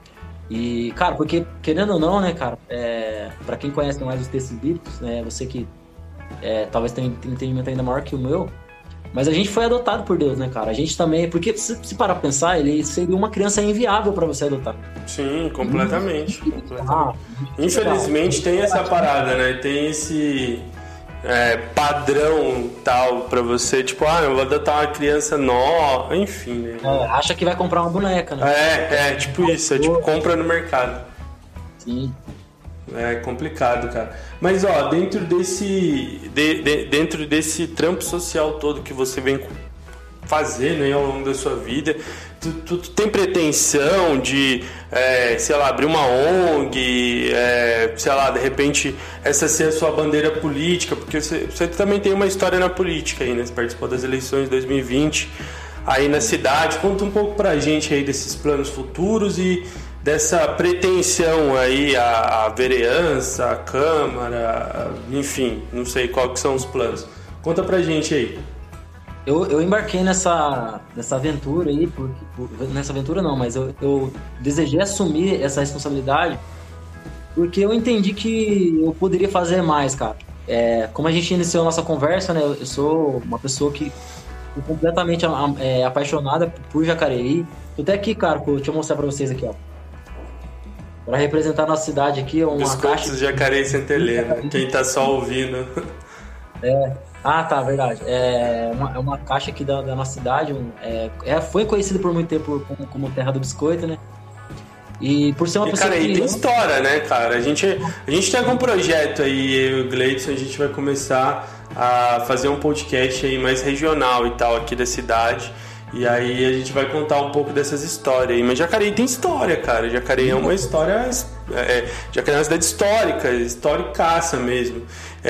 E, cara, porque, querendo ou não, né, cara, é, pra quem conhece mais os textos bíblicos, né, você que é, talvez tenha um entendimento ainda maior que o meu, mas a gente foi adotado por Deus, né, cara? A gente também... Porque, se, se parar pra pensar, ele seria uma criança inviável pra você adotar. Sim, completamente. Hum. completamente. Ah, Infelizmente tem essa parada, né? Tem esse é, padrão tal pra você. Tipo, ah, eu vou adotar uma criança nova. Enfim, né? É, acha que vai comprar uma boneca, né? É, é, tipo isso. É tipo, compra no mercado. Sim. É complicado, cara. Mas, ó, dentro desse de, de, dentro desse trampo social todo que você vem fazer, né, ao longo da sua vida, tu, tu, tu tem pretensão de, é, sei lá, abrir uma O N G, é, sei lá, de repente essa ser a sua bandeira política, porque você, você também tem uma história na política aí, né? Você participou das eleições de dois mil e vinte aí na cidade. Conta um pouco pra gente aí desses planos futuros e dessa pretensão aí à, à vereança, à Câmara, enfim, não sei qual que são os planos. Conta pra gente aí. Eu, eu embarquei nessa, nessa aventura aí, porque, por, nessa aventura não, mas eu, eu desejei assumir essa responsabilidade porque eu entendi que eu poderia fazer mais, cara. É, como a gente iniciou a nossa conversa, né, eu sou uma pessoa que é completamente é, apaixonada por Jacareí. Tô até aqui, cara, deixa eu mostrar pra vocês aqui, ó. Para representar a nossa cidade aqui, uma Biscoitos caixa... de Jacareí Santa Helena, quem tá só ouvindo. É... Ah, tá, verdade. É uma, é uma caixa aqui da, da nossa cidade, um, é, é, foi conhecida por muito tempo como, como Terra do Biscoito, né? E por ser uma e, pessoa cara, que... aí tem história, né, cara? A gente, a gente tem algum projeto aí, eu e o Gleidson, a gente vai começar a fazer um podcast aí mais regional e tal, aqui da cidade. E aí a gente vai contar um pouco dessas histórias aí. Mas Jacareí tem história, cara. Jacareí é uma história... É, Jacareí é uma cidade histórica, historicaça mesmo.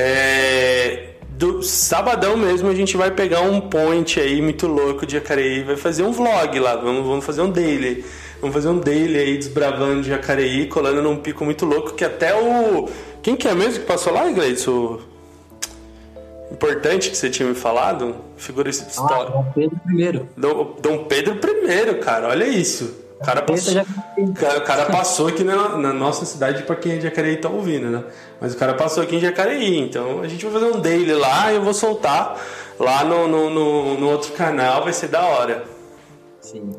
É... Do sabadão mesmo a gente vai pegar um point aí muito louco de Jacareí e vai fazer um vlog lá, vamos, vamos fazer um daily. Vamos fazer um daily aí desbravando Jacareí, colando num pico muito louco que até o... Quem que é mesmo que passou lá, Gleidson? importante que você tinha me falado, figura histórica. Ah, Dom Pedro I. Dom, Dom Pedro I, cara, olha isso. O cara, passou, já... cara, o cara passou aqui na, na nossa cidade, pra quem é de Jacareí tá ouvindo, né? Mas o cara passou aqui em Jacareí, então a gente vai fazer um daily lá e eu vou soltar lá no, no, no, no outro canal, vai ser da hora. Sim.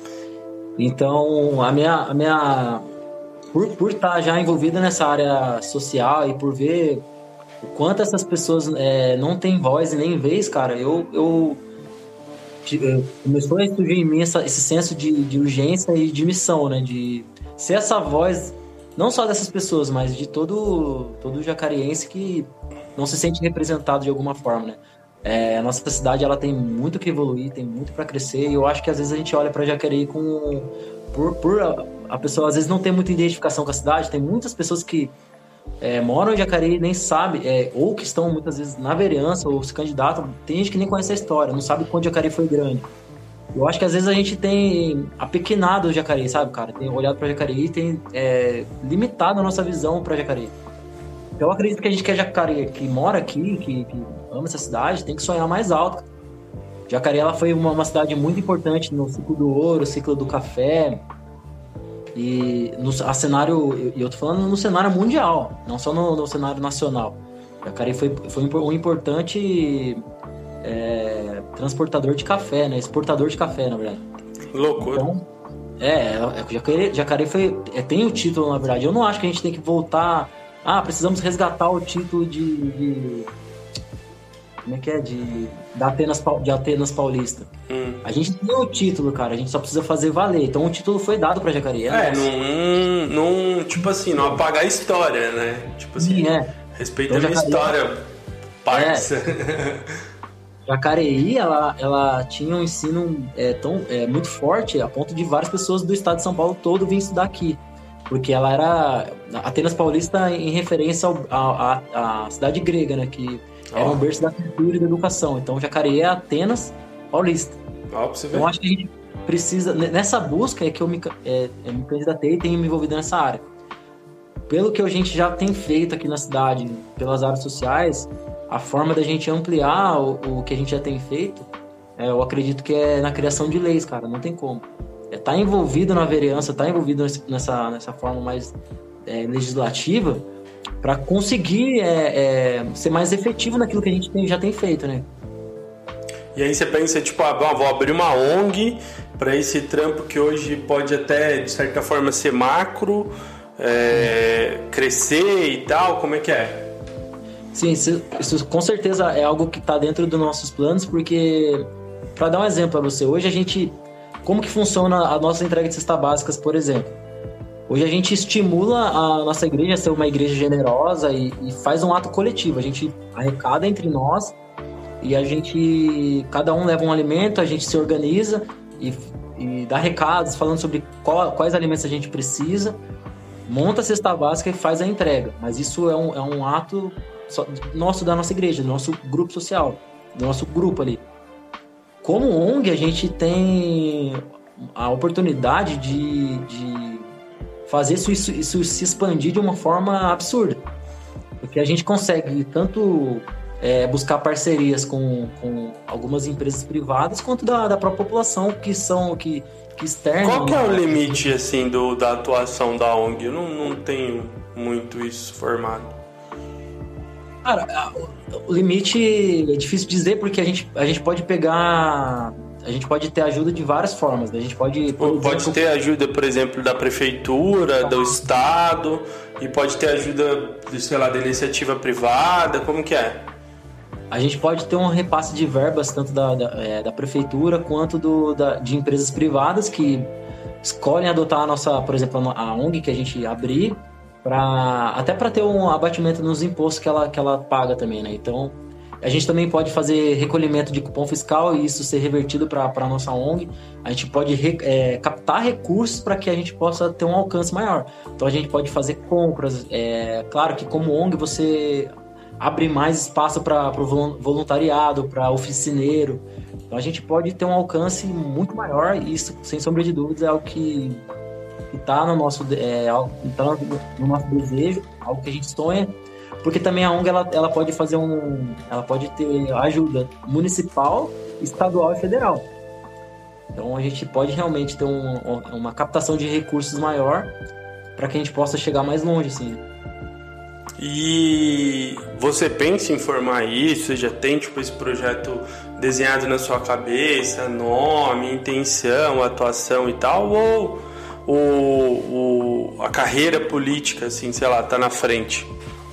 Então, a minha... A minha... Por, por estar já envolvida nessa área social e por ver o quanto essas pessoas é, não têm voz e nem vez, cara, eu... eu começou a surgir em mim essa, esse senso de, de urgência e de missão, né? De ser essa voz, não só dessas pessoas, mas de todo, todo jacariense que não se sente representado de alguma forma, né? É, a nossa cidade, ela tem muito que evoluir, tem muito para crescer, e eu acho que às vezes a gente olha para Jacareí com... Por, por a, a pessoa às vezes não tem muita identificação com a cidade, tem muitas pessoas que É, moram em Jacareí e nem sabe, é, ou que estão muitas vezes na vereança ou se candidatam, tem gente que nem conhece a história, não sabe quando Jacareí foi grande. Eu acho que às vezes a gente tem apequenado o Jacareí, sabe, cara? Tem olhado para Jacareí e tem é, limitado a nossa visão para Jacareí. Eu acredito que a gente que é Jacareí, que mora aqui, que, que ama essa cidade, tem que sonhar mais alto. Jacareí, ela foi uma, uma cidade muito importante no ciclo do ouro, ciclo do café. E no a cenário, e eu tô falando no cenário mundial, não só no, no cenário nacional. Jacareí foi, foi um importante é, transportador de café, né? Exportador de café, na verdade. Loucura. Então, é, Jacareí, Jacareí foi, é, tem o título, na verdade. Eu não acho que a gente tem que voltar... Ah, precisamos resgatar o título de... de como é que é? De, de, Atenas, de Atenas Paulista. Hum. A gente tem o título, cara. A gente só precisa fazer valer. Então o título foi dado pra Jacareí. É, não, não... Tipo assim, não apagar a história, né? Tipo assim, Sim, é. respeita então, a minha Jacareí, história, parça. É. Jacareí, ela, ela tinha um ensino é, tão, é, muito forte a ponto de várias pessoas do estado de São Paulo todo virem estudar aqui. Porque ela era... Atenas Paulista em referência à cidade grega, né? Que... era um berço da cultura e da educação. Então, Jacareí é Atenas Paulista. Oh, você então, acho que a gente precisa... Nessa busca é que eu me, é, eu me candidatei e tenho me envolvido nessa área. Pelo que a gente já tem feito aqui na cidade, pelas áreas sociais, a forma da gente ampliar o, o que a gente já tem feito, é, eu acredito que é na criação de leis, cara. Não tem como. É, tá envolvido na vereança, tá envolvido nessa, nessa forma mais é, legislativa, para conseguir é, é, ser mais efetivo naquilo que a gente tem, já tem feito, né? E aí você pensa, tipo, ah, bom, vou abrir uma O N G para esse trampo que hoje pode até, de certa forma, ser macro, é, crescer e tal, como é que é? Sim, isso, isso com certeza é algo que está dentro dos nossos planos, porque, para dar um exemplo para você, hoje a gente... Como que funciona a nossa entrega de cestas básicas, por exemplo? Hoje a gente estimula a nossa igreja a ser uma igreja generosa e, e faz um ato coletivo. A gente arrecada entre nós e a gente... Cada um leva um alimento, a gente se organiza e, e dá recados falando sobre qual, quais alimentos a gente precisa, monta a cesta básica e faz a entrega. Mas isso é um, é um ato só, nosso, da nossa igreja, do nosso grupo social, do nosso grupo ali. Como O N G, a gente tem a oportunidade de... de fazer isso, isso, isso se expandir de uma forma absurda. Porque a gente consegue tanto é, buscar parcerias com, com algumas empresas privadas, quanto da, da própria população que são que, que externam. Qual que é o limite assim, do, da atuação da O N G? Eu não, não tenho muito isso formado. Cara, o limite é difícil dizer, porque a gente, a gente pode pegar... A gente pode ter ajuda de várias formas. Né? A gente pode... Pode exemplo, ter ajuda, por exemplo, da prefeitura, do estado, e pode ter ajuda, sei lá, da iniciativa privada, como que é? A gente pode ter um repasse de verbas, tanto da, da, é, da prefeitura, quanto do, da, de empresas privadas que escolhem adotar a nossa, por exemplo, a O N G que a gente abrir, pra, até para ter um abatimento nos impostos que ela, que ela paga também, né? Então... A gente também pode fazer recolhimento de cupom fiscal e isso ser revertido para a nossa O N G. A gente pode re, é, captar recursos para que a gente possa ter um alcance maior. Então a gente pode fazer compras. É, claro que como O N G você abre mais espaço para o voluntariado, para oficineiro. Então a gente pode ter um alcance muito maior e isso, sem sombra de dúvidas, é algo que está no, nosso, é, tá no nosso desejo, algo que a gente sonha. porque também a O N G ela, ela pode fazer um, ela pode ter ajuda municipal, estadual e federal. Então a gente pode realmente ter um, uma captação de recursos maior para que a gente possa chegar mais longe, assim. E você pensa em formar isso? Você já tem tipo esse projeto desenhado na sua cabeça, nome, intenção, atuação e tal, ou, ou, ou a carreira política, assim, sei lá, tá na frente?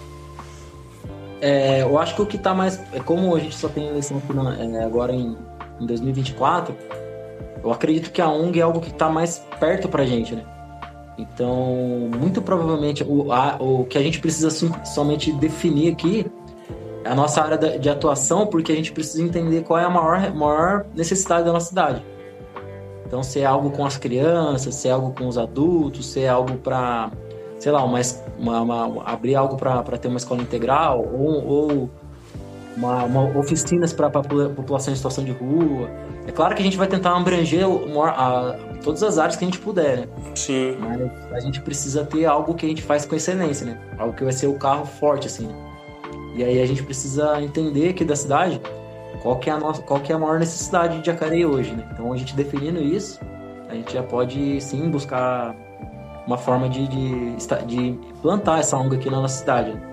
É, eu acho que o que tá mais, é como a gente só tem eleição aqui na, é, agora em, em dois mil e vinte e quatro, eu acredito que a O N G é algo que tá mais perto pra gente, né? Então, muito provavelmente, o, a, o que a gente precisa sim, somente definir aqui é a nossa área de atuação, porque a gente precisa entender qual é a maior, maior necessidade da nossa cidade. Então, se é algo com as crianças, se é algo com os adultos, se é algo para, sei lá, uma, uma, uma, abrir algo para ter uma escola integral, ou, ou uma, uma oficinas para a população em situação de rua. É claro que a gente vai tentar abranger o, a, todas as áreas que a gente puder, né? Sim. Mas a gente precisa ter algo que a gente faz com excelência, né? Algo que vai ser o carro forte, assim, né? E aí a gente precisa entender aqui da cidade qual que é a, nossa, qual que é a maior necessidade de Jacareí hoje, né? Então a gente definindo isso, a gente já pode, sim, buscar uma forma de, de, de plantar essa O N G aqui na nossa cidade, né?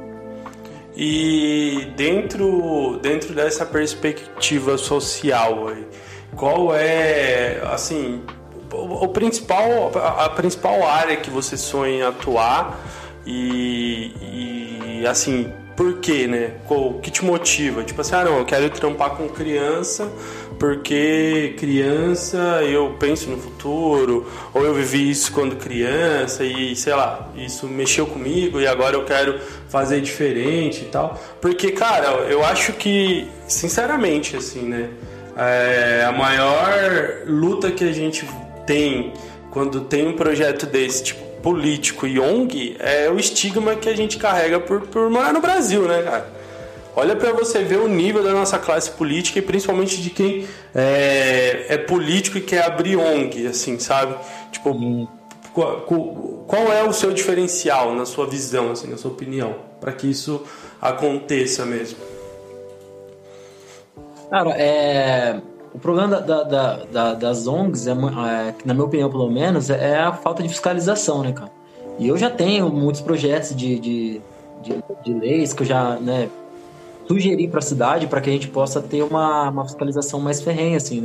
E dentro, dentro dessa perspectiva social aí, qual é, assim, o, o principal, a, a principal área que você sonha em atuar e, e assim, por quê, né? O que te motiva? Tipo assim, ah não, eu quero trampar com criança porque criança eu penso no futuro, ou eu vivi isso quando criança e sei lá, isso mexeu comigo e agora eu quero fazer diferente e tal. Porque, cara, eu acho que, sinceramente, assim, né? É, a maior luta que a gente tem quando tem um projeto desse, tipo, político e O N G, é o estigma que a gente carrega por, por morar no Brasil, né, cara? Olha pra você ver o nível da nossa classe política e principalmente de quem é, é político e quer abrir O N G, assim, sabe? Tipo, hum. qual, qual é o seu diferencial na sua visão, assim, na sua opinião, para que isso aconteça mesmo? Cara, é... o problema da, da, da, das O N Gs, é, é, na minha opinião pelo menos, é a falta de fiscalização, né, cara? E eu já tenho muitos projetos de, de, de, de leis que eu já, né, sugeri para a cidade para que a gente possa ter uma, uma fiscalização mais ferrenha, assim, né?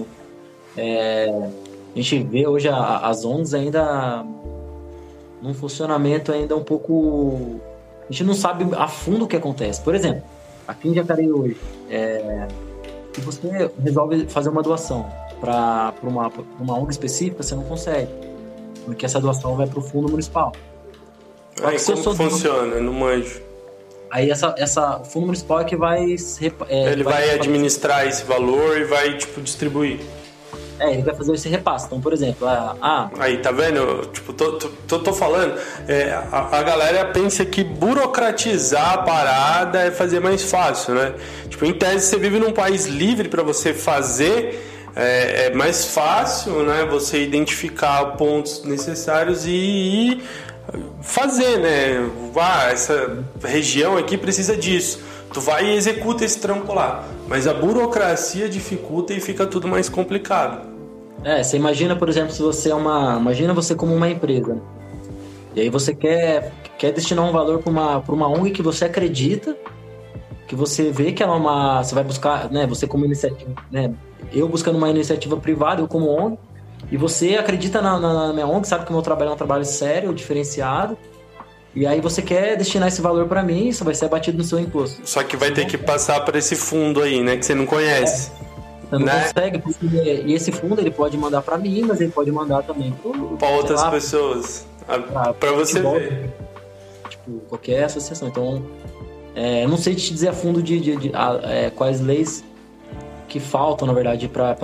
É, a gente vê hoje a, as O N Gs ainda num funcionamento ainda um pouco... A gente não sabe a fundo o que acontece. Por exemplo, aqui em Jacareí hoje, é, se você resolve fazer uma doação para uma, uma O N G específica, você não consegue, porque essa doação vai para o fundo municipal. Aí como que funciona? Não manjo. Aí essa, essa, o fundo municipal é que vai... É, ele vai, vai administrar fazer... esse valor e vai, tipo, distribuir. É, ele vai fazer esse repasse. Então, por exemplo, a... a... Aí, tá vendo? Tipo, tô, tô, tô falando, é, a, a galera pensa que burocratizar a parada é fazer mais fácil, né? Tipo, em tese, você vive num país livre para você fazer, é, é mais fácil, né? Você identificar pontos necessários e... e fazer, né? Ah, essa região aqui precisa disso. Tu vai e executa esse trampo lá. Mas a burocracia dificulta e fica tudo mais complicado. É, você imagina, por exemplo, se você é uma... Imagina você como uma empresa. E aí você quer, quer destinar um valor para uma, para uma O N G que você acredita, que você vê que ela é uma... Você vai buscar, né? Você como iniciativa... Né? Eu buscando uma iniciativa privada, eu como O N G, e você acredita na, na, na minha O N G, sabe que o meu trabalho é um trabalho sério, diferenciado, e aí você quer destinar esse valor para mim, isso vai ser abatido no seu imposto. Só que vai ter que passar para esse fundo aí, né, que você não conhece. É, você não né? consegue, porque, e esse fundo ele pode mandar para mim, mas ele pode mandar também para outras lá, pessoas, para você futebol, ver. Tipo, qualquer associação. Então, é, eu não sei te dizer a fundo de, de, de, de é, quais leis que faltam, na verdade, para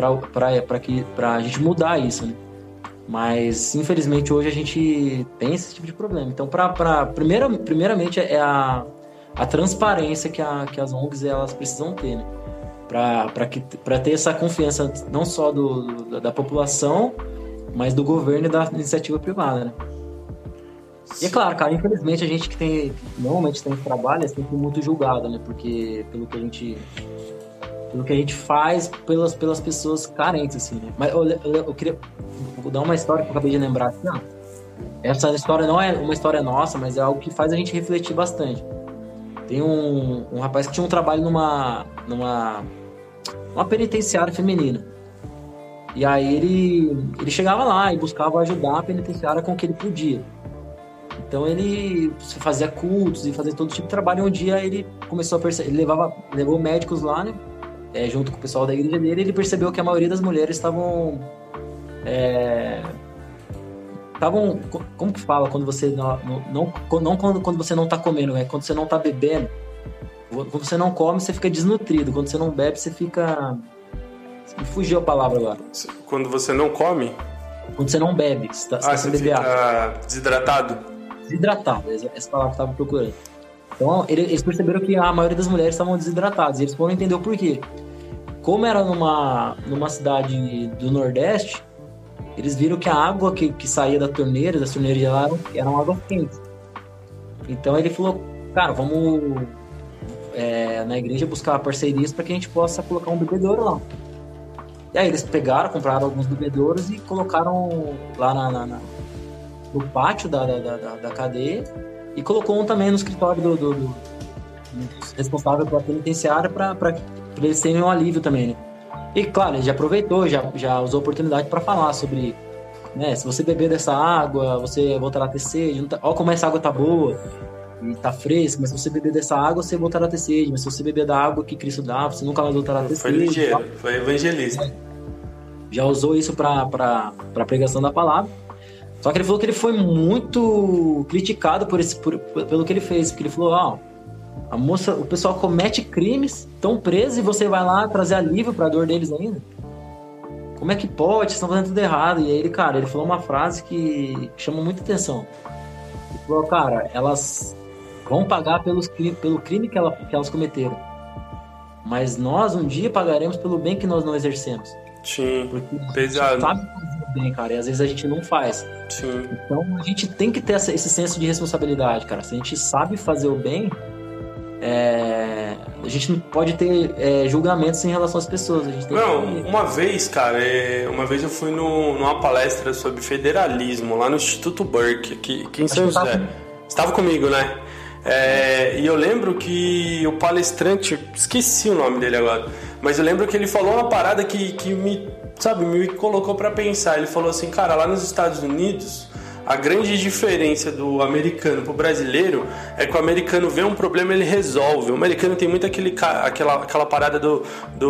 a gente mudar isso, né? Mas, infelizmente, hoje a gente tem esse tipo de problema. Então, pra, pra, primeira, primeiramente, é a, a transparência que, a, que as O N Gs elas precisam ter, né? Para ter essa confiança não só do, do, da população, mas do governo e da iniciativa privada, né? E é claro, cara, infelizmente a gente que tem, que normalmente tem trabalho é sempre muito julgado, né? Porque pelo que a gente, pelo que a gente faz pelas, pelas pessoas carentes, assim, né? Mas eu, eu, eu queria vou dar uma história que eu acabei de lembrar assim, ó. Essa história não é uma história nossa, mas é algo que faz a gente refletir bastante. Tem um, um rapaz que tinha um trabalho numa, numa uma penitenciária feminina. E aí ele, ele chegava lá e buscava ajudar a penitenciária com o que ele podia. Então ele fazia cultos e fazia todo tipo de trabalho. E um dia ele começou a perceber, ele levava, levou médicos lá, né? É, junto com o pessoal da igreja dele, e ele percebeu que a maioria das mulheres estavam... É, estavam... Como que fala quando você não... Não, não quando, quando você não tá comendo, é quando você não tá bebendo. Quando você não come, você fica desnutrido. Quando você não bebe, você fica... Me fugiu a palavra agora. Quando você não come? Quando você não bebe. Você, tá, ah, você fica água. Desidratado? Desidratado, essa palavra que eu estava procurando. Então, eles perceberam que a maioria das mulheres estavam desidratadas. E eles foram entender o porquê. Como era numa, numa cidade do Nordeste, eles viram que a água que, que saía da torneira, das torneiras de lá, eram, eram águas quentes. Então, ele falou, cara, vamos é, na igreja buscar parcerias para que a gente possa colocar um bebedouro lá. E aí eles pegaram, compraram alguns bebedouros e colocaram lá na, na, na, no pátio da, da, da, da cadeia e colocou um também no escritório do, do, do responsável pela penitenciária para eles terem um alívio também, né? E claro, ele já aproveitou, já, já usou a oportunidade para falar sobre, né, se você beber dessa água, você voltará a ter sede. Tá, ó como essa água tá boa e tá fresca, mas se você beber dessa água, você voltará a ter sede. Mas se você beber da água que Cristo dá, você nunca mais voltará a ter foi sede. Foi ligeiro, foi evangelista. Já usou isso para a pregação da palavra. Só que ele falou que ele foi muito criticado por esse, por, pelo que ele fez. Porque ele falou, ó, a moça, o pessoal comete crimes, estão presos e você vai lá trazer alívio para a dor deles ainda? Como é que pode? Vocês estão fazendo tudo errado. E aí ele, cara, ele falou uma frase que chama muita atenção. Ele falou, cara, elas vão pagar pelos, pelo crime que, ela, que elas cometeram. Mas nós um dia pagaremos pelo bem que nós não exercemos. Sim, porque pesado. A gente sabe fazer o bem, cara, e às vezes a gente não faz. Sim. Então a gente tem que ter essa, esse senso de responsabilidade, cara. Se a gente sabe fazer o bem, é... a gente não pode ter é, julgamentos em relação às pessoas. A gente tem não, que... uma vez, cara, uma vez eu fui no, numa palestra sobre federalismo lá no Instituto Burke, aqui, aqui em São José. Tava... Você estava comigo, né? É, e eu lembro que o palestrante, esqueci o nome dele agora, mas eu lembro que ele falou uma parada que, que me, sabe, me colocou pra pensar. Ele falou assim, cara, lá nos Estados Unidos, a grande diferença do americano pro brasileiro é que o americano vê um problema e ele resolve. O americano tem muito aquele, aquela, aquela parada do,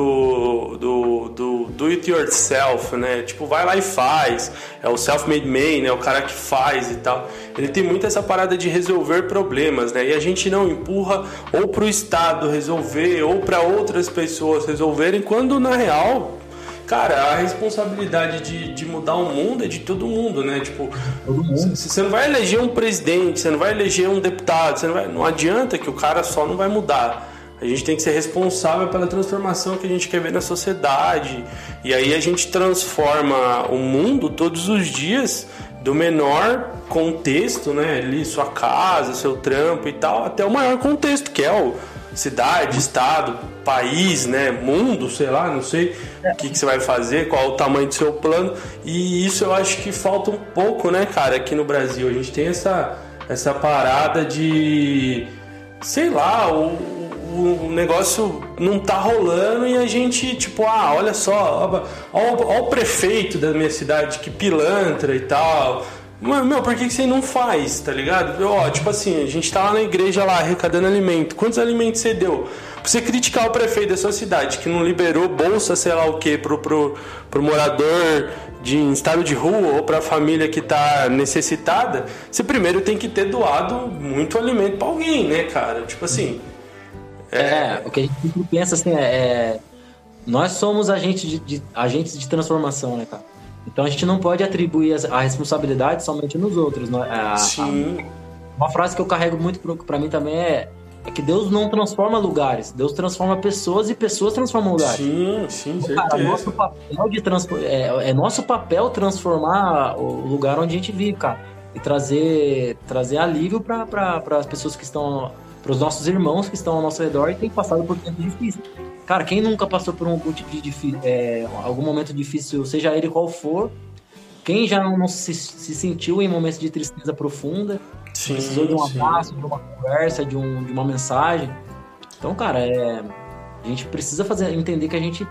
do, do, do do it yourself, né? Tipo, vai lá e faz. É o self-made man, né? O cara que faz e tal. Ele tem muito essa parada de resolver problemas, né? E a gente não empurra ou pro Estado resolver ou para outras pessoas resolverem, quando na real... Cara, a responsabilidade de, de mudar o mundo é de todo mundo, né? Tipo, você não vai eleger um presidente, você não vai eleger um deputado, você não, vai, não adianta que o cara só não vai mudar. A gente tem que ser responsável pela transformação que a gente quer ver na sociedade. E aí a gente transforma o mundo todos os dias do menor contexto, né? Ali, sua casa, seu trampo e tal, até o maior contexto, que é o cidade, estado, país, né, mundo, sei lá, não sei o que, que você vai fazer, qual é o tamanho do seu plano. E isso eu acho que falta um pouco, né, cara, aqui no Brasil. A gente tem essa, essa parada de, sei lá, o, o, o negócio não tá rolando e a gente, tipo, ah, olha só, olha o prefeito da minha cidade, que pilantra e tal. Mas, meu, por que você não faz, tá ligado? Ó, tipo assim, a gente tá lá na igreja lá, arrecadando alimento. Quantos alimentos você deu? Pra você criticar o prefeito da sua cidade, que não liberou bolsa, sei lá o quê, pro, pro, pro morador de em estado de rua ou pra família que tá necessitada, você primeiro tem que ter doado muito alimento pra alguém, né, cara? Tipo assim... É, é o que a gente sempre pensa, assim, é... é... Nós somos agentes de, de, agentes de transformação, né, cara? Então a gente não pode atribuir a responsabilidade somente nos outros. Né? A, Sim. A, uma frase que eu carrego muito para mim também é, é que Deus não transforma lugares, Deus transforma pessoas e pessoas transformam lugares. Sim, sim, então, cara, nosso papel de transform... é, é nosso papel transformar o lugar onde a gente vive, cara. e trazer, trazer alívio para as pessoas que estão, para os nossos irmãos que estão ao nosso redor e têm passado por tempos difíceis. Cara, quem nunca passou por um algum tipo de difícil, é, algum momento difícil, seja ele qual for, quem já não se, se sentiu em momentos de tristeza profunda, sim, precisou de um abraço, de uma conversa, de, um, de uma mensagem. Então, cara, é, a gente precisa fazer, entender que a gente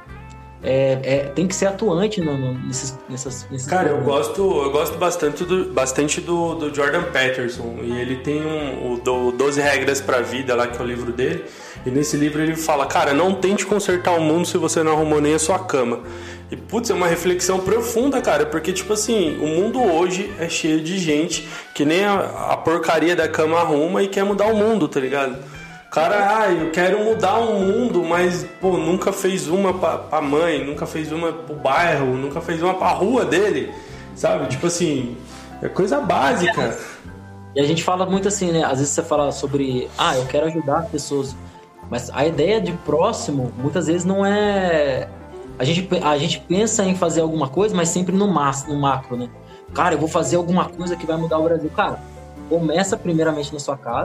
é, é, tem que ser atuante no, no, nesses, nessas, nesses Cara, eu gosto, eu gosto bastante, do, bastante do, do Jordan Peterson. E ele tem um, o do doze Regras para a Vida, lá, que é o livro dele. E nesse livro ele fala, cara, não tente consertar o mundo se você não arrumou nem a sua cama. E, putz, é uma reflexão profunda, cara, porque, tipo assim, o mundo hoje é cheio de gente que nem a, a porcaria da cama arruma e quer mudar o mundo, tá ligado? Cara, ah, eu quero mudar o mundo, mas, pô, nunca fez uma pra, pra mãe, nunca fez uma pro bairro, nunca fez uma pra rua dele, sabe? Tipo assim, é coisa básica. E a gente fala muito assim, né? Às vezes você fala sobre, ah, eu quero ajudar as pessoas, mas a ideia de próximo, muitas vezes não é... A gente, a gente pensa em fazer alguma coisa, mas sempre no, mas, no macro, né? Cara, eu vou fazer alguma coisa que vai mudar o Brasil. Cara, começa primeiramente na sua casa,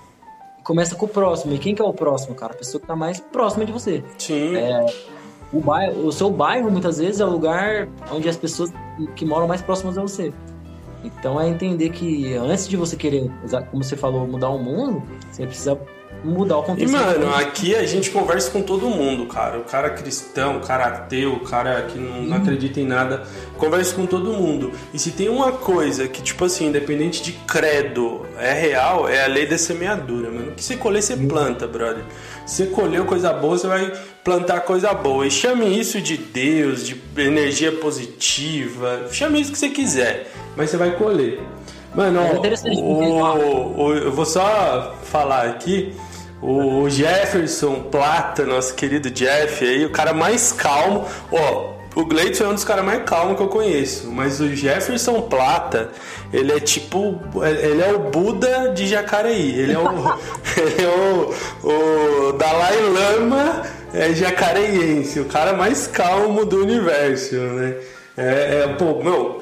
começa com o próximo. E quem que é o próximo, cara? A pessoa que tá mais próxima de você. Sim. É, o, bairro, o seu bairro, muitas vezes, é o lugar onde as pessoas que moram mais próximas a você. Então, é entender que antes de você querer, como você falou, mudar o mundo, você precisa mudar o contexto. E, mano, aqui a gente conversa com todo mundo, cara. O cara cristão, o cara ateu, o cara que não, não acredita em nada. Conversa com todo mundo. E se tem uma coisa que, tipo assim, independente de credo, é real, é a lei da semeadura, mano. O que você colher, você planta, brother. Se você colheu coisa boa, você vai plantar coisa boa. E chame isso de Deus, de energia positiva. Chame isso que você quiser. Mas você vai colher. Mano, é interessante, o, o, o, eu vou só falar aqui. O Jefferson Plata, nosso querido Jeff aí, o cara mais calmo. Ó, o Gleidson é um dos caras mais calmos que eu conheço. Mas o Jefferson Plata, ele é tipo... Ele é o Buda de Jacareí. Ele é o, ele é o, o Dalai Lama é jacareiense. O cara mais calmo do universo, né? É, é pô, meu...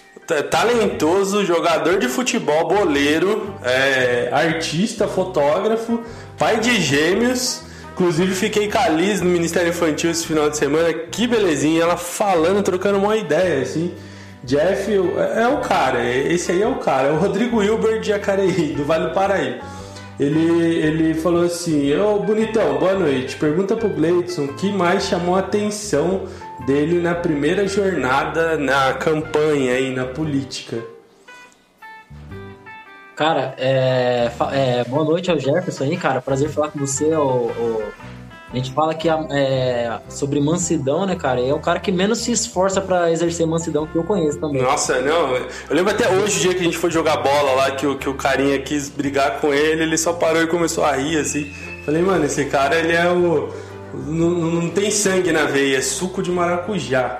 talentoso, jogador de futebol, boleiro, é, artista, fotógrafo, pai de gêmeos. Inclusive fiquei com a Liz no Ministério Infantil esse final de semana. Que belezinha, ela falando, trocando uma ideia, assim. Jeff é, é o cara, esse aí é o cara, é o Rodrigo Hilbert de Jacareí, do Vale do Paraíba. Ele, ele falou assim, ô bonitão, boa noite, pergunta pro Gleidson o que mais chamou a atenção dele na primeira jornada na campanha aí, na política. Cara, é, é, boa noite ao Jefferson aí, cara, prazer falar com você. O, o, a gente fala que é, sobre mansidão, né, cara, é o cara que menos se esforça pra exercer mansidão que eu conheço também. Nossa, não, eu lembro até hoje, o dia que a gente foi jogar bola lá, que o, que o carinha quis brigar com ele, ele só parou e começou a rir, assim. Falei, mano, esse cara, ele é o... Não, não tem sangue na veia, é suco de maracujá.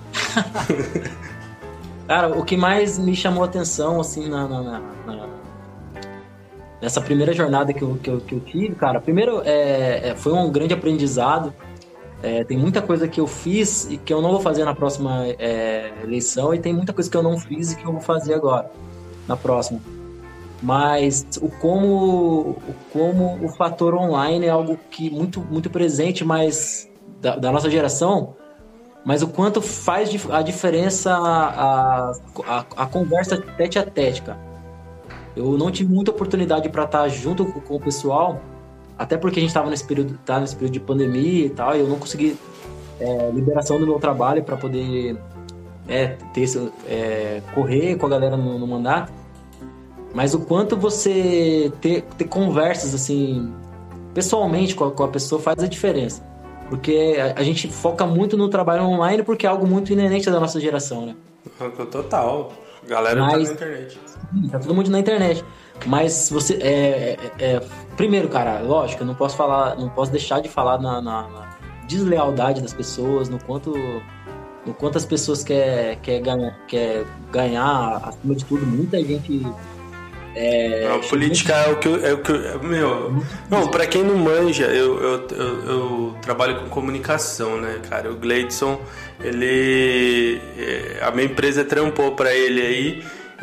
Cara, o que mais me chamou a atenção, assim, na, na, na, na, nessa primeira jornada que eu, que eu, que eu tive, cara, primeiro, é, é, foi um grande aprendizado. É, tem muita coisa que eu fiz e que eu não vou fazer na próxima é, eleição, e tem muita coisa que eu não fiz e que eu vou fazer agora, na próxima. Mas o como, o como o fator online é algo que muito, muito presente, mas da, da nossa geração, mas o quanto faz a diferença a, a, a conversa tete a tete, cara. Eu não tive muita oportunidade para estar junto com, com o pessoal, até porque a gente estava nesse período, tá nesse período de pandemia e tal, e eu não consegui é, liberação do meu trabalho para poder é, ter, é, correr com a galera no, no mandato. Mas o quanto você ter, ter conversas, assim, pessoalmente com a, com a pessoa faz a diferença. Porque a, a gente foca muito no trabalho online porque é algo muito inerente da nossa geração, né? Total. A galera Mas, tá na internet. Sim, tá todo mundo na internet. Mas você... É, é, é, primeiro, cara, lógico, eu não posso falar, não posso deixar de falar na, na, na deslealdade das pessoas, no quanto... No quanto as pessoas querem quer ganhar, quer ganhar, acima de tudo, muita gente... É, a política é o que eu, é o que eu, meu, não, pra quem não manja, eu, eu, eu, eu trabalho com comunicação, né, cara? O Gleidson, ele, a minha empresa trampou pra ele aí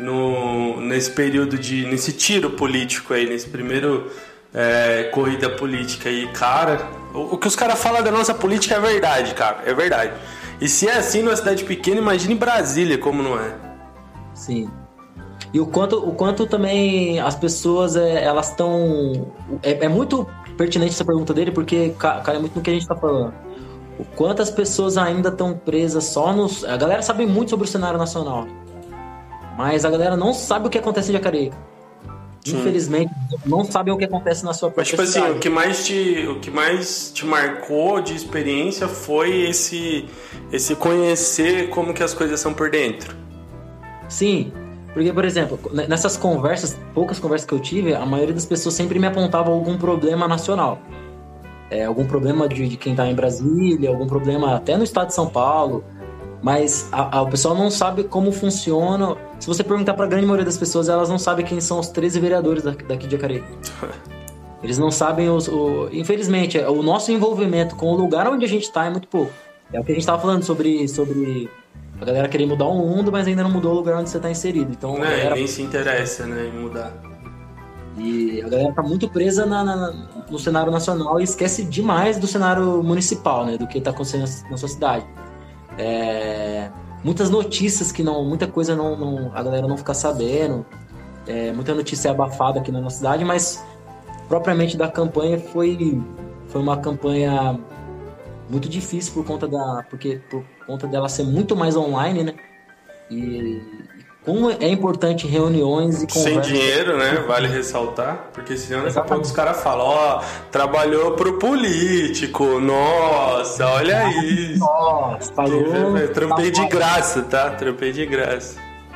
no, nesse período de... nesse tiro político aí, nesse primeiro é, corrida política aí, cara... O, o que os caras falam da nossa política é verdade, cara, é verdade. E se é assim numa cidade pequena, imagine Brasília como não é. Sim. E o quanto, o quanto também as pessoas, é, elas estão... É, é muito pertinente essa pergunta dele, porque cai muito no que a gente tá falando. O quanto as pessoas ainda estão presas só nos... A galera sabe muito sobre o cenário nacional, mas a galera não sabe o que acontece em Jacareí. Sim. Infelizmente, não sabem o que acontece na sua própria Mas, tipo cidade. assim, o que mais te, o que mais te marcou de experiência foi esse, esse conhecer como que as coisas são por dentro. Sim, porque, por exemplo, nessas conversas, poucas conversas que eu tive, a maioria das pessoas sempre me apontava algum problema nacional. É, algum problema de, de quem está em Brasília, algum problema até no estado de São Paulo, mas a, a, o pessoal não sabe como funciona. Se você perguntar para a grande maioria das pessoas, elas não sabem quem são os treze vereadores daqui, daqui de Jacareí. Eles não sabem, os, o, infelizmente, o nosso envolvimento com o lugar onde a gente está é muito pouco. É o que a gente estava falando sobre, sobre a galera querer mudar o mundo, mas ainda não mudou o lugar onde você está inserido. Então, não, a galera... nem se interessa, né, em mudar. E a galera tá muito presa na, na, no cenário nacional e esquece demais do cenário municipal, né? Do que tá acontecendo na sua cidade. É, muitas notícias que não... Muita coisa não, não, a galera não fica sabendo. É, muita notícia é abafada aqui na nossa cidade, mas propriamente da campanha foi, foi uma campanha muito difícil por conta da... Porque, por conta dela ser muito mais online, né? E... Como é importante reuniões e conversas... Sem dinheiro, né? Vale ressaltar. Porque senão daqui a pouco os caras falam, ó, oh, trabalhou pro político, nossa, olha isso. Nossa, falou... Trampei de graça, tá? Trampei de graça.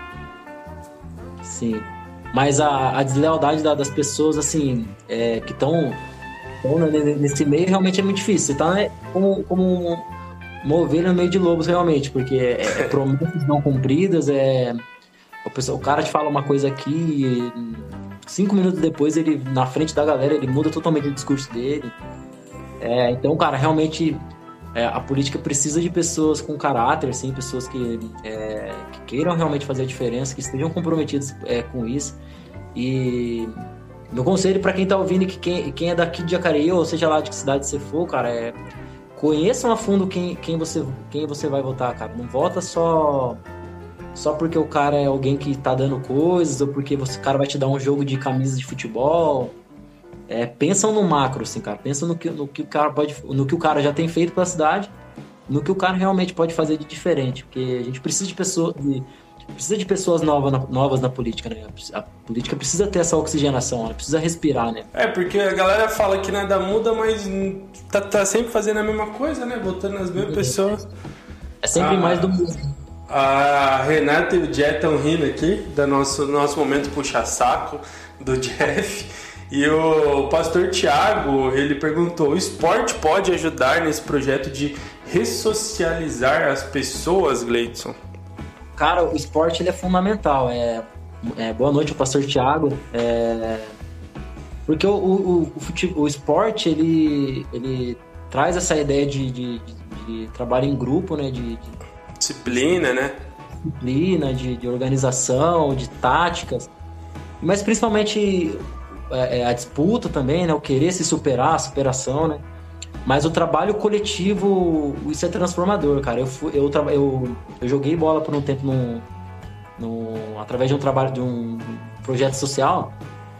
Sim. Mas a, a deslealdade da, das pessoas, assim, é, que estão nesse meio, realmente é muito difícil. Você tá, né, como, como uma ovelha no meio de lobos, realmente. Porque é, é promessas não cumpridas, é... O, pessoal, o cara te fala uma coisa aqui e cinco minutos depois, ele, na frente da galera, ele muda totalmente o discurso dele. É, então, cara, realmente é, a política precisa de pessoas com caráter, sim, pessoas que, é, que queiram realmente fazer a diferença, que estejam comprometidas é, com isso. E meu conselho para quem tá ouvindo e que quem, quem é daqui de Jacareí, ou seja lá de que cidade você for, cara, é conheçam a fundo quem, quem, você, quem você vai votar, cara. Não vota só... Só porque o cara é alguém que tá dando coisas, ou porque você, o cara vai te dar um jogo de camisa de futebol. É, pensam no macro, assim, cara. Pensam no que, no, que o cara pode, no que o cara já tem feito pela cidade, no que o cara realmente pode fazer de diferente. Porque a gente precisa de pessoas, de, precisa de pessoas novas na, novas na política, né? A política precisa ter essa oxigenação, ela precisa respirar, né? É, porque a galera fala que nada muda, mas tá, tá sempre fazendo a mesma coisa, né? Votando nas mesmas pessoas. É sempre ah, mais do mesmo. A Renata e o Jeff estão rindo aqui do nosso, nosso momento puxa-saco do Jeff. E o pastor Tiago, ele perguntou: o esporte pode ajudar nesse projeto de ressocializar as pessoas, Gleidson? Cara, o esporte ele é fundamental. É, é, boa noite, pastor Tiago. É, porque o, o, o, fute, o esporte ele, ele traz essa ideia de, de, de, de trabalho em grupo, né? De, de disciplina, né? Disciplina, de, de organização, de táticas, mas principalmente é, a disputa também, né? O querer se superar, a superação, né? Mas o trabalho coletivo, isso é transformador, cara. Eu, fui, eu, eu, eu joguei bola por um tempo no, no, através de um trabalho, de um projeto social,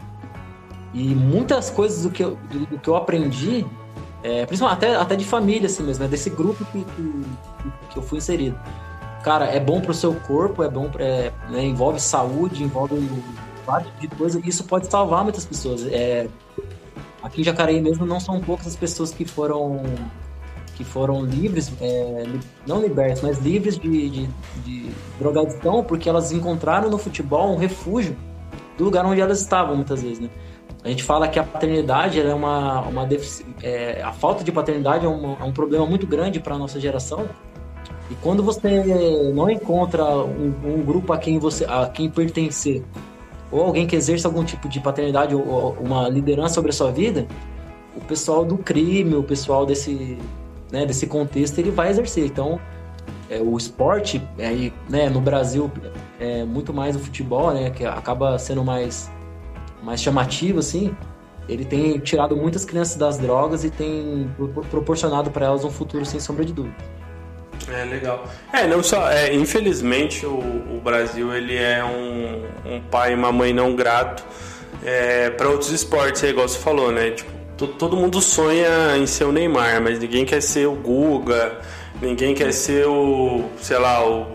e muitas coisas do que eu, do, do que eu aprendi, é, principalmente até, até de família, assim mesmo, né? Desse grupo que, que, que eu fui inserido. Cara, é bom pro seu corpo, é bom, é, né? Envolve saúde, envolve várias de coisas, e isso pode salvar muitas pessoas. É, aqui em Jacareí mesmo não são poucas as pessoas que foram, que foram livres, é, não libertas, mas livres de, de, de drogadicção, porque elas encontraram no futebol um refúgio do lugar onde elas estavam, muitas vezes, né? A gente fala que a paternidade ela é uma, uma defici... é, a falta de paternidade é, uma, é um problema muito grande para a nossa geração. E quando você não encontra um, um grupo a quem você a quem pertencer, ou alguém que exerça algum tipo de paternidade ou, ou uma liderança sobre a sua vida, o pessoal do crime, o pessoal desse, né, desse contexto, ele vai exercer. Então, é, o esporte, é, né, no Brasil, é, muito mais o futebol, né? Que acaba sendo mais, mais chamativo, assim. Ele tem tirado muitas crianças das drogas e tem proporcionado para elas um futuro sem sombra de dúvida. É, legal. É, não só... É, infelizmente, o, o Brasil, ele é um, um pai e uma mãe não grato é, para outros esportes, é igual você falou, né? Tipo, to, todo mundo sonha em ser o Neymar, mas ninguém quer ser o Guga, ninguém quer ser o... sei lá, o...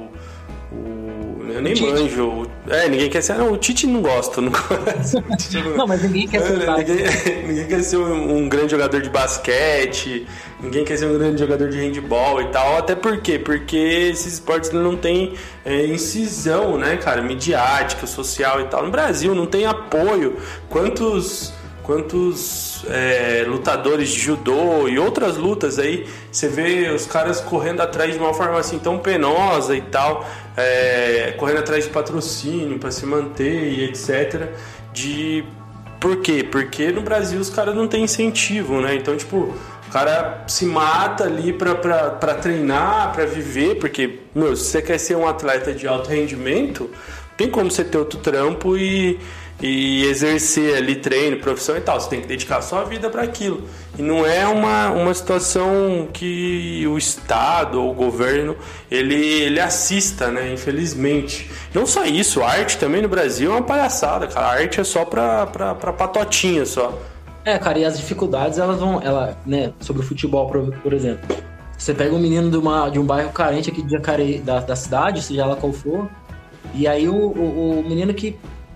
Eu nem manjo. É, ninguém quer ser... Não, o Tite não gosta. Não, não... não, mas ninguém quer ser... É, ninguém, ninguém quer ser um, um grande jogador de basquete, ninguém quer ser um grande jogador de handebol e tal. Até por quê? Porque esses esportes não têm é, incisão, né, cara? Midiática, social e tal. No Brasil não tem apoio. Quantos... Quantos é, lutadores de judô e outras lutas aí, você vê os caras correndo atrás de uma forma assim tão penosa e tal, é, correndo atrás de patrocínio para se manter e etcétera. De... Por quê? Porque no Brasil os caras não têm incentivo, né? Então, tipo, o cara se mata ali pra, pra, pra treinar, pra viver, porque, meu, se você quer ser um atleta de alto rendimento, tem como você ter outro trampo e... e exercer ali treino, profissão e tal. Você tem que dedicar a sua vida para aquilo. E não é uma, uma situação que o Estado ou o governo ele, ele assista, né? Infelizmente. Não só isso, a arte também no Brasil é uma palhaçada, cara. A arte é só pra, pra, pra patotinha só. É, cara, e as dificuldades, elas vão... Ela, né, sobre o futebol, por, por exemplo. Você pega um menino de, uma, de um bairro carente aqui de Jacareí, da, da cidade, seja ela qual for, e aí o, o, o menino que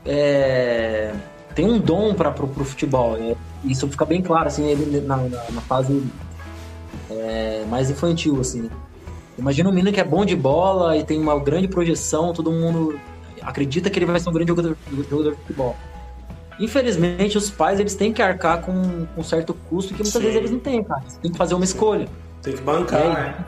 É, tem um dom para pro, pro futebol, né? Isso fica bem claro assim, ele na, na, na fase é, mais infantil assim. Imagina um menino que é bom de bola e tem uma grande projeção, todo mundo acredita que ele vai ser um grande jogador, jogador de futebol. Infelizmente os pais eles têm que arcar com um certo custo que muitas Sim. vezes eles não têm, cara. Eles têm que fazer uma escolha. Tem que bancar, aí, né?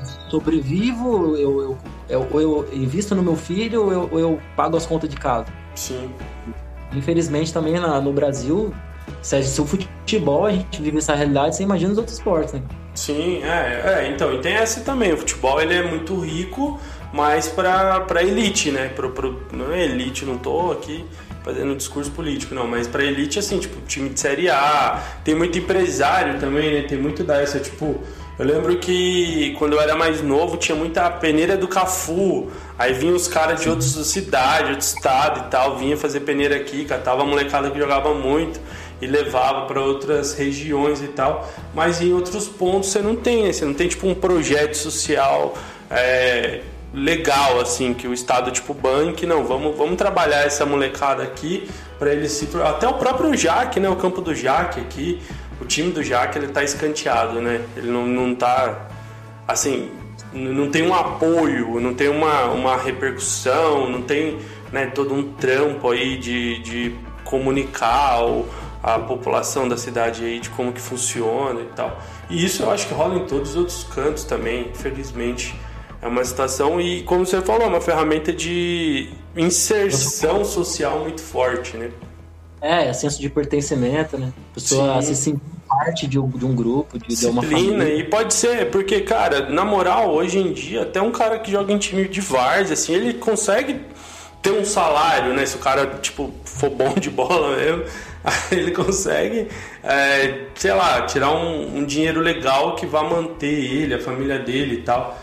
Sobrevivo, eu, eu, eu, eu, eu invisto no meu filho ou eu, eu pago as contas de casa. Sim. Infelizmente também na, no Brasil, se, se o futebol a gente vive essa realidade, você imagina os outros esportes, né? Sim, é, é então, e tem essa também, o futebol ele é muito rico, mas pra, pra elite, né? Pro, pro, não é elite, não tô aqui fazendo um discurso político, não, mas pra elite assim, tipo, time de Série A, tem muito empresário também, né? Tem muito dessa, tipo... Eu lembro que quando eu era mais novo tinha muita peneira do Cafu, aí vinham os caras de outras cidades, outro estado e tal, vinha fazer peneira aqui, catava a molecada que jogava muito e levava para outras regiões e tal, mas em outros pontos você não tem, né? Você não tem tipo um projeto social é, legal assim, que o estado tipo banque, não, vamos, vamos trabalhar essa molecada aqui para eles se... Até o próprio Jaque, né? O campo do Jaque aqui, o time do Jaque, ele tá escanteado, né? Ele não, não tá, assim, não tem um apoio, não tem uma, uma repercussão, não tem, né, todo um trampo aí de, de comunicar o, a população da cidade aí de como que funciona e tal. E isso eu acho que rola em todos os outros cantos também, infelizmente. É uma situação e, como você falou, é uma ferramenta de inserção social muito forte, né? É, é senso de pertencimento, né? A pessoa Sim. se sentir parte de um, de um grupo, de, de uma família. E pode ser, porque, cara, na moral, hoje em dia, até um cara que joga em time de várzea, assim, ele consegue ter um salário, né? Se o cara, tipo, for bom de bola mesmo, aí ele consegue, é, sei lá, tirar um, um dinheiro legal que vá manter ele, a família dele e tal.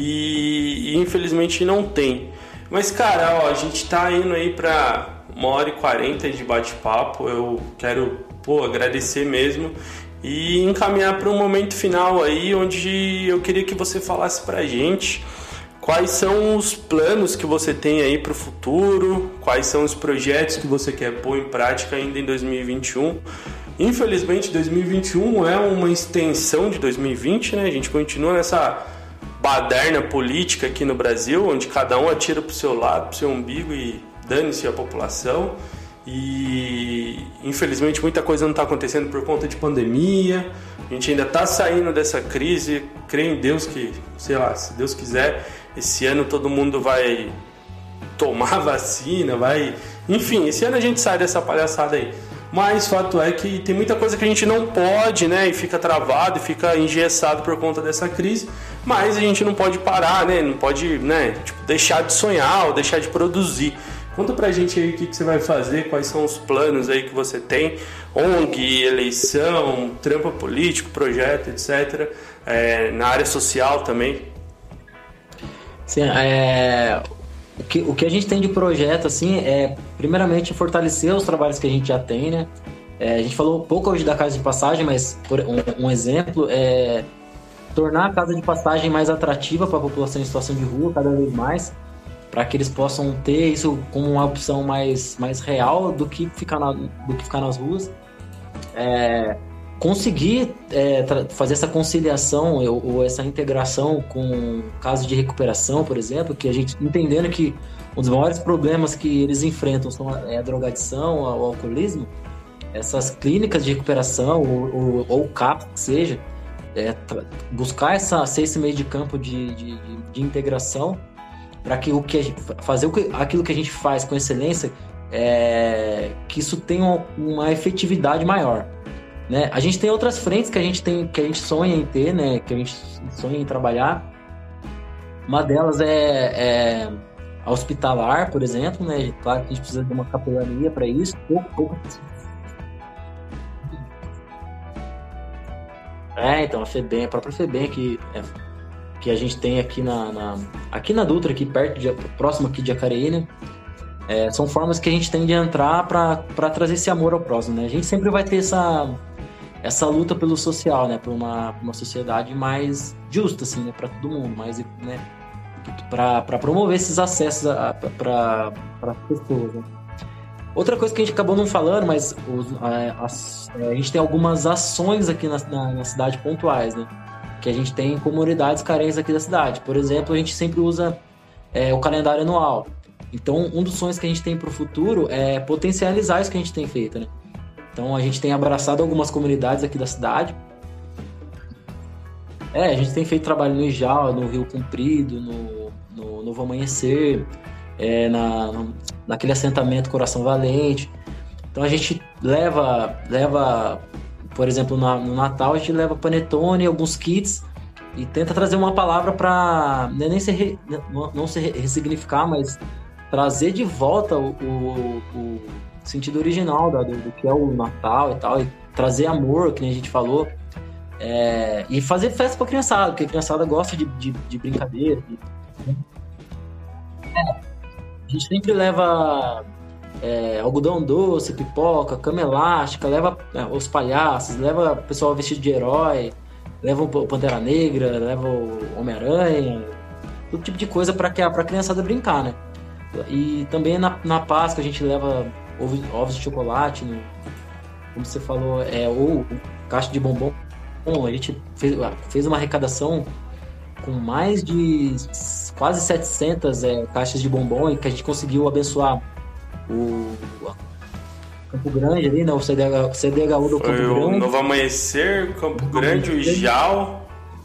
E, e infelizmente não tem. Mas, cara, ó, a gente tá indo aí pra uma hora e quarenta de bate-papo. Eu quero, pô, agradecer mesmo e encaminhar para um momento final aí, onde eu queria que você falasse pra gente quais são os planos que você tem aí pro futuro, quais são os projetos que você quer pôr em prática ainda em dois mil e vinte e um. Infelizmente, dois mil e vinte e um é uma extensão de dois mil e vinte, né? A gente continua nessa baderna política aqui no Brasil, onde cada um atira pro seu lado, pro seu umbigo e dane-se a população. E infelizmente muita coisa não está acontecendo por conta de pandemia. A gente ainda está saindo dessa crise. Creio em Deus que, sei lá, se Deus quiser, esse ano todo mundo vai tomar vacina, vai... Enfim, esse ano a gente sai dessa palhaçada aí. Mas fato é que tem muita coisa que a gente não pode, né? E fica travado e fica engessado por conta dessa crise. mas a gente não pode parar, né? Não pode, né, tipo, deixar de sonhar ou deixar de produzir. Conta pra gente aí o que, que você vai fazer, quais são os planos aí que você tem, O N G, eleição, trampo político, projeto, etcétera. É, na área social também. Sim, é, o, que, o que a gente tem de projeto, assim, é primeiramente fortalecer os trabalhos que a gente já tem, né? É, a gente falou um pouco hoje da casa de passagem, mas por, um, um exemplo é tornar a casa de passagem mais atrativa para a população em situação de rua cada vez mais, para que eles possam ter isso como uma opção mais, mais real do que ficar, na, do que ficar nas ruas. É, conseguir é, fazer essa conciliação ou, ou essa integração com casos de recuperação, por exemplo, que a gente entendendo que um dos maiores problemas que eles enfrentam são a, é a drogadição, o alcoolismo, essas clínicas de recuperação ou, ou, ou C A P, que seja, é, buscar essa, ser esse meio de campo de, de, de, de integração para que o que a gente, fazer o que, aquilo que a gente faz com excelência, é, que isso tenha uma, uma efetividade maior, né? A gente tem outras frentes que a gente tem, que a gente sonha em ter, né? Que a gente sonha em trabalhar. Uma delas é, é a hospitalar, por exemplo, né? Claro que a gente precisa de uma capelania para isso. Pouco, pouco. É, então a FEBEM, a própria FEBEM que é, que a gente tem aqui na, na aqui na Dutra, aqui perto de, próximo aqui de Jacareí, né? É, são formas que a gente tem de entrar para trazer esse amor ao próximo, né? A gente sempre vai ter essa essa luta pelo social, né? Por uma, uma sociedade mais justa, assim, né? Para todo mundo, mais, né? Para promover esses acessos para as pessoas, né? Outra coisa que a gente acabou não falando, mas os, a, a, a gente tem algumas ações aqui na, na, na cidade pontuais, né? Que a gente tem em comunidades carentes aqui da cidade. Por exemplo, a gente sempre usa é, o calendário anual. Então, um dos sonhos que a gente tem para o futuro é potencializar isso que a gente tem feito, né? Então, a gente tem abraçado algumas comunidades aqui da cidade. É, a gente tem feito trabalho no Ijal, no Rio Comprido, no, no Novo Amanhecer, é, na, naquele assentamento Coração Valente. Então, a gente leva, leva por exemplo, na, no Natal, a gente leva panetone, alguns kits e tenta trazer uma palavra para né, nem se re, não, não se ressignificar, mas trazer de volta o, o, o sentido original da, do, do que é o Natal e tal, e trazer amor, que nem a gente falou, é, e fazer festa pra criançada, porque a criançada gosta de, de, de brincadeira. De... É, a gente sempre leva é, algodão doce, pipoca, cama elástica, leva é, os palhaços, leva o pessoal vestido de herói, leva o Pantera Negra, leva o Homem-Aranha, todo tipo de coisa pra, que, pra criançada brincar, né? E também na, na Páscoa a gente leva ovos, ovos de chocolate, no, como você falou, é, ou caixa de bombom. Bom, a gente fez, fez uma arrecadação com mais de quase setecentas é, caixas de bombom e que a gente conseguiu abençoar o Campo Grande ali, né? O C D H, C D H U do Campo Grande. O Novo Amanhecer, Campo Grande, o Ijal.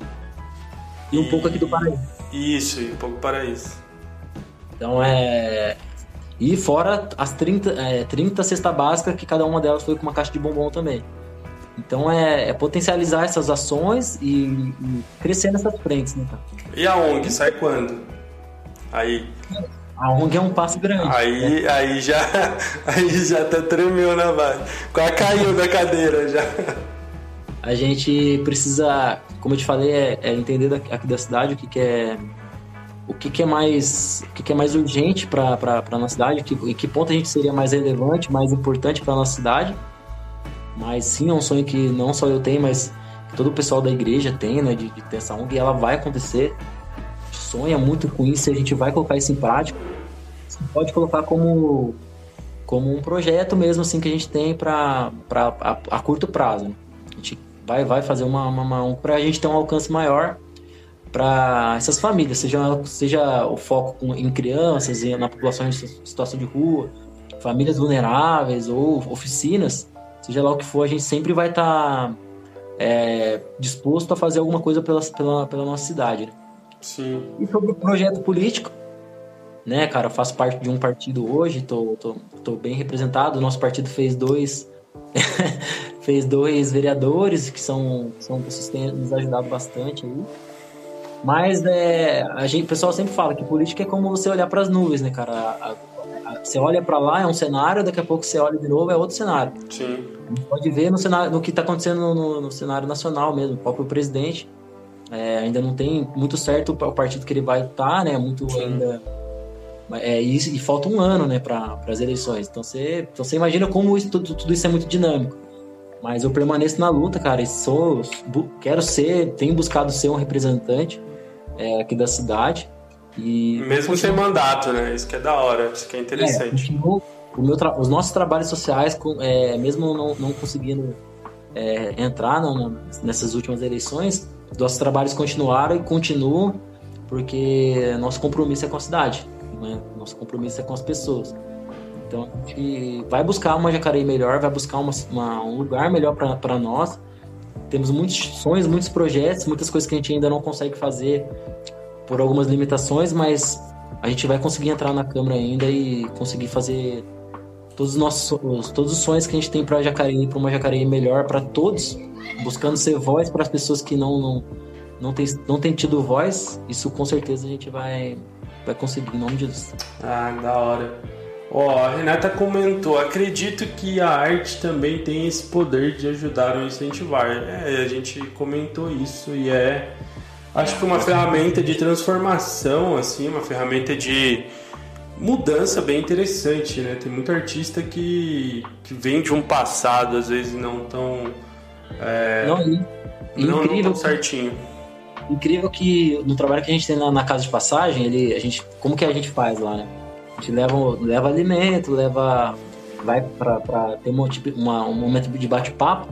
E um pouco aqui do Paraíso. Isso, e um pouco do Paraíso. Então é. E fora as trinta, é, trinta cestas básicas, que cada uma delas foi com uma caixa de bombom também. Então é, é potencializar essas ações e, e crescer nessas frentes, né, cara? E a O N G sai quando? Aí. A O N G é um passo grande. Aí, né? aí já aí já até tremeu na base. Quase caiu da cadeira já. A gente precisa, como eu te falei, é, é entender aqui da cidade o que, que é o que, que é mais o que, que é mais urgente para a nossa cidade, que, em que ponto a gente seria mais relevante, mais importante para a nossa cidade. Mas sim, é um sonho que não só eu tenho, mas que todo o pessoal da igreja tem, né, de, de ter essa O N G, e ela vai acontecer. A gente sonha muito com isso e a gente vai colocar isso em prática. Você pode colocar como, como um projeto mesmo assim que a gente tem para a, a curto prazo, né? A gente vai, vai fazer uma, uma, uma para a gente ter um alcance maior para essas famílias, seja, seja o foco com, em crianças e na população em situação de rua, famílias vulneráveis ou oficinas, seja lá o que for, a gente sempre vai estar tá, é, disposto a fazer alguma coisa pela, pela, pela nossa cidade, né? Sim. E sobre o projeto político, né, cara, eu faço parte de um partido hoje, tô, tô, tô bem representado, o nosso partido fez dois fez dois vereadores que são, são pessoas que têm nos ajudado bastante aí. Mas é, a gente, o pessoal sempre fala que política é como você olhar para as nuvens, né, cara? A, a, a, você olha para lá, é um cenário, daqui a pouco você olha de novo, é outro cenário. Sim. A gente pode ver no, cenário, no que está acontecendo no, no cenário nacional mesmo. O próprio presidente é, ainda não tem muito certo o partido que ele vai estar, né? Muito Sim. ainda... É, e, e falta um ano, né, para as eleições. Então você, então você imagina como isso, tudo, tudo isso é muito dinâmico. Mas eu permaneço na luta, cara, e sou, quero ser, tenho buscado ser um representante é, aqui da cidade. E mesmo sem mandato, né? Isso que é da hora, isso que é interessante. É, o meu tra- os nossos trabalhos sociais, é, mesmo não, não conseguindo é, entrar não, nessas últimas eleições, nossos trabalhos continuaram e continuam, porque nosso compromisso é com a cidade. Né? Nosso compromisso é com as pessoas. Então a gente vai buscar uma Jacareí melhor, vai buscar uma, uma, um lugar melhor para nós. Temos muitos sonhos, muitos projetos, muitas coisas que a gente ainda não consegue fazer por algumas limitações, mas a gente vai conseguir entrar na Câmara ainda e conseguir fazer todos os nossos todos os sonhos que a gente tem para Jacareí, para uma Jacareí melhor para todos, buscando ser voz para as pessoas que não não não tem, não tem tido voz. Isso com certeza a gente vai vai conseguir, em nome de Deus. Ah, da hora. Ó, oh, a Renata comentou, acredito que a arte também tem esse poder de ajudar ou incentivar. É, a gente comentou isso e é, acho que uma ferramenta de transformação, assim, uma ferramenta de mudança bem interessante, né? Tem muito artista que, que vem de um passado, às vezes, não tão... É, não, não, não tão certinho. Incrível que no trabalho que a gente tem na, na casa de passagem, ele, a gente, como que a gente faz lá, né? A gente leva, leva alimento, leva, vai para ter uma, uma, um momento de bate-papo,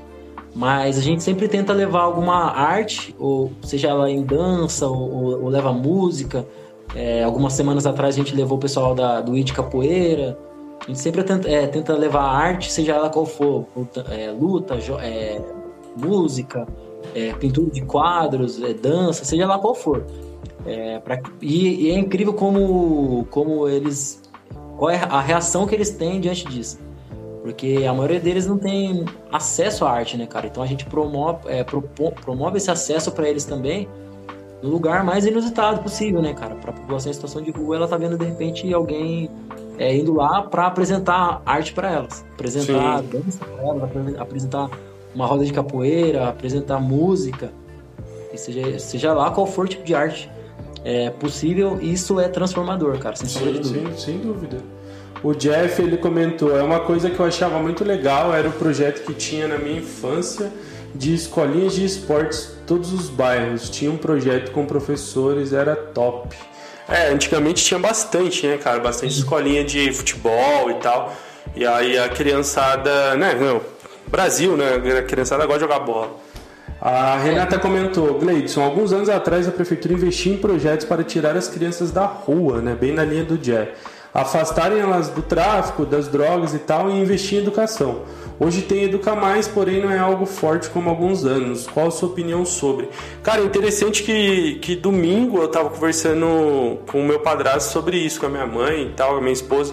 mas a gente sempre tenta levar alguma arte, ou seja ela em dança, ou, ou leva música. É, algumas semanas atrás a gente levou o pessoal da, do I D Capoeira. A gente sempre tenta, é, tenta levar arte, seja ela qual for, luta, é, luta jo, é, música, é, pintura de quadros, é, dança, seja lá qual for. É, pra, e, e é incrível como, como eles... Qual é a reação que eles têm diante disso. Porque a maioria deles não tem acesso à arte, né, cara? Então a gente promove, é, propon, promove esse acesso para eles também no lugar mais inusitado possível, né, cara? Para a população em situação de rua, ela tá vendo de repente alguém é, indo lá para apresentar arte para elas, apresentar dança para elas, apresentar uma roda de capoeira, apresentar música, e seja, seja lá qual for o tipo de arte é possível, isso é transformador, cara, sem sim, dúvida. Sim, sem dúvida. O Jeff, ele comentou, é uma coisa que eu achava muito legal, era o projeto que tinha na minha infância de escolinhas de esportes, todos os bairros, tinha um projeto com professores, era top. É, antigamente tinha bastante, né, cara, bastante escolinha de futebol e tal, e aí a criançada, né, não, Brasil, né, a criançada gosta de jogar bola. A Renata comentou, Gleidson, alguns anos atrás a prefeitura investiu em projetos para tirar as crianças da rua, né, bem na linha do Jeff, afastarem elas do tráfico, das drogas e tal, e investir em educação. Hoje tem Educa Mais, porém não é algo forte como há alguns anos. Qual a sua opinião sobre? Cara, é interessante que, que domingo eu estava conversando com o meu padrasto sobre isso, com a minha mãe e tal, a minha esposa,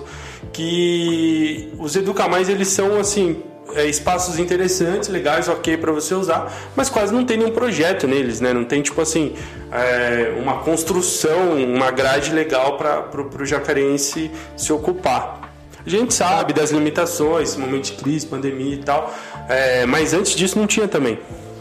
que os Educa Mais, eles são assim... É, espaços interessantes, legais, ok para você usar, mas quase não tem nenhum projeto neles, né? Não tem tipo assim é, uma construção, uma grade legal para pro, o jacarense se ocupar. A gente sabe das limitações, esse momento de crise, pandemia e tal, é, mas antes disso não tinha também.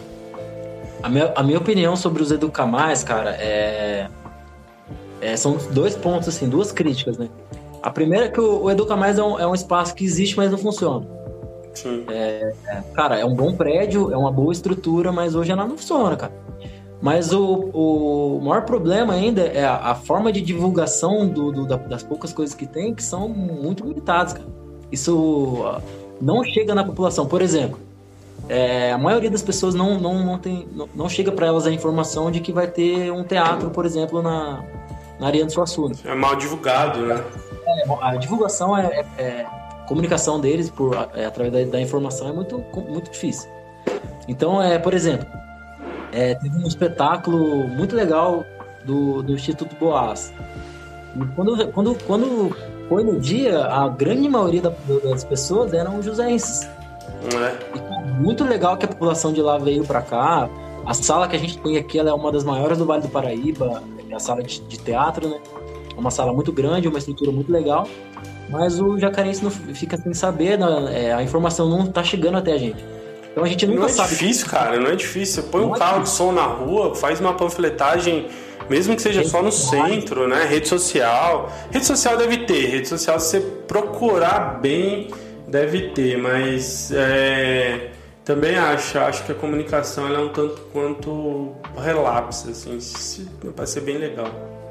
A minha, a minha opinião sobre os Educa Mais, cara, é, é, são dois pontos, assim, duas críticas, né? A primeira é que o, o Educa Mais é um, é um espaço que existe, mas não funciona. Sim. É, é, cara, é um bom prédio, é uma boa estrutura, mas hoje ela não funciona, cara. Mas o, o maior problema ainda é a, a forma de divulgação do, do, das poucas coisas que tem, que são muito limitadas, cara. Isso não chega na população. Por exemplo, é, a maioria das pessoas não, não, não, tem, não, não chega para elas a informação de que vai ter um teatro, por exemplo, na, na Ariano Suassuna. É mal divulgado, né? É, a divulgação é... é, é comunicação deles por, é, através da, da informação é muito, muito difícil. Então, é, por exemplo, é, teve um espetáculo muito legal do, do Instituto Boas. E quando, quando, quando foi no dia, a grande maioria da, das pessoas eram joseenses. É. E muito legal que a população de lá veio para cá. A sala que a gente tem aqui, ela é uma das maiores do Vale do Paraíba, é a sala de, de teatro, né? É uma sala muito grande, uma estrutura muito legal, mas o jacarense não fica sem saber, né? É, a informação não tá chegando até a gente. Então a gente nunca não é sabe. Não é difícil, cara, não é difícil. Você põe não um é carro difícil. de som na rua, faz uma panfletagem, mesmo que seja rede só no social. centro, né? Rede social. Rede social deve ter, rede social se você procurar bem, deve ter, mas é, também acho, acho que a comunicação ela é um tanto quanto relapsa, assim, vai ser bem legal.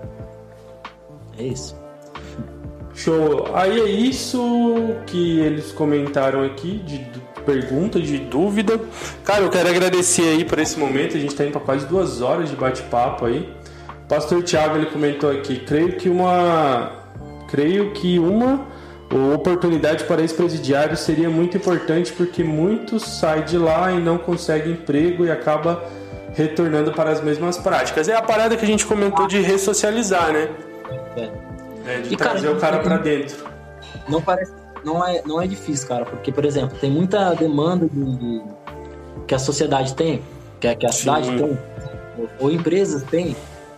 É isso. Show. Aí é isso que eles comentaram aqui de, de pergunta, de dúvida. Cara, eu quero agradecer aí por esse momento. A gente tá indo para quase duas horas de bate-papo aí. O pastor Thiago, ele comentou aqui, creio que uma creio que uma oportunidade para ex-presidiários seria muito importante, porque muitos saem de lá e não conseguem emprego e acaba retornando para as mesmas práticas. É a parada que a gente comentou de ressocializar, né? É, de e, trazer cara, o cara para dentro. Não parece, não é, não é difícil, cara, porque, por exemplo, tem muita demanda de, de, que a sociedade tem, que a, que a cidade tem, ou, ou empresas têm,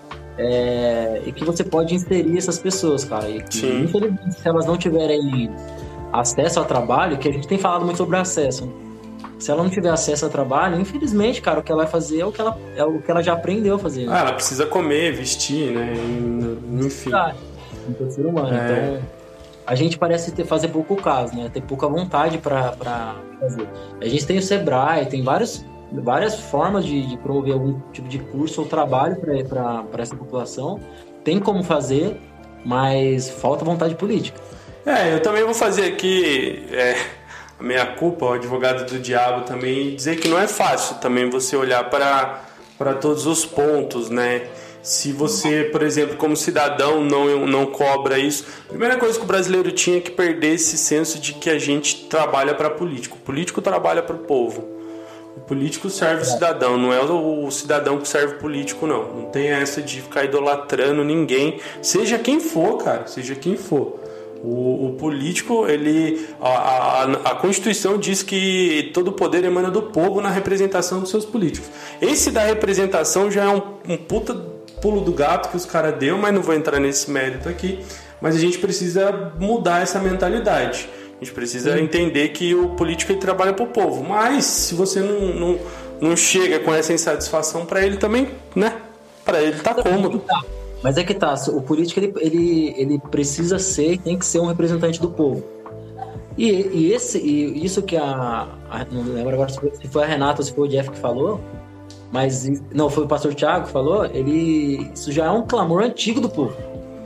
é, e que você pode inserir essas pessoas, cara. E que, infelizmente, se elas não tiverem acesso ao trabalho, que a gente tem falado muito sobre acesso, né? Se ela não tiver acesso ao trabalho, infelizmente, cara, o que ela vai fazer é o que ela, é o que ela já aprendeu a fazer. Né? Ah, ela precisa comer, vestir, né? Enfim. Então, ser humano. É. Então, a gente parece ter, fazer pouco caso, né? Ter pouca vontade pra, pra fazer. A gente tem o Sebrae, tem vários, várias formas de, de promover algum tipo de curso ou trabalho para essa população. Tem como fazer, mas falta vontade política. É, eu também vou fazer aqui... É... a minha culpa, o advogado do diabo também, dizer que não é fácil também você olhar para para todos os pontos, né? Se você, por exemplo, como cidadão não, não cobra isso, a primeira coisa que o brasileiro tinha é que perder esse senso de que a gente trabalha para político. O político trabalha para o povo. O político serve o cidadão, não é o cidadão que serve o político, não. Não tem essa de ficar idolatrando ninguém, seja quem for, cara, seja quem for. O, o político, ele, a, a, a Constituição diz que todo poder emana do povo na representação dos seus políticos. Esse da representação já é um, um puta pulo do gato que os caras deu, mas não vou entrar nesse mérito aqui. Mas a gente precisa mudar essa mentalidade. A gente precisa Sim. entender que o político ele trabalha para o povo. Mas se você não, não, não chega com essa insatisfação para ele também, né? Para ele tá cômodo. Mas é que tá, o político ele, ele, ele precisa ser e tem que ser um representante do povo. E, e, esse, e isso que a, a... Não lembro agora se foi a Renata ou se foi o Jeff que falou, mas... Não, foi o pastor Thiago que falou, ele, isso já é um clamor antigo do povo.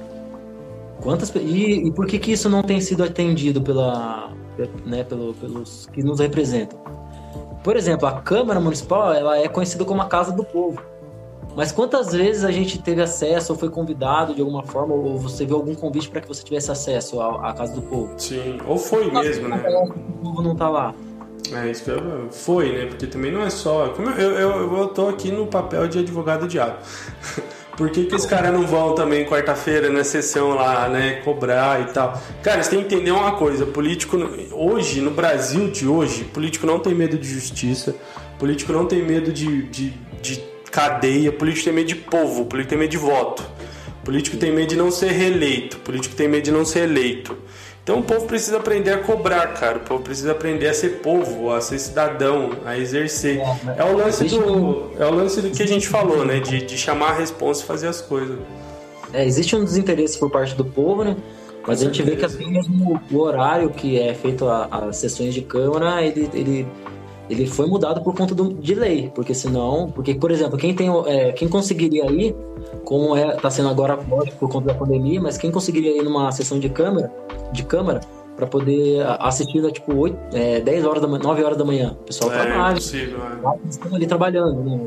Quantas, e, e por que que isso não tem sido atendido pela, né, pelo, pelos que nos representam? Por exemplo, a Câmara Municipal ela é conhecida como a Casa do Povo. Mas quantas vezes a gente teve acesso ou foi convidado de alguma forma, ou você viu algum convite para que você tivesse acesso à, à Casa do Povo? Sim, ou foi Nossa, mesmo, né? O povo não tá lá. É, isso que eu, foi, né? Porque também não é só... Como eu, eu, eu tô aqui no papel de advogado diabo. Por que que os caras não vão também quarta-feira na sessão lá, né? Cobrar e tal? Cara, você tem que entender uma coisa. Político... Hoje, no Brasil de hoje, político não tem medo de justiça. Político não tem medo de... de, de cadeia, político tem medo de povo, político tem medo de voto, político tem medo de não ser reeleito, político tem medo de não ser eleito. Então o povo precisa aprender a cobrar, cara, o povo precisa aprender a ser povo, a ser cidadão, a exercer. É o lance do, é o lance do que a gente falou, né, de, de chamar a responsa e fazer as coisas. É, existe um desinteresse por parte do povo, né, mas a gente vê que até mesmo o horário que é feito as sessões de Câmara, ele... ele... ele foi mudado por conta do, de lei, porque senão, porque, por exemplo, quem, tem, é, quem conseguiria ir, como é, tá sendo agora por conta da pandemia, mas quem conseguiria ir numa sessão de câmara, de câmara, para poder assistir, tipo, oito, é, dez horas da manhã, nove horas da manhã, o pessoal é, trabalha, impossível, é. estão ali trabalhando, né?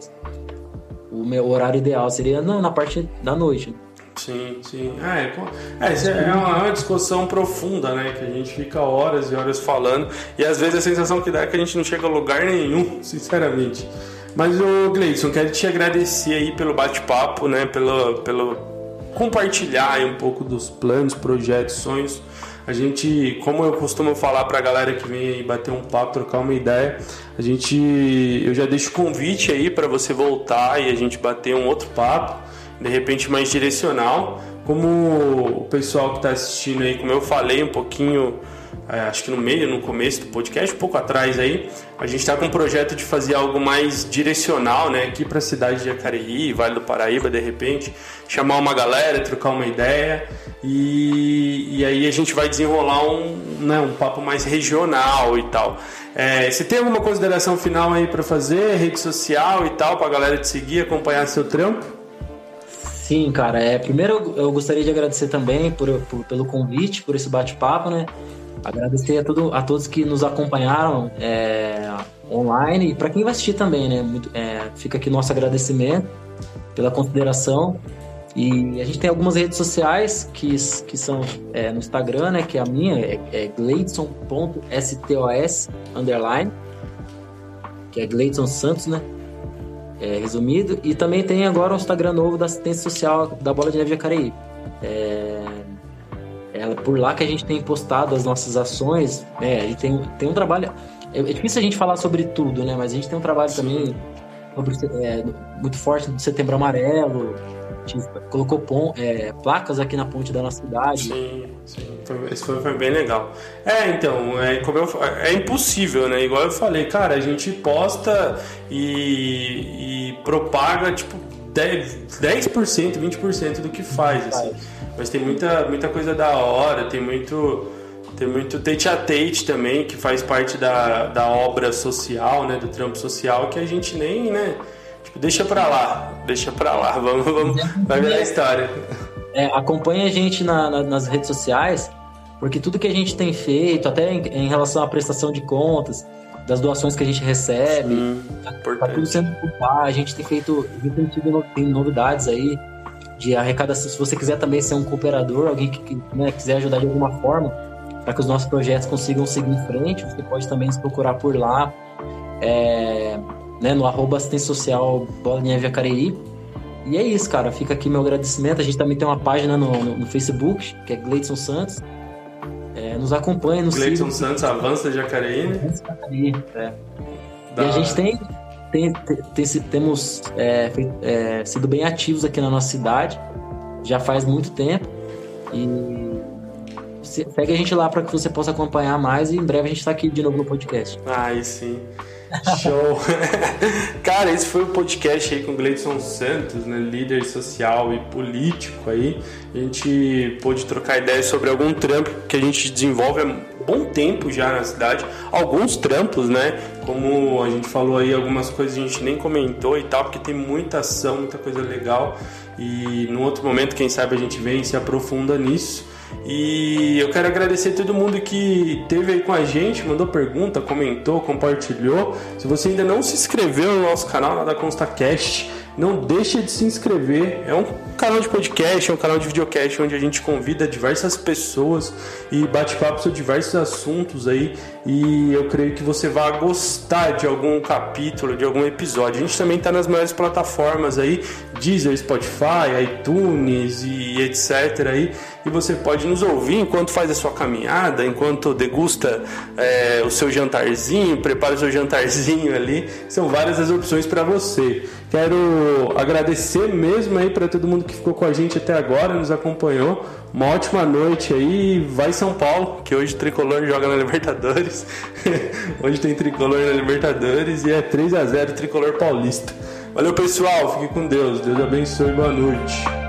O meu horário ideal seria na, na parte da noite, né? Sim, sim. É, é, é, uma, é uma discussão profunda, né? Que a gente fica horas e horas falando e às vezes a sensação que dá é que a gente não chega a lugar nenhum, sinceramente. Mas, ô Gleison, quero te agradecer aí pelo bate-papo, né? Pelo, pelo compartilhar aí um pouco dos planos, projetos, sonhos. A gente, como eu costumo falar pra galera que vem aí bater um papo, trocar uma ideia, a gente, eu já deixo o convite aí para você voltar e a gente bater um outro papo, de repente mais direcional, como o pessoal que está assistindo aí, como eu falei um pouquinho, é, acho que no meio, no começo do podcast, um pouco atrás aí, a gente está com um projeto de fazer algo mais direcional, né, aqui para a cidade de Jacareí, Vale do Paraíba, de repente, chamar uma galera, trocar uma ideia e, e aí a gente vai desenrolar um, né, um papo mais regional e tal. É, você tem alguma consideração final aí para fazer, rede social e tal, para a galera te seguir, acompanhar seu trampo? Sim, cara. É, primeiro eu gostaria de agradecer também por, por, pelo convite, por esse bate-papo, né? Agradecer a, tudo, a todos que nos acompanharam é, online e para quem vai assistir também, né? Muito, é, fica aqui nosso agradecimento pela consideração. E a gente tem algumas redes sociais que, que são é, no Instagram, né? Que é a minha, é, é gleidson ponto stos underline, que é Gleidson Santos, né? É, resumido. E também tem agora um Instagram novo da assistência social da Bola de Neve Jacareí. É, é por lá que a gente tem postado as nossas ações. É, a gente tem, tem um trabalho... É, é difícil a gente falar sobre tudo, né? Mas a gente tem um trabalho Sim. também sobre, é, muito forte do Setembro Amarelo. A gente colocou pon, é, placas aqui na ponte da nossa cidade. Sim, sim. Isso foi, foi bem legal. É, então, é, como eu, é impossível, né? Igual eu falei, cara, a gente posta e, e propaga, tipo, dez por cento, vinte por cento do que faz, assim. Mas tem muita, muita coisa da hora, tem muito... Tem muito tate-a-tate também, que faz parte da, da obra social, né? Do trampo social, que a gente nem, né... Deixa pra lá, deixa pra lá, vamos, vamos, vai virar história. É, acompanha a gente na, na, nas redes sociais, porque tudo que a gente tem feito, até em, em relação à prestação de contas, das doações que a gente recebe, Sim, tá, tá tudo sendo culpado. A gente tem feito, a gente tem tido tem novidades aí de arrecadação. Se você quiser também ser um cooperador, alguém que, que né, quiser ajudar de alguma forma, para que os nossos projetos consigam seguir em frente, você pode também nos procurar por lá. É... Né, no arroba assistência social Bola de Neve Jacareí. E é isso, cara. Fica aqui meu agradecimento. A gente também tem uma página no, no, no Facebook, que é Gleidson Santos. É, nos acompanha, nos Gleidson Santos Avança Jacareí, né? Avança Jacareí, é. Da... E a gente tem, tem, tem, tem temos é, feito, é, sido bem ativos aqui na nossa cidade. Já faz muito tempo. E segue a gente lá para que você possa acompanhar mais. E em breve a gente está aqui de novo no podcast. Aí sim. Show! Cara, esse foi o podcast aí com o Gleidson Santos, né? Líder social e político aí. A gente pôde trocar ideias sobre algum trampo que a gente desenvolve há bom tempo já na cidade. Alguns trampos, né? Como a gente falou aí, algumas coisas a gente nem comentou e tal, porque tem muita ação, muita coisa legal. E num outro momento, quem sabe a gente vem e se aprofunda nisso. E eu quero agradecer a todo mundo que esteve aí com a gente, mandou pergunta, comentou, compartilhou. Se você ainda não se inscreveu no nosso canal lá da ConstaCast, não deixe de se inscrever. É um canal de podcast, é um canal de videocast onde a gente convida diversas pessoas e bate papo sobre diversos assuntos aí. E eu creio que você vai gostar de algum capítulo, de algum episódio. A gente também está nas maiores plataformas aí, Deezer, Spotify, iTunes e etcétera aí. E você pode nos ouvir enquanto faz a sua caminhada, enquanto degusta é, o seu jantarzinho, prepara o seu jantarzinho ali. São várias as opções para você. Quero agradecer mesmo aí para todo mundo que ficou com a gente até agora, nos acompanhou. Uma ótima noite aí. Vai São Paulo, que hoje o Tricolor joga na Libertadores. Hoje tem Tricolor na Libertadores e é três a zero Tricolor Paulista. Valeu, pessoal. Fique com Deus. Deus abençoe. Boa noite.